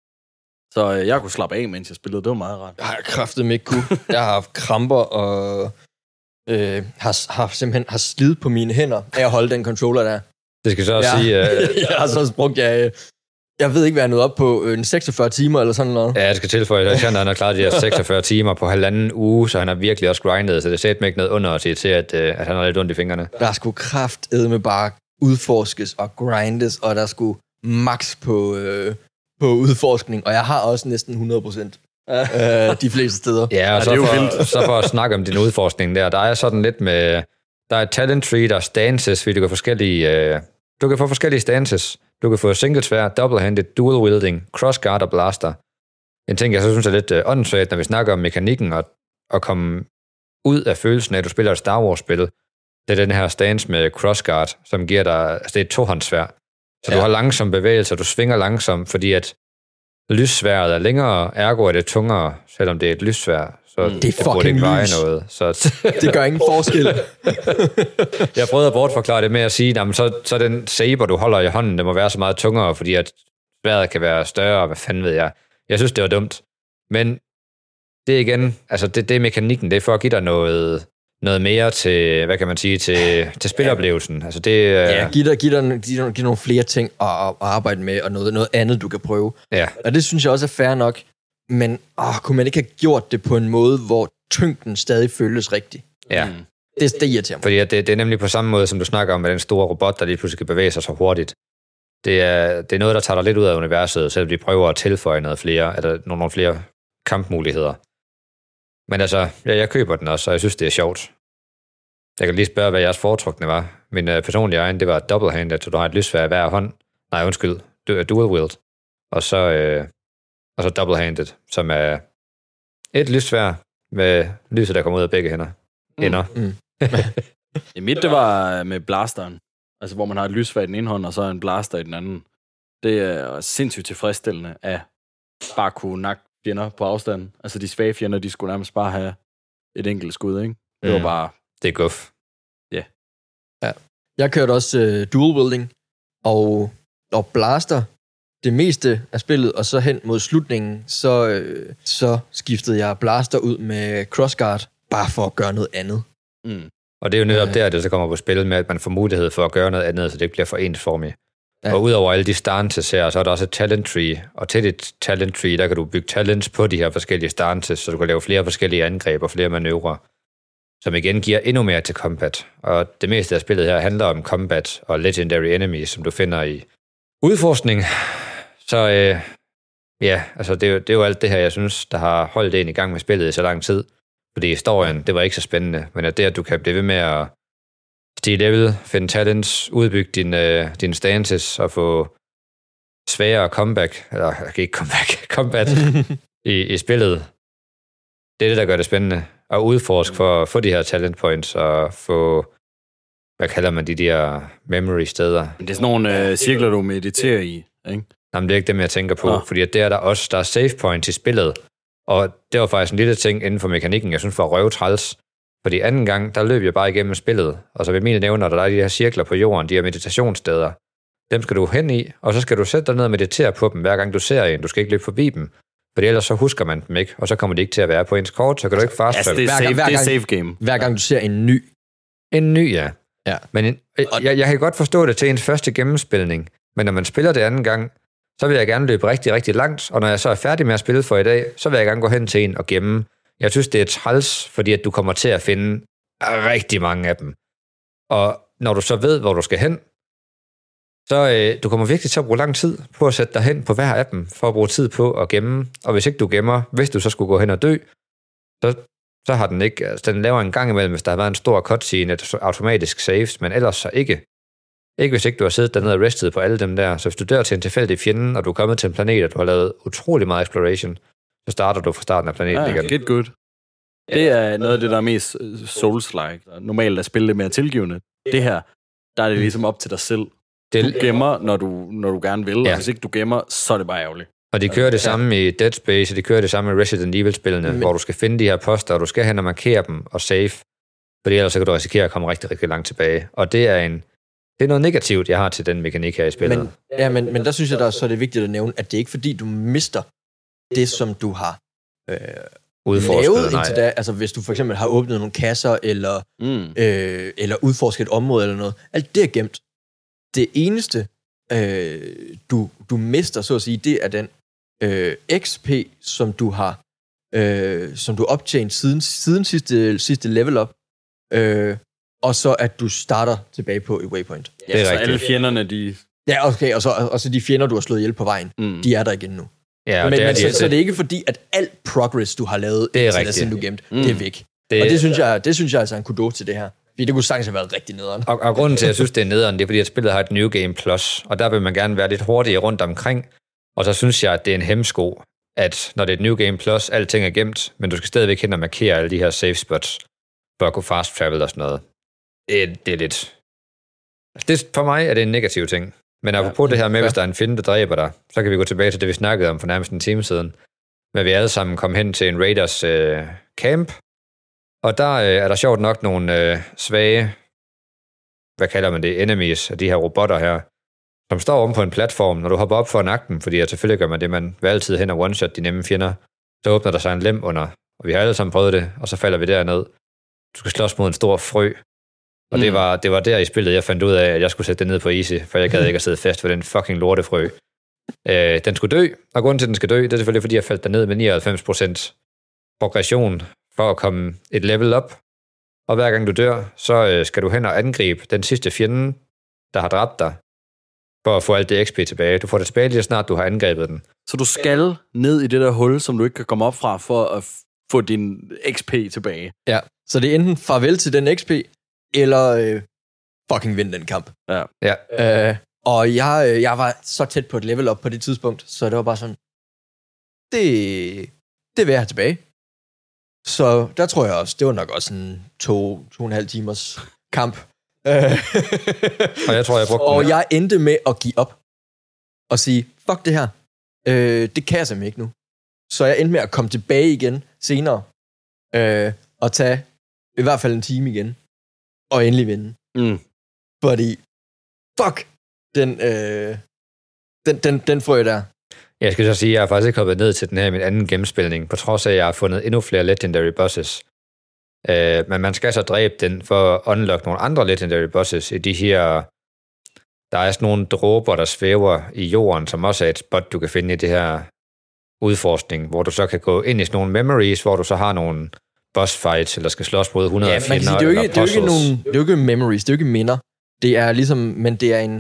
Så øh, jeg kunne slappe af, mens jeg spillede. Det var meget rart. Jeg har kraftedeme ikke kunne. Jeg har haft kramper og øh, har, har simpelthen har slidt på mine hænder af at holde den controller der. Det skal så også ja. sige... Uh... jeg har så også brugt, jeg, jeg ved ikke, hvad jeg er nået op på, en seksogfyrre timer eller sådan noget. Ja, jeg skal tilføje, at Alexander har klaret de her seksogfyrre timer på halvanden uge, så han har virkelig også grindet, så det sætter mig ikke noget under at sige til, at, at han har lidt ondt i fingrene. Der skulle kraftedme bare udforskes og grindes, og der skulle max på... Øh, på udforskning, og jeg har også næsten hundrede procent øh, de fleste steder. Ja, og så, ja, for, så for at snakke om din udforskning der, der er sådan lidt med, der er talent tree, der er stances, fordi du kan forskellige, øh, du kan få forskellige stances. Du kan få single svær, double-handed, dual wielding, cross guard og blaster. En ting, jeg så synes er lidt øh, åndssvagt, når vi snakker om mekanikken og, og komme ud af følelsen af, at du spiller et Star Wars-spil. Det er den her stance med cross guard, som giver dig, altså det er et tohåndssvær. Så ja. Du har langsom bevægelse, og du svinger langsomt, fordi at lyssværet er længere, ergo er det tungere, selvom det er et lyssvær. Så mm. det, det burde ikke veje noget. Så det gør ingen forskel. Jeg prøvede at bortforklare det med at sige, jamen, så, så den saber, du holder i hånden, det må være så meget tungere, fordi at sværet kan være større, hvad fanden ved jeg. Jeg synes, det var dumt. Men det er igen, altså det, det er mekanikken, det er for at give dig noget... noget mere til, hvad kan man sige, til, til spiloplevelsen. Altså det, ja, giv dig, giv dig, giv dig, giv nogle flere ting at, at arbejde med, og noget, noget andet, du kan prøve. Ja. Og det synes jeg også er fair nok. Men åh, kunne man ikke have gjort det på en måde, hvor tyngden stadig føles rigtig? Ja. Mm. Det, det irriterer mig. Fordi det, det er nemlig på samme måde, som du snakker om med den store robot, der lige pludselig kan bevæge sig så hurtigt. Det er, det er noget, der tager dig lidt ud af universet, selvom de prøver at tilføje noget flere, eller nogle, nogle flere kampmuligheder. Men altså, ja, jeg køber den også, og jeg synes, det er sjovt. Jeg kan lige spørge, hvad jeres foretrukne var. Min øh, personlige egen, det var double-handed, så du har et lysvær i hver hånd. Nej, undskyld, dual-wield. Og så, øh, og så double-handed, som er et lysvær med lyset, der kommer ud af begge hænder. Mm. Ender. Mm. I mit, det var med blasteren. Altså, hvor man har et lysvær i den ene hånd, og så en blaster i den anden. Det er sindssygt tilfredsstillende at bare kunne nakke fjender på afstand. Altså, de svage fjender, de skulle nærmest bare have et enkelt skud, ikke? Det var Mm. bare... Det er guf. Ja. Ja. Jeg kørte også uh, dual wielding og, og blaster det meste af spillet, og så hen mod slutningen, så, øh, så skiftede jeg blaster ud med crossguard, bare for at gøre noget andet. Mm. Og det er jo netop der, det så kommer på spil med, at man får mulighed for at gøre noget andet, så det ikke bliver for ensformigt. Ja. Og udover alle de stances her, så er der også et talent tree, og til dit talent tree, der kan du bygge talents på de her forskellige stances, så du kan lave flere forskellige angreb og flere manøvrer, som igen giver endnu mere til combat. Og det meste af spillet her handler om combat og legendary enemies, som du finder i udforskning. Så øh, ja, altså det er, jo, det er jo alt det her, jeg synes, der har holdt en i gang med spillet i så lang tid. Fordi historien, det var ikke så spændende, men at det, at du kan blive ved med at stige level, finde talents, udbygge dine øh, din stances og få sværere comeback, eller ikke comeback, combat i, i spillet. Det er det, der gør det spændende. At udforske for at få de her talent points og få, hvad kalder man de der memory steder. Det er sådan nogle øh, cirkler, du mediterer i, ikke? Jamen, det er ikke dem, jeg tænker på, Nå. fordi at det er der også, der er save points i spillet. Og det var faktisk en lille ting inden for mekanikken, jeg synes var røvtræls. Fordi anden gang, der løb jeg bare igennem spillet, og så ved mine nævner, der er de her cirkler på jorden, de her meditationssteder. Dem skal du hen i, og så skal du sætte dig ned og meditere på dem, hver gang du ser en. Du skal ikke løbe forbi dem, for ellers så husker man dem ikke, og så kommer de ikke til at være på ens kort, så kan du ikke fast Altså, det er Hver safe, gang- hver det er gang- safe game. Hver gang du ser en ny. En ny, ja. Ja. Men en, jeg, jeg kan godt forstå det til en første gennemspilning, men når man spiller det anden gang, så vil jeg gerne løbe rigtig, rigtig langt, og når jeg så er færdig med at spille for i dag, så vil jeg gerne gå hen til en og gemme. Jeg synes, det er træls, fordi at du kommer til at finde rigtig mange af dem. Og når du så ved, hvor du skal hen, så øh, du kommer virkelig til at bruge lang tid på at sætte dig hen på hver af dem, for at bruge tid på at gemme. Og hvis ikke du gemmer, hvis du så skulle gå hen og dø, så, så har den ikke, altså den laver en gang imellem, hvis der har været en stor cutscene, et automatisk saves, men ellers så ikke. Ikke hvis ikke du har siddet dernede og restet på alle dem der. Så hvis du dør til en tilfældig fjende, og du er kommet til en planet, og du har lavet utrolig meget exploration, så starter du fra starten af planeten Ja, igen. get good. Det er noget af det, der er mest øh, Souls-like. Normalt at spille det mere tilgivende. Det her, der er det ligesom op til dig selv. Det- Du gemmer, når du, når du gerne vil, Ja. og hvis ikke du gemmer, så er det bare ærgerligt. Og de kører det samme i Dead Space, og de kører det samme i Resident Evil-spillene, Men- hvor du skal finde de her poster, og du skal hen og markere dem og save, fordi ellers så kan du risikere at komme rigtig, rigtig langt tilbage. Og det er en det er noget negativt, jeg har til den mekanik her i spillet. Men, ja, men, men der synes jeg, der er, så er det vigtigt at nævne, at det er ikke fordi, du mister det, som du har øh, Udforsket, lavet nej. indtil da. Altså hvis du for eksempel har åbnet nogle kasser, eller, Mm. øh, eller udforsket et område eller noget. Alt det er gemt. Det eneste, øh, du, du mister, så at sige, det er den øh, X P, som du har øh, som du optjent siden, siden sidste, sidste level up. Øh, og så at du starter tilbage på i Waypoint. Ja, det er så rigtigt. Alle fjenderne, de... Ja, okay, og så, og så de fjender, du har slået ihjel på vejen, mm. de er der igen nu. Ja, og men det er men de så, altid. så det er ikke fordi, at alt progress, du har lavet, Det er indtil da, rigtigt. siden du gemte, Mm. det er væk. Det- Det, og det synes, jeg, det synes jeg altså er en kudo til det her. Fordi det kunne sagtens have været rigtig nederen. Og, og grunden til, at jeg synes, det er nederen, det er, fordi at spillet har et New Game Plus, og der vil man gerne være lidt hurtigere rundt omkring. Og så synes jeg, at det er en hemsko, at når det er et New Game Plus, alting er gemt, men du skal stadigvæk hen og markere alle de her safe spots, for at kunne fast travel og sådan noget. Det, er- det er lidt... Altså, det, for mig er det en negativ ting. Men apropos ja, det her med, ja. hvis der er en fjende, der dræber dig, så kan vi gå tilbage til det, vi snakkede om for nærmest en time siden. Men vi alle sammen kom hen til en Raiders øh, camp, og der øh, er der sjovt nok nogle øh, svage, hvad kalder man det, enemies, af de her robotter her, som står omme på en platform, når du hopper op for at nakke dem, fordi at selvfølgelig gør man det, man vil altid hen og one-shot de nemme fjender, så åbner der sig en lem under, og vi har alle sammen prøvet det, og så falder vi derned. Du skal slås mod en stor frø, og mm. det, var, det var der i spillet, jeg fandt ud af, at jeg skulle sætte det ned på easy, for jeg gad ikke at sidde fast for den fucking lortefrø. Øh, den skulle dø, og grunden til, at den skal dø, det er selvfølgelig, fordi jeg faldt derned med nioghalvfems procent progression for at komme et level op. Og hver gang du dør, så øh, skal du hen og angribe den sidste fjende, der har dræbt dig, for at få alt det X P tilbage. Du får det tilbage lige så snart, du har angrebet den. Så du skal ned i det der hul, som du ikke kan komme op fra, for at få din X P tilbage. Ja, så det er enten farvel til den X P, eller øh, fucking vinde den kamp. Ja. Ja. Øh, og jeg, jeg var så tæt på et level op på det tidspunkt, så det var bare sådan, det, det vil jeg have tilbage. Så der tror jeg også, det var nok også en to, to og en halv timers kamp. og jeg tror, jeg brugte Og jeg endte med at give op og sige, fuck det her. Øh, det kan jeg simpelthen ikke nu. Så jeg endte med at komme tilbage igen senere øh, og tage i hvert fald en time igen og endelig vinde. Mm. Fordi, fuck, den, øh, den, den, den frø der. Jeg skal så sige, at jeg har faktisk ikke hoppet ned til den her i min anden gennemspilning, på trods af, at jeg har fundet endnu flere legendary bosses. Øh, men man skal så dræbe den for at unlock nogle andre legendary bosses i de her... Der er sådan nogle dråber, der svæver i jorden, som også er et spot, du kan finde i det her udforskning, hvor du så kan gå ind i sådan nogle memories, hvor du så har nogle boss fights, eller skal slås mod hundrede ja, fjender, det er jo ikke, eller det er jo ikke nogen, det er jo ikke memories, det er jo ikke minder. Det er ligesom, men det er en,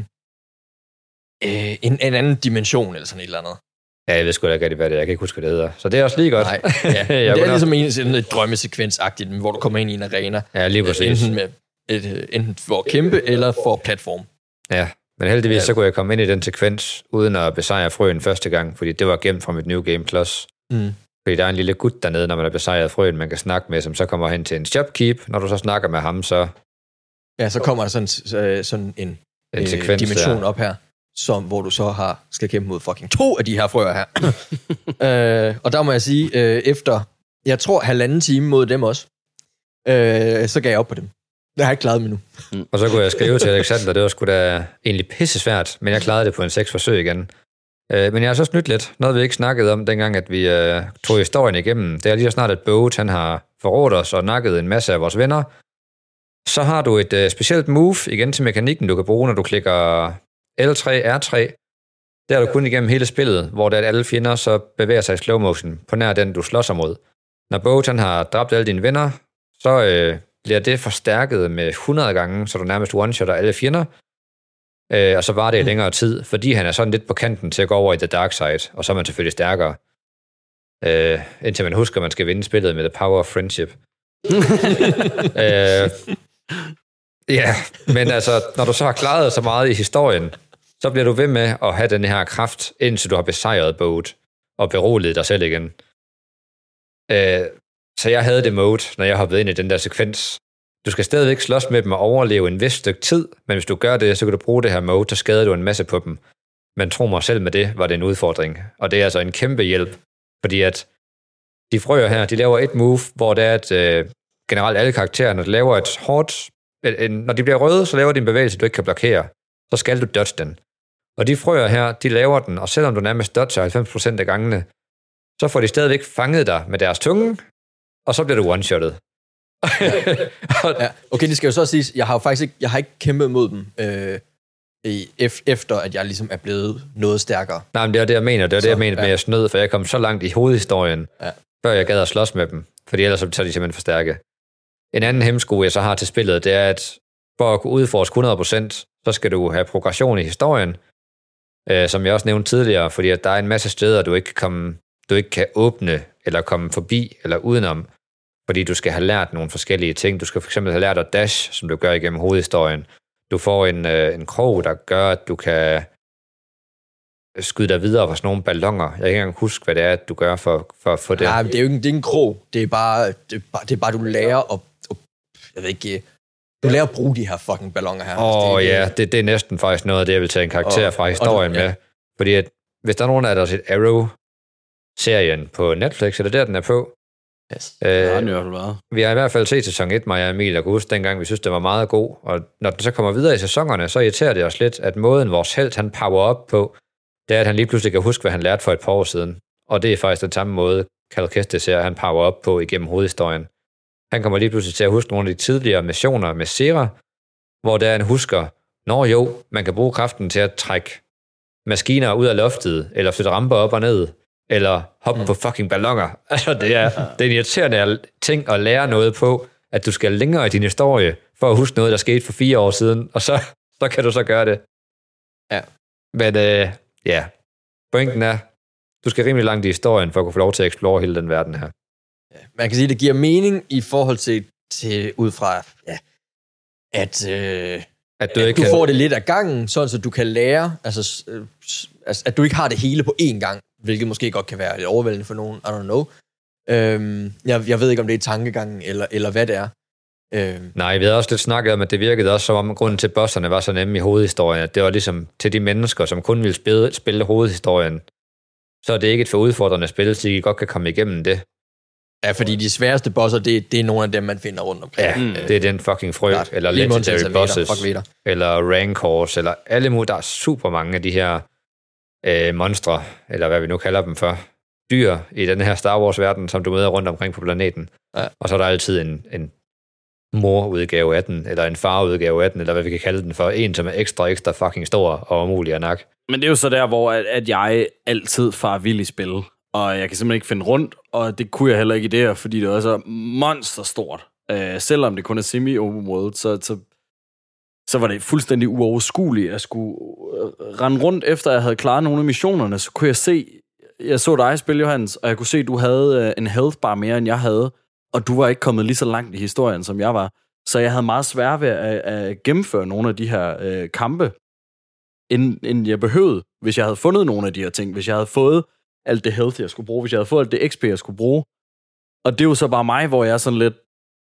øh, en, en anden dimension, eller sådan et eller andet. Ja, jeg ved sgu da ikke, hvad det er. Jeg kan ikke huske, hvad det hedder. Så det er også lige godt. Nej, ja. det er ligesom en, sådan et drømmesekvens-agtigt, hvor du kommer ind i en arena. Ja, lige præcis. Enten, med et, enten for at kæmpe, eller for platform. Ja, men heldigvis ja. så kunne jeg komme ind i den sekvens, uden at besejre frøen første gang, fordi det var gemt fra mit New Game Plus. Mm. Fordi der er en lille gut dernede, når man har besejret frøen, man kan snakke med, som så kommer hen til en shopkeep. Når du så snakker med ham, så... Ja, så kommer der sådan, sådan en, en øh, sekvens, dimension der. op her, som, hvor du så har, skal kæmpe mod fucking to af de her frøer her. øh, og der må jeg sige, øh, efter, jeg tror, halvanden time mod dem også, øh, så gav jeg op på dem. Jeg har ikke klaret mig nu. Mm. Og så kunne jeg skrive til Alexander, det var sgu da egentlig pisse svært, men jeg klarede det på en seks forsøg igen. Øh, men jeg har så snydt lidt. Noget vi ikke snakkede om, dengang at vi øh, tog historien igennem. Det er lige så snart, at Boat, han har forrådt os og nakket en masse af vores venner. Så har du et øh, specielt move, igen til mekanikken, du kan bruge, når du klikker L tre, R tre. Det er du kun igennem hele spillet, hvor det er, at alle fjender så bevæger sig i slow motion på nær den, du slås mod. Når Boat, han har dræbt alle dine venner, så øh, bliver det forstærket med hundrede gange, så du nærmest one-shotter alle fjender. Øh, og så var det i længere tid, fordi han er sådan lidt på kanten til at gå over i the dark side, og så er man selvfølgelig stærkere. Øh, indtil man husker, at man skal vinde spillet med the power of friendship. øh, ja, men altså, når du så har klaret så meget i historien, så bliver du ved med at have den her kraft, indtil du har besejret Boat, og beroliget dig selv igen. Øh, så jeg havde det mode, når jeg hoppede ind i den der sekvens. Du skal stadigvæk slås med dem og overleve en vis stykke tid, men hvis du gør det, så kan du bruge det her mode, så skader du en masse på dem. Men tro mig, selv med det var det en udfordring. Og det er altså en kæmpe hjælp, fordi at de frøer her, de laver et move, hvor det er, at øh, generelt alle karakterer, når de laver et hårdt... En, når de bliver røde, så laver de en bevægelse, du ikke kan blokere. Så skal du dodge den. Og de frøer her, de laver den, og selvom du nærmest dodger halvfems procent af gangene, så får de stadigvæk fanget dig med deres tunge, og så bliver du one-shottet. Ja, okay, det skal jo så siges, jeg har jo faktisk ikke, jeg har ikke kæmpet mod dem, øh, i, efter at jeg ligesom er blevet noget stærkere. Nej, men det er det, jeg mener. Det er så, det, jeg mener ja. med at snød, for jeg kom så langt i hovedhistorien, ja. før jeg gad at slås med dem, fordi ellers så tager de simpelthen for stærke. En anden hemsko, jeg så har til spillet, det er, at for at kunne udforske hundrede procent, så skal du have progression i historien, øh, som jeg også nævnte tidligere, fordi at der er en masse steder, du ikke kan komme, du ikke kan åbne, eller komme forbi, eller udenom, fordi du skal have lært nogle forskellige ting. Du skal for eksempel have lært at dash, som du gør igennem hovedhistorien. Du får en, øh, en krog, der gør, at du kan skyde dig videre på sådan nogle ballonger. Jeg kan ikke engang huske, hvad det er, du gør for, for at få det. Nej, det er jo ikke, det er ikke en krog. Det er bare, det er bare, det er bare du lærer at, at, jeg ved ikke, du lærer at bruge de her fucking ballonger her. Åh oh, ja, det, det er næsten faktisk noget af det, jeg vil tage en karakter og, fra historien du, ja. med. Fordi at, hvis der er nogen af der har set Arrow-serien på Netflix, er det der, den er på? Yes. Øh, ja, det vi har i hvert fald set sæson et, mig og Emil, og kunne huske dengang, vi synes, det var meget god. Og når den så kommer videre i sæsonerne, så irriterer det os lidt, at måden vores helt, han power op på, det er, at han lige pludselig kan huske, hvad han lærte for et par år siden. Og det er faktisk den samme måde, Cal Kestis ser, han power op på igennem hovedhistorien. Han kommer lige pludselig til at huske nogle af de tidligere missioner med Sera, hvor der han husker, når jo, man kan bruge kraften til at trække maskiner ud af loftet, eller flytte ramper op og ned, eller hoppe mm. på fucking ballonger. Altså, det er, det er en irriterende ting at lære noget på, at du skal længere i din historie, for at huske noget, der skete for fire år siden, og så, så kan du så gøre det. Ja. Men øh, ja, pointen er, du skal rimelig langt i historien, for at kunne få lov til at explore hele den verden her. man kan sige, det giver mening i forhold til, til ud fra, ja, at, øh, at du, at ikke du kan... får det lidt af gangen, sådan så du kan lære, altså, øh, altså, at du ikke har det hele på én gang, hvilket måske godt kan være lidt overvældende for nogen, I don't know. Øhm, jeg, jeg ved ikke, om det er tankegangen, eller, eller hvad det er. Øhm. Nej, vi havde også lidt snakket om, at det virkede også som om, grunden til, at bosserne var så nemme i hovedhistorien, at det var ligesom til de mennesker, som kun ville spille, spille hovedhistorien, så er det ikke et for udfordrende spil, så de godt kan komme igennem det. Ja, fordi de sværeste bosser, det, det er nogle af dem, man finder rundt omkring. Ja, mm. det er den fucking frø, Klart. eller Lige legendary bosses, eller rancors, eller alle mulige. Der er super mange af de her øh, monstre, eller hvad vi nu kalder dem for, dyr i den her Star Wars-verden, som du møder rundt omkring på planeten. Ja. Og så er der altid en, en mor-udgave af den, eller en far-udgave af den, eller hvad vi kan kalde den for. En, som er ekstra, ekstra fucking stor og umulig at nakke. Men det er jo så der, hvor at, at jeg altid far vild i spil, og jeg kan simpelthen ikke finde rundt, og det kunne jeg heller ikke i det her, fordi det er så monsterstort. Uh, selvom det kun er semi-open world, så, så, så var det fuldstændig uoverskueligt. Jeg skulle rende rundt, efter jeg havde klaret nogle af missionerne, så kunne jeg se, jeg så dig spille, Johannes, og jeg kunne se, at du havde en health bar mere, end jeg havde, og du var ikke kommet lige så langt i historien, som jeg var. Så jeg havde meget svært ved at, at gennemføre nogle af de her øh, kampe, end, end jeg behøvede, hvis jeg havde fundet nogle af de her ting, hvis jeg havde fået alt det health, jeg skulle bruge, hvis jeg havde fået alt det X P, jeg skulle bruge. Og det er jo så bare mig, hvor jeg er sådan lidt,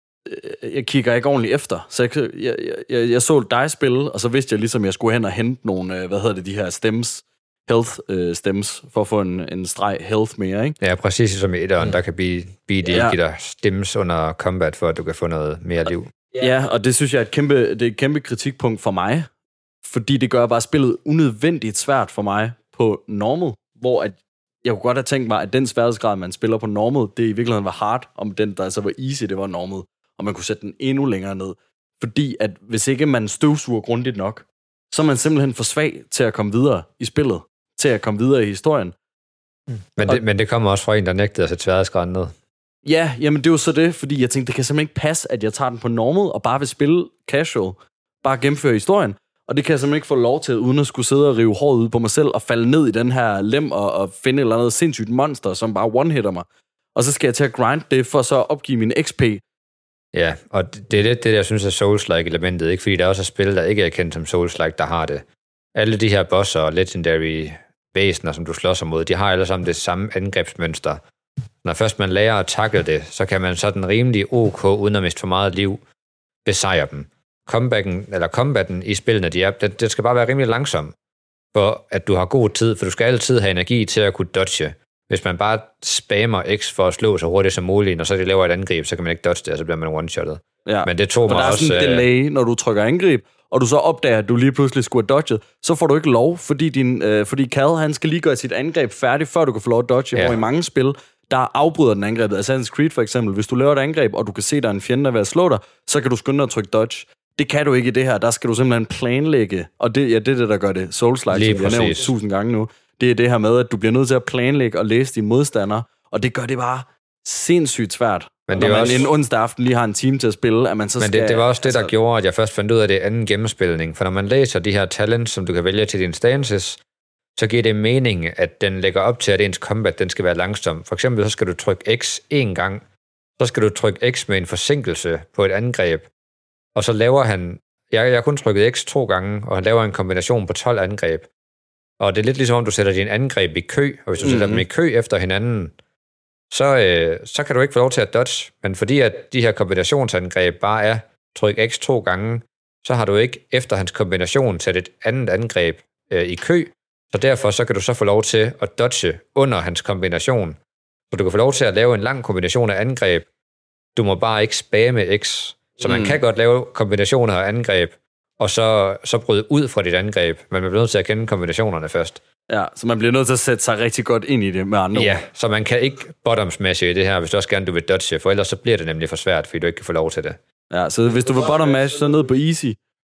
øh, jeg kigger ikke ordentligt efter. Så jeg, jeg, jeg, jeg så dig spille, og så vidste jeg ligesom, jeg skulle hen og hente nogle, øh, hvad hedder det, de her stems, health øh, stems, for at få en, en streg health mere, ikke? Ja, præcis som i etteren, mm. der kan blive, blive det, ja. give dig stems under combat, for at du kan få noget mere liv. Ja, og det synes jeg er et kæmpe, det er et kæmpe kritikpunkt for mig, fordi det gør bare spillet unødvendigt svært for mig på normal, hvor at jeg kunne godt have tænkt mig, at den sværhedsgrad, man spiller på normal, det i virkeligheden var hard, om den, der så var easy, det var normal, og man kunne sætte den endnu længere ned. Fordi at hvis ikke man støvsuger grundigt nok, så er man simpelthen for svag til at komme videre i spillet, til at komme videre i historien. Mm. Men, det, og, men det kommer også fra en, der nægtede at sætte sværhedsgraden ned. Ja, jamen det er jo så det, fordi jeg tænkte, det kan simpelthen ikke passe, at jeg tager den på normal, og bare vil spille casual, bare gennemføre historien. Og det kan jeg simpelthen ikke få lov til, uden at skulle sidde og rive håret ud på mig selv, og falde ned i den her lem, og, og finde et eller andet sindssygt monster, som bare one-hitter mig. Og så skal jeg til at grind det, for så at opgive min X P. Ja, og det er det, det jeg synes er Souls-like-elementet, ikke? Fordi der er også spil, der ikke er kendt som Souls-like, der har det. Alle de her bosser og legendary væsener, som du slås mod, de har alle sammen det samme angrebsmønster. Når først man lærer at tackle det, så kan man sådan rimelig ok, uden at miste for meget liv, besejre dem. Combatten, eller combatten i spillene, de er, det, det skal bare være rimelig langsom, for at du har god tid, for du skal altid have energi til at kunne dodge. Hvis man bare spammer X for at slå så hurtigt som muligt, og så de laver et angreb, så kan man ikke dodge det, og så bliver man one-shottet. Ja. Men det tog mig der er også... sådan en delay, når du trykker angreb, og du så opdager, at du lige pludselig skulle have dodget, så får du ikke lov, fordi, din, øh, fordi Cal, han skal lige gøre sit angreb færdigt, før du kan få lov at dodge, ja. Hvor i mange spil, der afbryder den angrebet. Assassin's Creed for eksempel, hvis du laver et angreb, og du kan se, at der er en fjende, der er ved at slå dig, så kan du skynde dig at trykke dodge. Det kan du ikke i det her. Der skal du simpelthen planlægge. Og det, ja, det er det, der gør det. Souls-like, som jeg har nævnt tusind gange nu. Det er det her med, at du bliver nødt til at planlægge og læse dine modstandere. Og det gør det bare sindssygt svært. Men det når man også... en onsdag aften lige har en time til at spille, at man så Men skal... det, det var også det, der altså... gjorde, at jeg først fandt ud af det anden gennemspilning. For når man læser de her talents, som du kan vælge til dine stances, så giver det mening, at den lægger op til, at ens combat den skal være langsom. For eksempel, så skal du trykke X en gang. Så skal du trykke X med en forsinkelse på et angreb. Og så laver han... Jeg, jeg har kun trykket X to gange, og han laver en kombination på tolv angreb. Og det er lidt ligesom, om du sætter dine angreb i kø, og hvis du mm-hmm. sætter dem i kø efter hinanden, så, øh, så kan du ikke få lov til at dodge. Men fordi at de her kombinationsangreb bare er tryk X to gange, så har du ikke efter hans kombination sat et andet angreb øh, i kø, så derfor så kan du så få lov til at dodge under hans kombination. Så du kan få lov til at lave en lang kombination af angreb. Du må bare ikke spamme X. Så man mm. kan godt lave kombinationer af angreb, og så, så bryde ud fra dit angreb, men man bliver nødt til at kende kombinationerne først. Ja, så man bliver nødt til at sætte sig rigtig godt ind i det med andre Ja, så man kan ikke bottom smashe i det her, hvis du også gerne du vil dodge, for ellers så bliver det nemlig for svært, fordi du ikke kan få lov til det. Ja, så hvis du vil bottom mash, så ned på easy.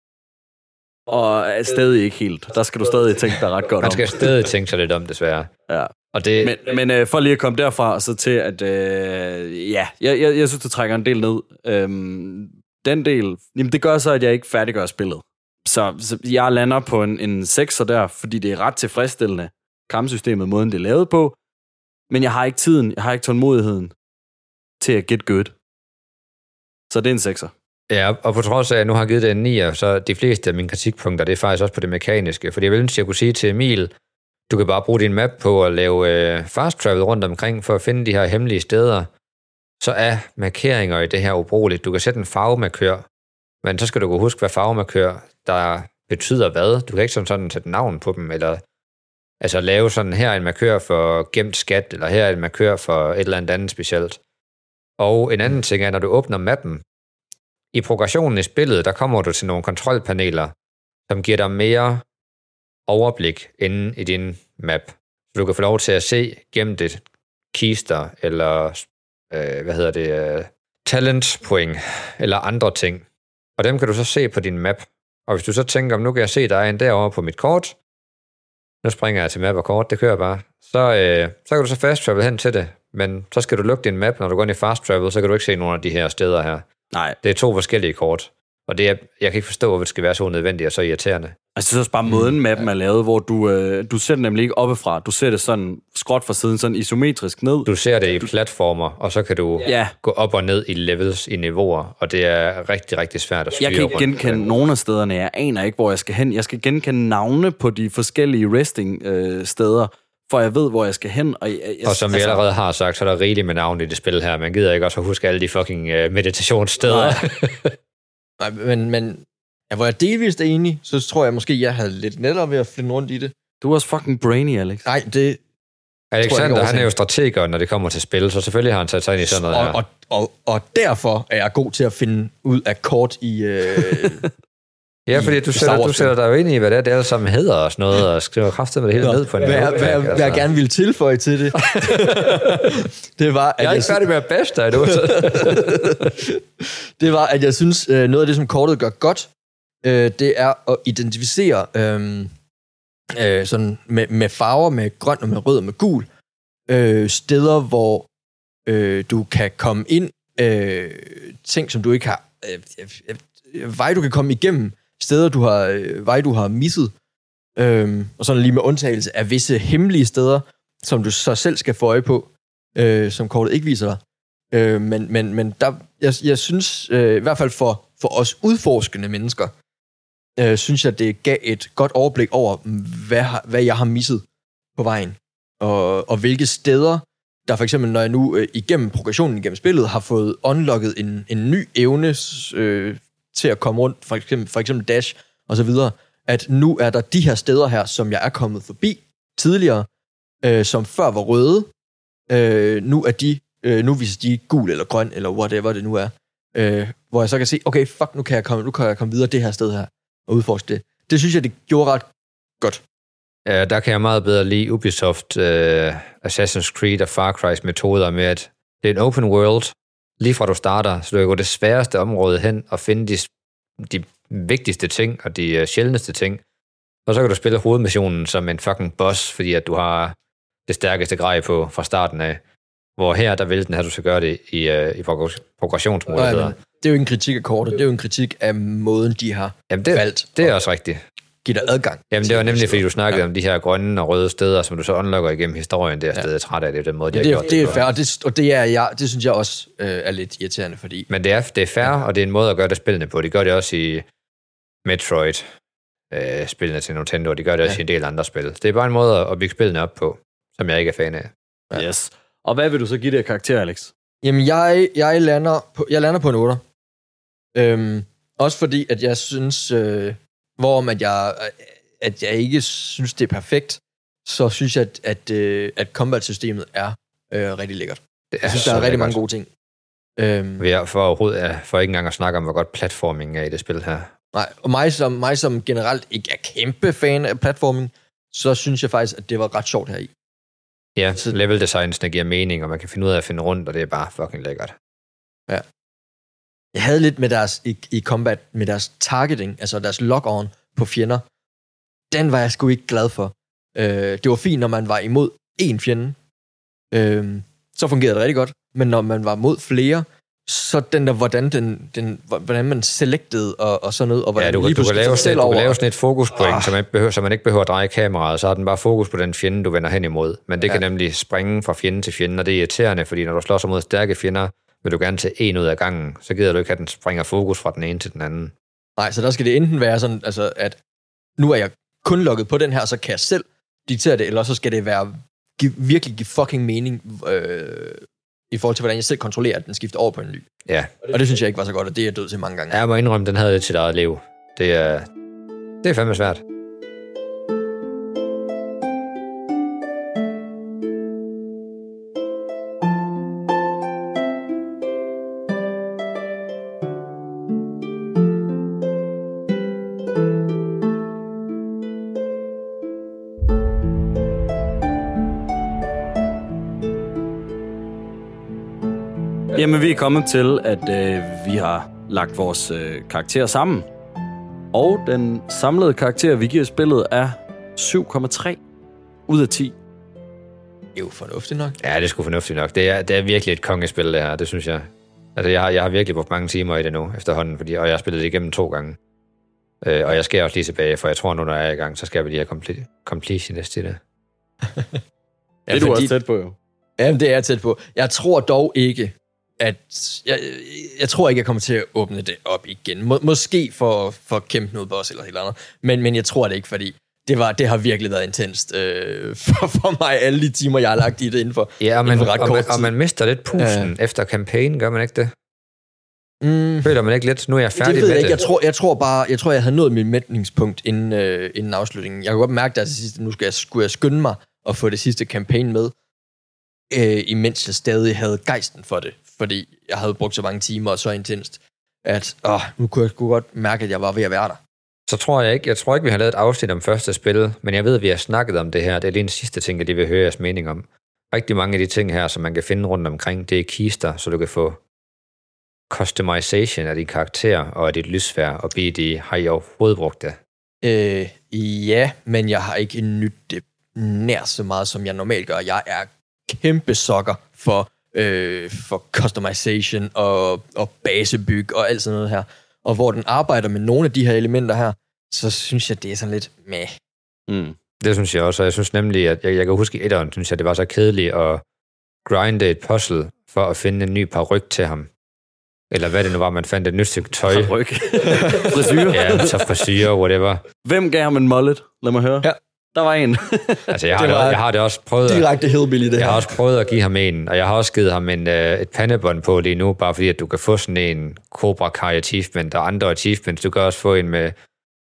Og er stadig ikke helt. Der skal du stadig tænke dig ret godt om. Man skal stadig tænke sig lidt om, desværre. Ja. Og det... Men, men øh, for lige at komme derfra, så til at, øh, ja, jeg, jeg, jeg synes, det trækker en del ned. Øhm, den del, jamen det gør så, at jeg ikke færdiggør spillet. Så, så jeg lander på en, en sekser der, fordi det er ret tilfredsstillende, kampsystemet, måden det er lavet på. Men jeg har ikke tiden, jeg har ikke tålmodigheden til at get good. Så det er en sekser. Ja, og på trods af, at jeg nu har givet det en nier, så de fleste af mine kritikpunkter, det er faktisk også på det mekaniske. Fordi jeg vil ønske, at jeg kunne sige til Emil, du kan bare bruge din map på at lave øh, fast travel rundt omkring, for at finde de her hemmelige steder. Så er markeringer i det her ubrugeligt. Du kan sætte en farvemarkør, men så skal du kunne huske, hvad farvemarkør, der betyder hvad. Du kan ikke sådan, sådan sætte navn på dem, eller altså lave sådan, her en markør for gemt skat, eller her en markør for et eller andet andet specielt. Og en anden ting er, når du åbner mappen, i progressionen i spillet, der kommer du til nogle kontrolpaneler, som giver dig mere overblik inde i din map. Så du kan få lov til at se gemte kister, eller øh, hvad hedder det, øh, talent point, eller andre ting. Og dem kan du så se på din map. Og hvis du så tænker, nu kan jeg se, der er en derovre på mit kort, nu springer jeg til map og kort, det kører bare, så, øh, så kan du så fast travel hen til det. Men så skal du lukke din map, når du går ind i fast travel, så kan du ikke se nogle af de her steder her. Nej. Det er to forskellige kort. Og det er, jeg kan ikke forstå, hvorfor det skal være så unødvendigt og så irriterende. Altså, det er så bare måden mappen er lavet, hvor du, øh, du ser den nemlig ikke oppefra. Du ser det sådan skråt fra siden, sådan isometrisk ned. Du ser det i platformer, og så kan du ja. gå op og ned i levels, i niveauer, og det er rigtig, rigtig svært at styre. Jeg kan ikke genkende nogen af stederne. Jeg aner ikke, hvor jeg skal hen. Jeg skal genkende navne på de forskellige resting-steder, øh, for jeg ved, hvor jeg skal hen. Og, jeg, jeg, og som vi altså, allerede har sagt, så er der rigeligt med navn i det spil her. Man gider ikke også at huske alle de fucking uh, meditationssteder. Nej, men, men ja, hvor jeg delvist er enig, så tror jeg måske, jeg havde lidt nettere ved at finde rundt i det. Du er også fucking brainy, Alex. Nej, det... Alexander, jeg, han er jo strateger, når det kommer til spil, så selvfølgelig har han taget sig ind i sådan noget og, her. Og, og, og derfor er jeg god til at finde ud af kort i... Øh, ja, fordi du sætter, du sætter dig jo ind i, hvad det er, det alle sammen hedder og sådan noget, og skriver kraftigt med det hele Nå, ned på en hvad, notepad, hvad, altså. hvad jeg gerne ville tilføje til det, det var... At jeg er ikke færdig med at bash dig endnu. Det var, at jeg synes, noget af det, som kortet gør godt, det er at identificere øh, øh, sådan med, med farver, med grøn og med rød og med gul, øh, steder, hvor øh, du kan komme ind, øh, ting, som du ikke har... Øh, vej, du kan komme igennem, steder, du har, øh, vej, du har misset, øh, og sådan lige med undtagelse af visse hemmelige steder, som du så selv skal få øje på, øh, som kortet ikke viser dig. Øh, men men, men der, jeg, jeg synes, øh, i hvert fald for, for os udforskende mennesker, øh, synes jeg, det gav et godt overblik over, hvad, hvad jeg har misset på vejen, og, og hvilke steder, der for eksempel, når jeg nu øh, igennem progressionen igennem spillet, har fået unlocket en, en ny evne øh, til at komme rundt, for eksempel, for eksempel dash og så videre, at nu er der de her steder her, som jeg er kommet forbi tidligere, øh, som før var røde, øh, nu er de, øh, nu viser de gul eller grøn, eller whatever det nu er, øh, hvor jeg så kan se, okay, fuck, nu kan jeg komme, nu kan jeg komme videre det her sted her, og udforske det. Det synes jeg, det gjorde ret godt. Ja, der kan jeg meget bedre lide Ubisoft, uh, Assassin's Creed og Far Cry's metoder med, at det er en open world, lige fra du starter, så du kan gå det sværeste område hen og finde de, de vigtigste ting og de uh, sjældneste ting. Og så kan du spille hovedmissionen som en fucking boss, fordi at du har det stærkeste grej på fra starten af. Hvor her, der vil den her, du skal gøre det i, uh, i progressionsmuligheder. Det er jo ikke en kritik af kortet, det er jo en kritik af måden, de har Jamen det, valgt. Det er også rigtigt. Giv dig adgang. Jamen det var nemlig, fordi du snakkede ja. om de her grønne og røde steder, som du så unlocker igennem historien. Det er stadig ja. træt af det, den måde, de det, har er, gjort det. Det er fair, og det, og det, er, ja, det synes jeg også øh, er lidt irriterende, fordi... Men det er, det er fair, ja. og det er en måde at gøre det spillende på. De gør det også i Metroid, øh, spillene til Nintendo, og de gør det ja. også i en del andre spil. Det er bare en måde at bygge spillene op på, som jeg ikke er fan af. Ja. Yes. Og hvad vil du så give det karakter, Alex? Jamen, jeg, jeg, lander, på, jeg lander på en otter. Øhm, også fordi, at jeg synes, øh, hvorom at jeg... at jeg ikke synes, det er perfekt, så synes jeg, at, at, at combat-systemet er øh, rigtig lækkert. Det er jeg synes, der er rigtig lækkert. mange gode ting. Øhm, Vi er for overhovedet, for ikke engang at snakke om, hvor godt platforming er i det spil her. Nej, og mig som, mig som generelt ikke er kæmpe fan af platforming, så synes jeg faktisk, at det var ret sjovt her i. Ja, så level designsene giver mening, og man kan finde ud af at finde rundt, og det er bare fucking lækkert. Ja. Jeg havde lidt med deres, i, i combat, med deres targeting, altså deres lock-on på fjender. Den var jeg sgu ikke glad for. Øh, det var fint, når man var imod én fjende. Øh, så fungerede det rigtig godt. Men når man var mod flere, så den der, hvordan, den, den, hvordan man selected og, og sådan noget. Og ja, du, du, kan lave sådan, du kan lave sådan et fokuspoint, ah. så, man behøver, så man ikke behøver at dreje kameraet. Så har den bare fokus på den fjende, du vender hen imod. Men det ja. kan nemlig springe fra fjende til fjende, og det er irriterende, fordi når du slår sig mod stærke fjender, vil du gerne til en ud af gangen, så gider du ikke, at den springer fokus fra den ene til den anden. Nej, så der skal det enten være sådan, altså, at nu er jeg kun logget på den her, så kan jeg selv diktere det, eller så skal det være give, virkelig give fucking mening øh, i forhold til, hvordan jeg selv kontrollerer, at den skifter over på en ny. Ja. Og det synes jeg ikke var så godt, og det er jeg død til mange gange. Jeg må indrømme, den havde lidt sit eget liv. Det er, det er fandme svært. Jamen, vi er kommet til, at øh, vi har lagt vores øh, karakterer sammen. Og den samlede karakter, vi giver spillet, er syv komma tre ud af ti. Det er jo fornuftigt nok. Ja, det er sgu fornuftigt nok. Det er, det er virkelig et kongespil, det her, det synes jeg. Altså, jeg har, jeg har virkelig brugt mange timer i det nu, efterhånden, fordi, og jeg har spillet det igennem to gange. Øh, og jeg skal også lige tilbage, for jeg tror nu, når jeg er i gang, så skal vi lige have compl- completionist til det. Ja, det er du også tæt på, jo. Jamen, det er jeg tæt på. Jeg tror dog ikke, at... Jeg, jeg tror ikke, jeg kommer til at åbne det op igen. Må, måske for, for at kæmpe noget boss eller helt andet. Men, men jeg tror det ikke, fordi det, var, det har virkelig været intenst øh, for, for mig, alle de timer, jeg har lagt i det inden for, ja, og man, inden for ret og kort man, tid. og man mister lidt pusen ja. Efter kampagnen, gør man ikke det? Mm. Føler man ikke lidt? Nu er jeg færdig det ved med jeg det. Ikke. Jeg tror, jeg tror bare, jeg tror, jeg havde nået mit mætningspunkt inden, øh, inden afslutningen. Jeg kunne godt mærke, at til sidst, nu skulle jeg, skulle jeg skynde mig at få det sidste kampagne med, øh, imens jeg stadig havde gejsten for det. Fordi jeg havde brugt så mange timer og så intenst, at åh, nu kunne jeg kunne godt mærke, at jeg var ved at være der. Så tror jeg ikke, jeg tror ikke, vi har lavet et afsnit om første spil, men jeg ved, at vi har snakket om det her. Det er lige en sidste ting, jeg lige vil høre jeres mening om. Rigtig mange af de ting her, som man kan finde rundt omkring, det er kister, så du kan få customization af din karakter og af dit lysfærd og B D. Har I overhovedet brugt det? Øh, ja, men jeg har ikke nydt det nær så meget, som jeg normalt gør. Jeg er kæmpe sokker for, øh, for customization og, og basebyg og alt sådan noget her. Og hvor den arbejder med nogle af de her elementer her, så synes jeg, det er sådan lidt meh. Mm. Det synes jeg også, og jeg synes nemlig, at jeg, jeg kan huske i etteren, synes jeg, det var så kedeligt at grinde et puzzle for at finde en ny paryk til ham. Eller hvad det nu var, man fandt et nyt stykke tøj. Paryk. Frisyr. Ja, så frisyr, whatever. Hvem gav ham en mullet? Lad mig høre. Ja. Der var en. Altså, jeg har, det, jeg har det også prøvet... Direkte hillbilly, det Jeg her. har også prøvet at give ham en, og jeg har også givet ham en, uh, et pandebånd på lige nu, bare fordi, at du kan få sådan en Cobra Kai achievement og andre achievements. Du kan også få en med,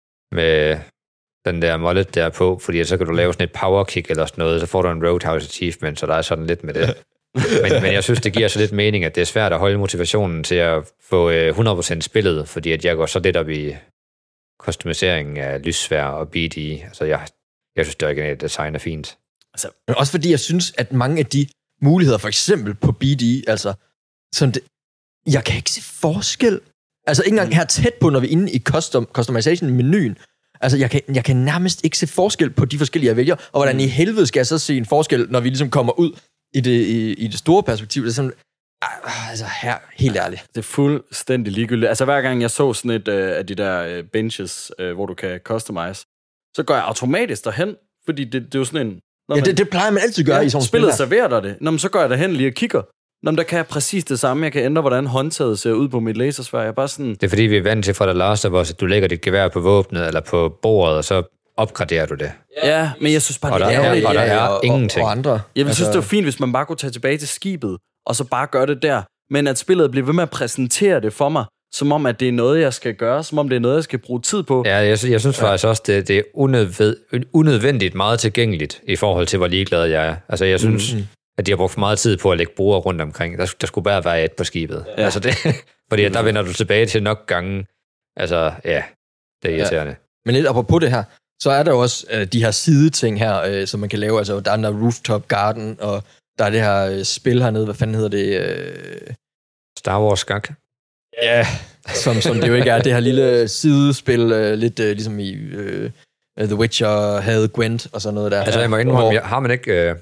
med den der mullet der på, fordi så kan du lave sådan et power kick eller sådan noget, så får du en Roadhouse achievement, så der er sådan lidt med det. men, men jeg synes, det giver så lidt mening, at det er svært at holde motivationen til at få uh, hundrede procent spillet, fordi at jeg går så lidt op i customiseringen af lysfærd og B D. Altså, jeg, jeg synes, det originale design er fint. Altså, men også fordi jeg synes, at mange af de muligheder, for eksempel på B D, altså, sådan det, jeg kan ikke se forskel. Altså, ikke engang her tæt på, når vi er inde i custom, customization-menuen. Altså, jeg kan, jeg kan nærmest ikke se forskel på de forskellige, jeg vælger. Og hvordan i helvede skal jeg så se en forskel, når vi ligesom kommer ud i det, i, i det store perspektiv? Det er sådan, altså, her, helt ærligt. Det er fuldstændig ligegyldigt. Altså, hver gang jeg så sådan et øh, af de der øh, benches, øh, hvor du kan customize, så går jeg automatisk derhen, fordi det, det er jo sådan en... Ja, det, det plejer man altid at gøre ja, i sådan spillet spil serverer dig det. Nå, men så går jeg derhen lige og kigger. Nå, men der kan jeg præcis det samme. Jeg kan ændre, hvordan håndtaget ser ud på mit lasersværd. Jeg er bare sådan... Det er fordi, vi er vant til fra The Last of Us, at du lægger dit gevær på våbnet eller på bordet, og så opgraderer du det. Ja, men jeg synes bare, og det der er ærgerligt. Er, og der er og, ingenting. Og andre. Jeg vil altså... synes, det var fint, hvis man bare kunne tage tilbage til skibet, og så bare gøre det der. Men at spillet bliver ved med at præsentere det for mig, som om, at det er noget, jeg skal gøre, som om det er noget, jeg skal bruge tid på. Ja, jeg, jeg synes ja. faktisk også, det, det er unødvendigt, unødvendigt meget tilgængeligt i forhold til, hvor ligeglad jeg er. Altså, jeg synes, mm-hmm. at de har brugt for meget tid på at lægge brugere rundt omkring. Der, der skulle bare være et på skibet. Ja. Altså det, fordi der vender du tilbage til nok gange. Altså, ja, det er irriterende. Ja. Men lidt apropos det her, så er der jo også øh, de her sideting her, øh, som man kan lave. Altså, der er den der rooftop garden, og der er det her øh, spil hernede. Hvad fanden hedder det? Øh... Star Wars skak. Ja, som, som det jo ikke er. Det her lille sidespil, øh, lidt øh, ligesom i øh, The Witcher havde Gwent og sådan noget der. Altså, jeg må indrømme, hvor... har man ikke... Øh...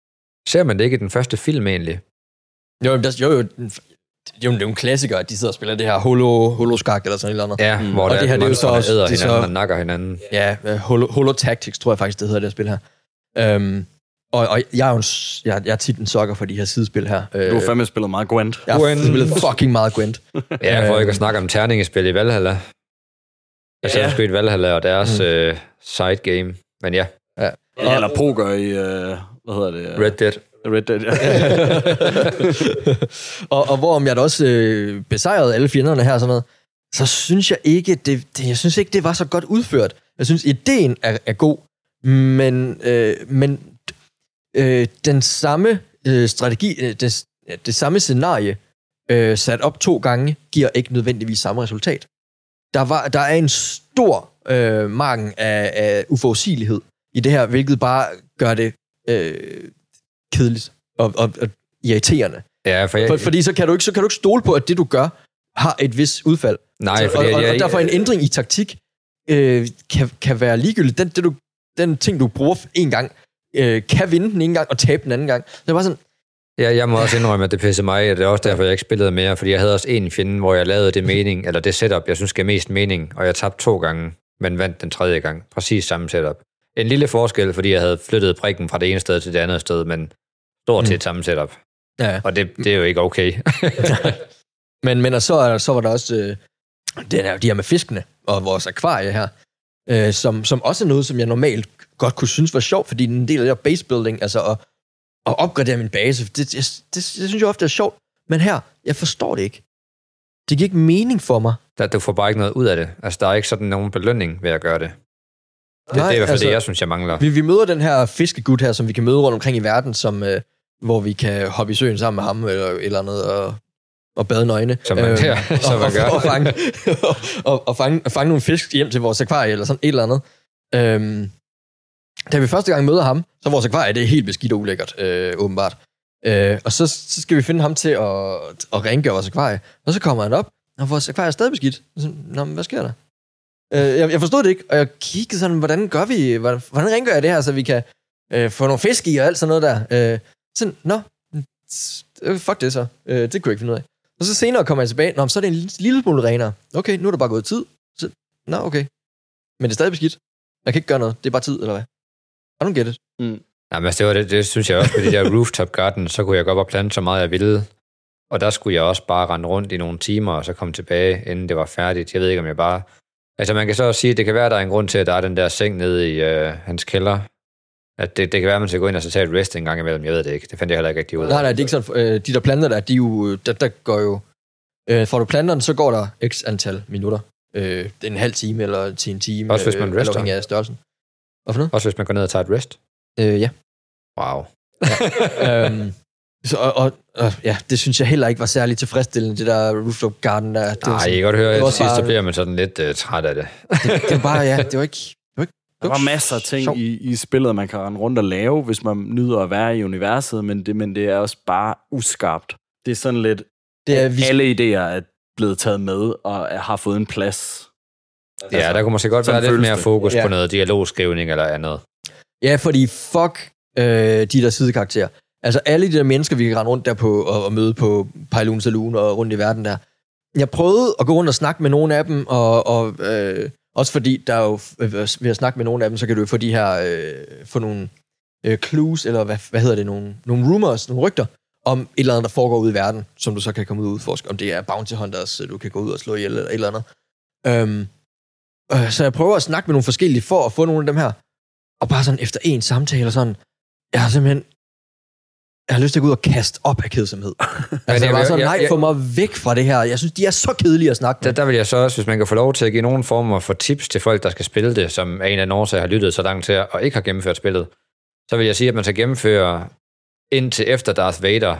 Ser man det ikke i den første film egentlig? Jo, der, jo, jo, det er jo en klassiker, at de sidder og spiller det her holo, holoskak eller sådan noget. Ja, mm. hvor og der det her, det er jo så også, æder det hinanden så, og nakker hinanden. Ja, holo, holo Tactics tror jeg faktisk, det hedder det spil her. Um, Og, og jeg er jo en, jeg, jeg er tit en sokker for de her sidespil her. Du har fandme spillet meget Gwent. Jeg har spillet fucking meget Gwent. Ja, for ikke at snakke om terningespil i Valhalla. Jeg selv ja. i Valhalla og deres mm. øh, side game. Men ja. ja. ja eller poker i, øh, hvad hedder det? Red Dead. Red Dead, ja. og, og hvorom jeg da også øh, besejrede alle fjenderne her og sådan noget, så synes jeg ikke, det, det, jeg synes ikke, det var så godt udført. Jeg synes, ideen er, er god, men, øh, men øh, den samme øh, strategi, øh, det, det samme scenarie, øh, sat op to gange, giver ikke nødvendigvis samme resultat. Der, var, der er en stor øh, mangel af, af uforudsigelighed i det her, hvilket bare gør det øh, kedeligt og, og, og irriterende. Ja, for, jeg, for fordi så kan du ikke så kan du ikke stole på, at det du gør har et vis udfald. Nej, så, fordi og, og, jeg, og derfor en ændring i taktik øh, kan, kan være ligegyldigt. Den, det du, den ting, du bruger en gang, øh, kan vinde den ene gang og tabe den anden gang. Det er bare sådan... Ja, jeg må også indrømme, at det pisser mig, og det er også derfor, jeg ikke spillede mere, fordi jeg havde også en fjende, hvor jeg lavede det mening, eller det setup, jeg synes gav mest mening, og jeg tabte to gange, men vandt den tredje gang. Præcis samme setup. En lille forskel, fordi jeg havde flyttet prikken fra det ene sted til det andet sted, men stort set mm. samme setup. Ja. Og det, det er jo ikke okay. men men og så, så var der også øh, det er de her med fiskene og vores akvarie her, øh, som, som også er noget, som jeg normalt godt kunne synes var sjovt, fordi en del af det her basebuilding, altså at, at opgradere min base, det, det, det, det synes jeg ofte er sjovt. Men her, jeg forstår det ikke. Det giver ikke mening for mig. Der, du får bare ikke noget ud af det. Altså, der er ikke sådan nogen belønning ved at gøre det. Det, Nej, det er i hvert fald altså, det, jeg synes, jeg mangler. Vi, vi møder den her fiskegud her, som vi kan møde rundt omkring i verden, som, øh, hvor vi kan hoppe i søen sammen med ham, eller et eller andet, og, og bade nøgne. Som man, øh, ja, som man gør. Og, og, fange, og, og fange, fange nogle fisk hjem til vores akvarie, eller sådan et eller andet. Øhm, da vi første gang møder ham, så vores akvarie, det er helt beskidt og ulækkert, øh, åbenbart. Øh, og så, så skal vi finde ham til at, at rengøre vores akvarie. Og så kommer han op, og vores akvarie er stadig beskidt. Så, nå, men hvad sker der? Øh, jeg, jeg forstod det ikke, og jeg kiggede sådan, hvordan gør vi, hvordan, hvordan rengør jeg det her, så vi kan øh, få nogle fisk i og alt sådan noget der. Øh, sådan, nå, fuck det så. Øh, det kunne jeg ikke finde ud af. Og så senere kommer jeg tilbage, nå, så er det en lille, lille smule renere. Okay, nu er der bare gået tid. Så, nå, okay. Men det er stadig beskidt. Jeg kan ikke gøre noget. Det er bare tid, eller hvad? I don't get it. Mm. Nej, men det, var det, det synes jeg også med de der rooftop garden, så kunne jeg godt bare plante så meget, jeg ville. Og der skulle jeg også bare rende rundt i nogle timer, og så komme tilbage, inden det var færdigt. Jeg ved ikke, om jeg bare... Altså, man kan så også sige, at det kan være, at der er en grund til, at der er den der seng nede i øh, hans kælder. At det, det kan være, at man skal gå ind og så tage et rest en gang imellem. Jeg ved det ikke. Det fandt jeg heller ikke rigtig ud af. Nej, nej, det er ikke sådan. Øh, de der planter der, de jo, der, der går jo... Øh, får du planterne, så går der x antal minutter. Øh, en halv time eller til en time. Også hvis man rester. Afhængig af størrelsen. Hvorfor noget? Også hvis man går ned og tager et rest? Øh, ja. Wow. Ja. øhm, så, og, og, og, ja, det synes jeg heller ikke var særlig tilfredsstillende, det der rooftop garden der. Nej, jeg kan godt høre, at til sidst så bliver man sådan lidt uh, træt af det. det. Det var bare, ja, det var ikke... Det var ikke der var masser af ting i, i spillet, man kan rende rundt og lave, hvis man nyder at være i universet, men det, men det er også bare uskarpt. Det er sådan lidt... Det er, vi... Alle idéer er blevet taget med og har fået en plads. Ja, altså, der kunne måske godt være lidt mere fokus ja. på noget dialogskrivning eller andet. Ja, fordi fuck øh, de der sidekarakterer. Altså alle de der mennesker, vi kan rende rundt der på og, og møde på Pylon Saloon og rundt i verden der. Jeg prøvede at gå rundt og snakke med nogle af dem, og, og øh, også fordi der er jo, ved at snakke med nogle af dem, så kan du jo få de her, øh, få nogle øh, clues, eller hvad, hvad hedder det, nogle, nogle rumors, nogle rygter, om et eller andet, der foregår ude i verden, som du så kan komme ud og udforske. Om det er bounty hunters, du kan gå ud og slå ihjel, eller et eller andet. Øhm, øh, så jeg prøver at snakke med nogle forskellige for at få nogle af dem her. Og bare sådan efter en samtale, sådan, jeg har simpelthen, jeg har lyst til at gå ud og kaste op af kedsomhed. Altså, jeg var sådan, nej, få mig væk fra det her. Jeg synes, de er så kedelige at snakke med. Der, der vil jeg så også, hvis man kan få lov til at give nogle former for tips til folk, der skal spille det, som er en af den årsager, har lyttet så langt til, og ikke har gennemført spillet, så vil jeg sige, at man skal gennemføre indtil efter Darth Vader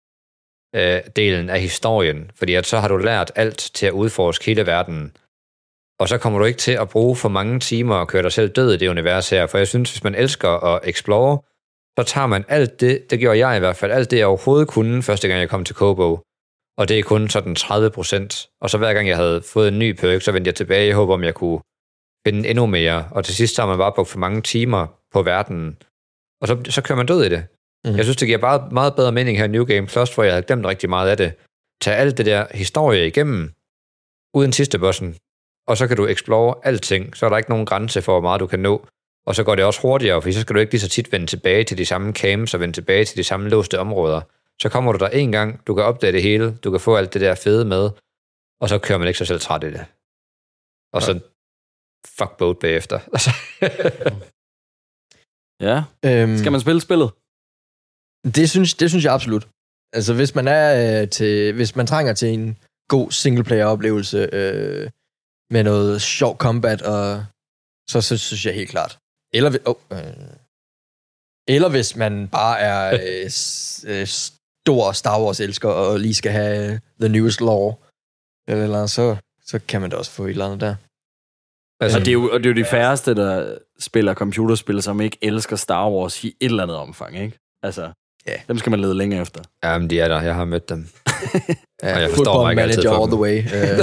øh, delen af historien, fordi at så har du lært alt til at udforske hele verdenen. Og så kommer du ikke til at bruge for mange timer og køre dig selv død i det univers her, for jeg synes, hvis man elsker at explore, så tager man alt det, det gjorde jeg i hvert fald, alt det jeg overhovedet kunne, første gang jeg kom til Kobo, og det er kun sådan tredive procent. Og så hver gang jeg havde fået en ny perk, så vendte jeg tilbage i håb om, jeg kunne finde endnu mere. Og til sidst har man bare brugt for mange timer på verdenen, og så, så kører man død i det. Mm. Jeg synes, det giver bare meget bedre mening her i New Game Plus, hvor jeg havde glemt rigtig meget af det. Tag alt det der historie igennem, uden sidste bossen, og så kan du explore alting. Så er der ikke nogen grænse for, hvor meget du kan nå. Og så går det også hurtigere, for så skal du ikke lige så tit vende tilbage til de samme camps og vende tilbage til de samme låste områder. Så kommer du der en gang, du kan opdage det hele, du kan få alt det der fede med, og så kører man ikke sig selv træt i det. Og så fuck boat bagefter. Ja. Øhm, Skal man spille spillet? Det synes, det synes jeg absolut. Altså, hvis man er øh, til, hvis man trænger til en god singleplayer-oplevelse øh, med noget sjov combat, og så, så synes jeg helt klart. Eller, oh, øh, eller hvis man bare er øh, s, øh, stor Star Wars-elsker og lige skal have the newest lore, eller så, så kan man da også få et eller andet der. Altså, det er jo, og det er jo de færreste, der spiller computerspil, som ikke elsker Star Wars i et eller andet omfang, ikke? Altså, yeah. Dem skal man lede længe efter. Jamen, de er der. Jeg har mødt dem. Ja, og jeg forstår mig ikke altid for all the way.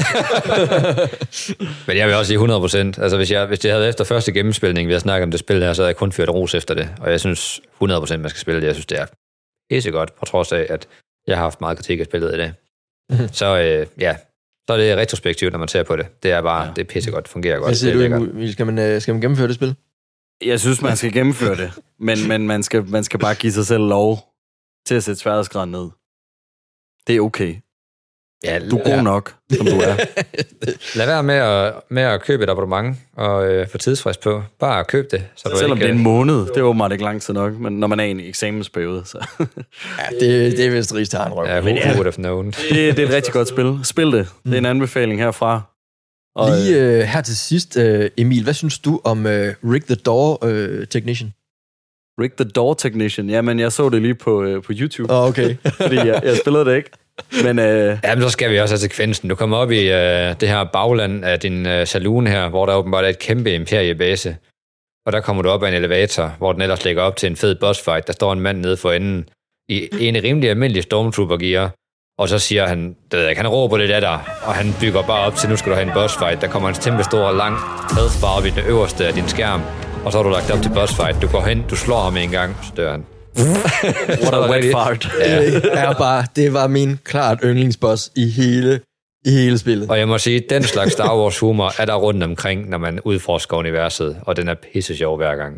Men jeg vil også sige hundrede procent. Altså, hvis, jeg, hvis det havde efter første gennemspilning, vi har snakket om det spil her, så havde jeg kun fyrt ros efter det. Og jeg synes hundrede procent, man skal spille det. Jeg synes, det er pissegodt, på trods af, at jeg har haft meget kritik af spillet i dag. Mm-hmm. Så øh, ja, så er det retrospektivt, når man ser på det. Det er bare, ja. Det er pissegodt, fungerer godt. Hvad siger du, Emil? Skal man, skal man gennemføre det spil? Jeg synes, man skal gennemføre det. Men, men man, skal, man skal bare give sig selv lov til at sætte sværhedsgraden ned. Det er okay. Ja, du er god ja. nok, som du er. Lad være med at, med at købe et abonnement og øh, få tidsfrist på. Bare køb det. Så du Selvom ikke, det er en måned, det er åbenbart ikke lang tid nok, men når man er i en eksamensperiode, så... ja, det, det er vist rigtigt at en røv. Ja, who ja. would have known. det, det er et rigtig godt spil. Spil det. Det er en anbefaling herfra. Og, Lige øh, her til sidst, øh, Emil, hvad synes du om øh, Rick the Door øh, Technician? Rick the Door Technician? Jamen, jeg så det lige på, øh, på YouTube. Oh, okay. Fordi jeg, jeg spillede det ikke. Men, øh... Jamen, så skal vi også have sekvensen. Du kommer op i øh, det her bagland af din øh, saloon her, hvor der åbenbart er et kæmpe imperiebase. Og der kommer du op af en elevator, hvor den ellers ligger op til en fed boss fight. Der står en mand nede for enden i en rimelig almindelig stormtrooper-gear. Og så siger han, det ved jeg ikke, han råber lidt af dig, og han bygger bare op til, nu skal du have en boss fight. Der kommer en kæmpe stor og lang health bar op i den øverste af din skærm. Og så har du lagt op til boss fight. Du går hen, du slår ham en gang, så dør han. What a wet fart. Ja. Det, er bare, det var min klart yndlingsboss i hele, i hele spillet. Og jeg må sige, den slags Star Wars humor er der rundt omkring, når man udforsker universet, og den er pisse sjov hver gang.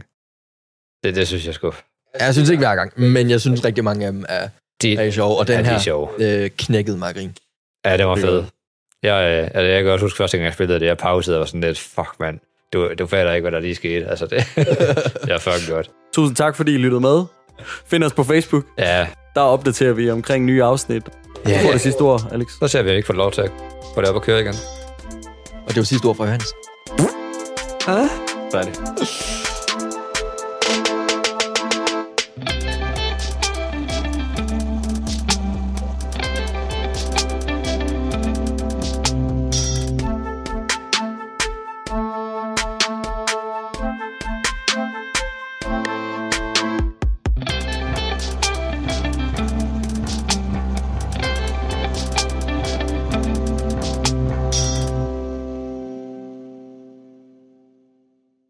Det, det synes jeg sgu. Jeg synes ikke hver gang, men jeg synes rigtig mange af dem er, de, er sjov, og den de her øh, knækkede mig grin. Ja, det var fedt. Jeg, altså, jeg kan også huske første gang, jeg spillede det, jeg pausede og var sådan lidt, fuck mand, du, du fatter ikke, hvad der lige skete. Altså, det, det er fucking godt. Tusind tak, fordi I lyttede med. Find os på Facebook. Ja. Der opdaterer vi omkring nye afsnit. Ja. Du får det sidste ord, Alex. Så ser vi ikke fået lov til at få det op og køre igen. Og det var sidste ord fra Johannes. Ah. Færdig.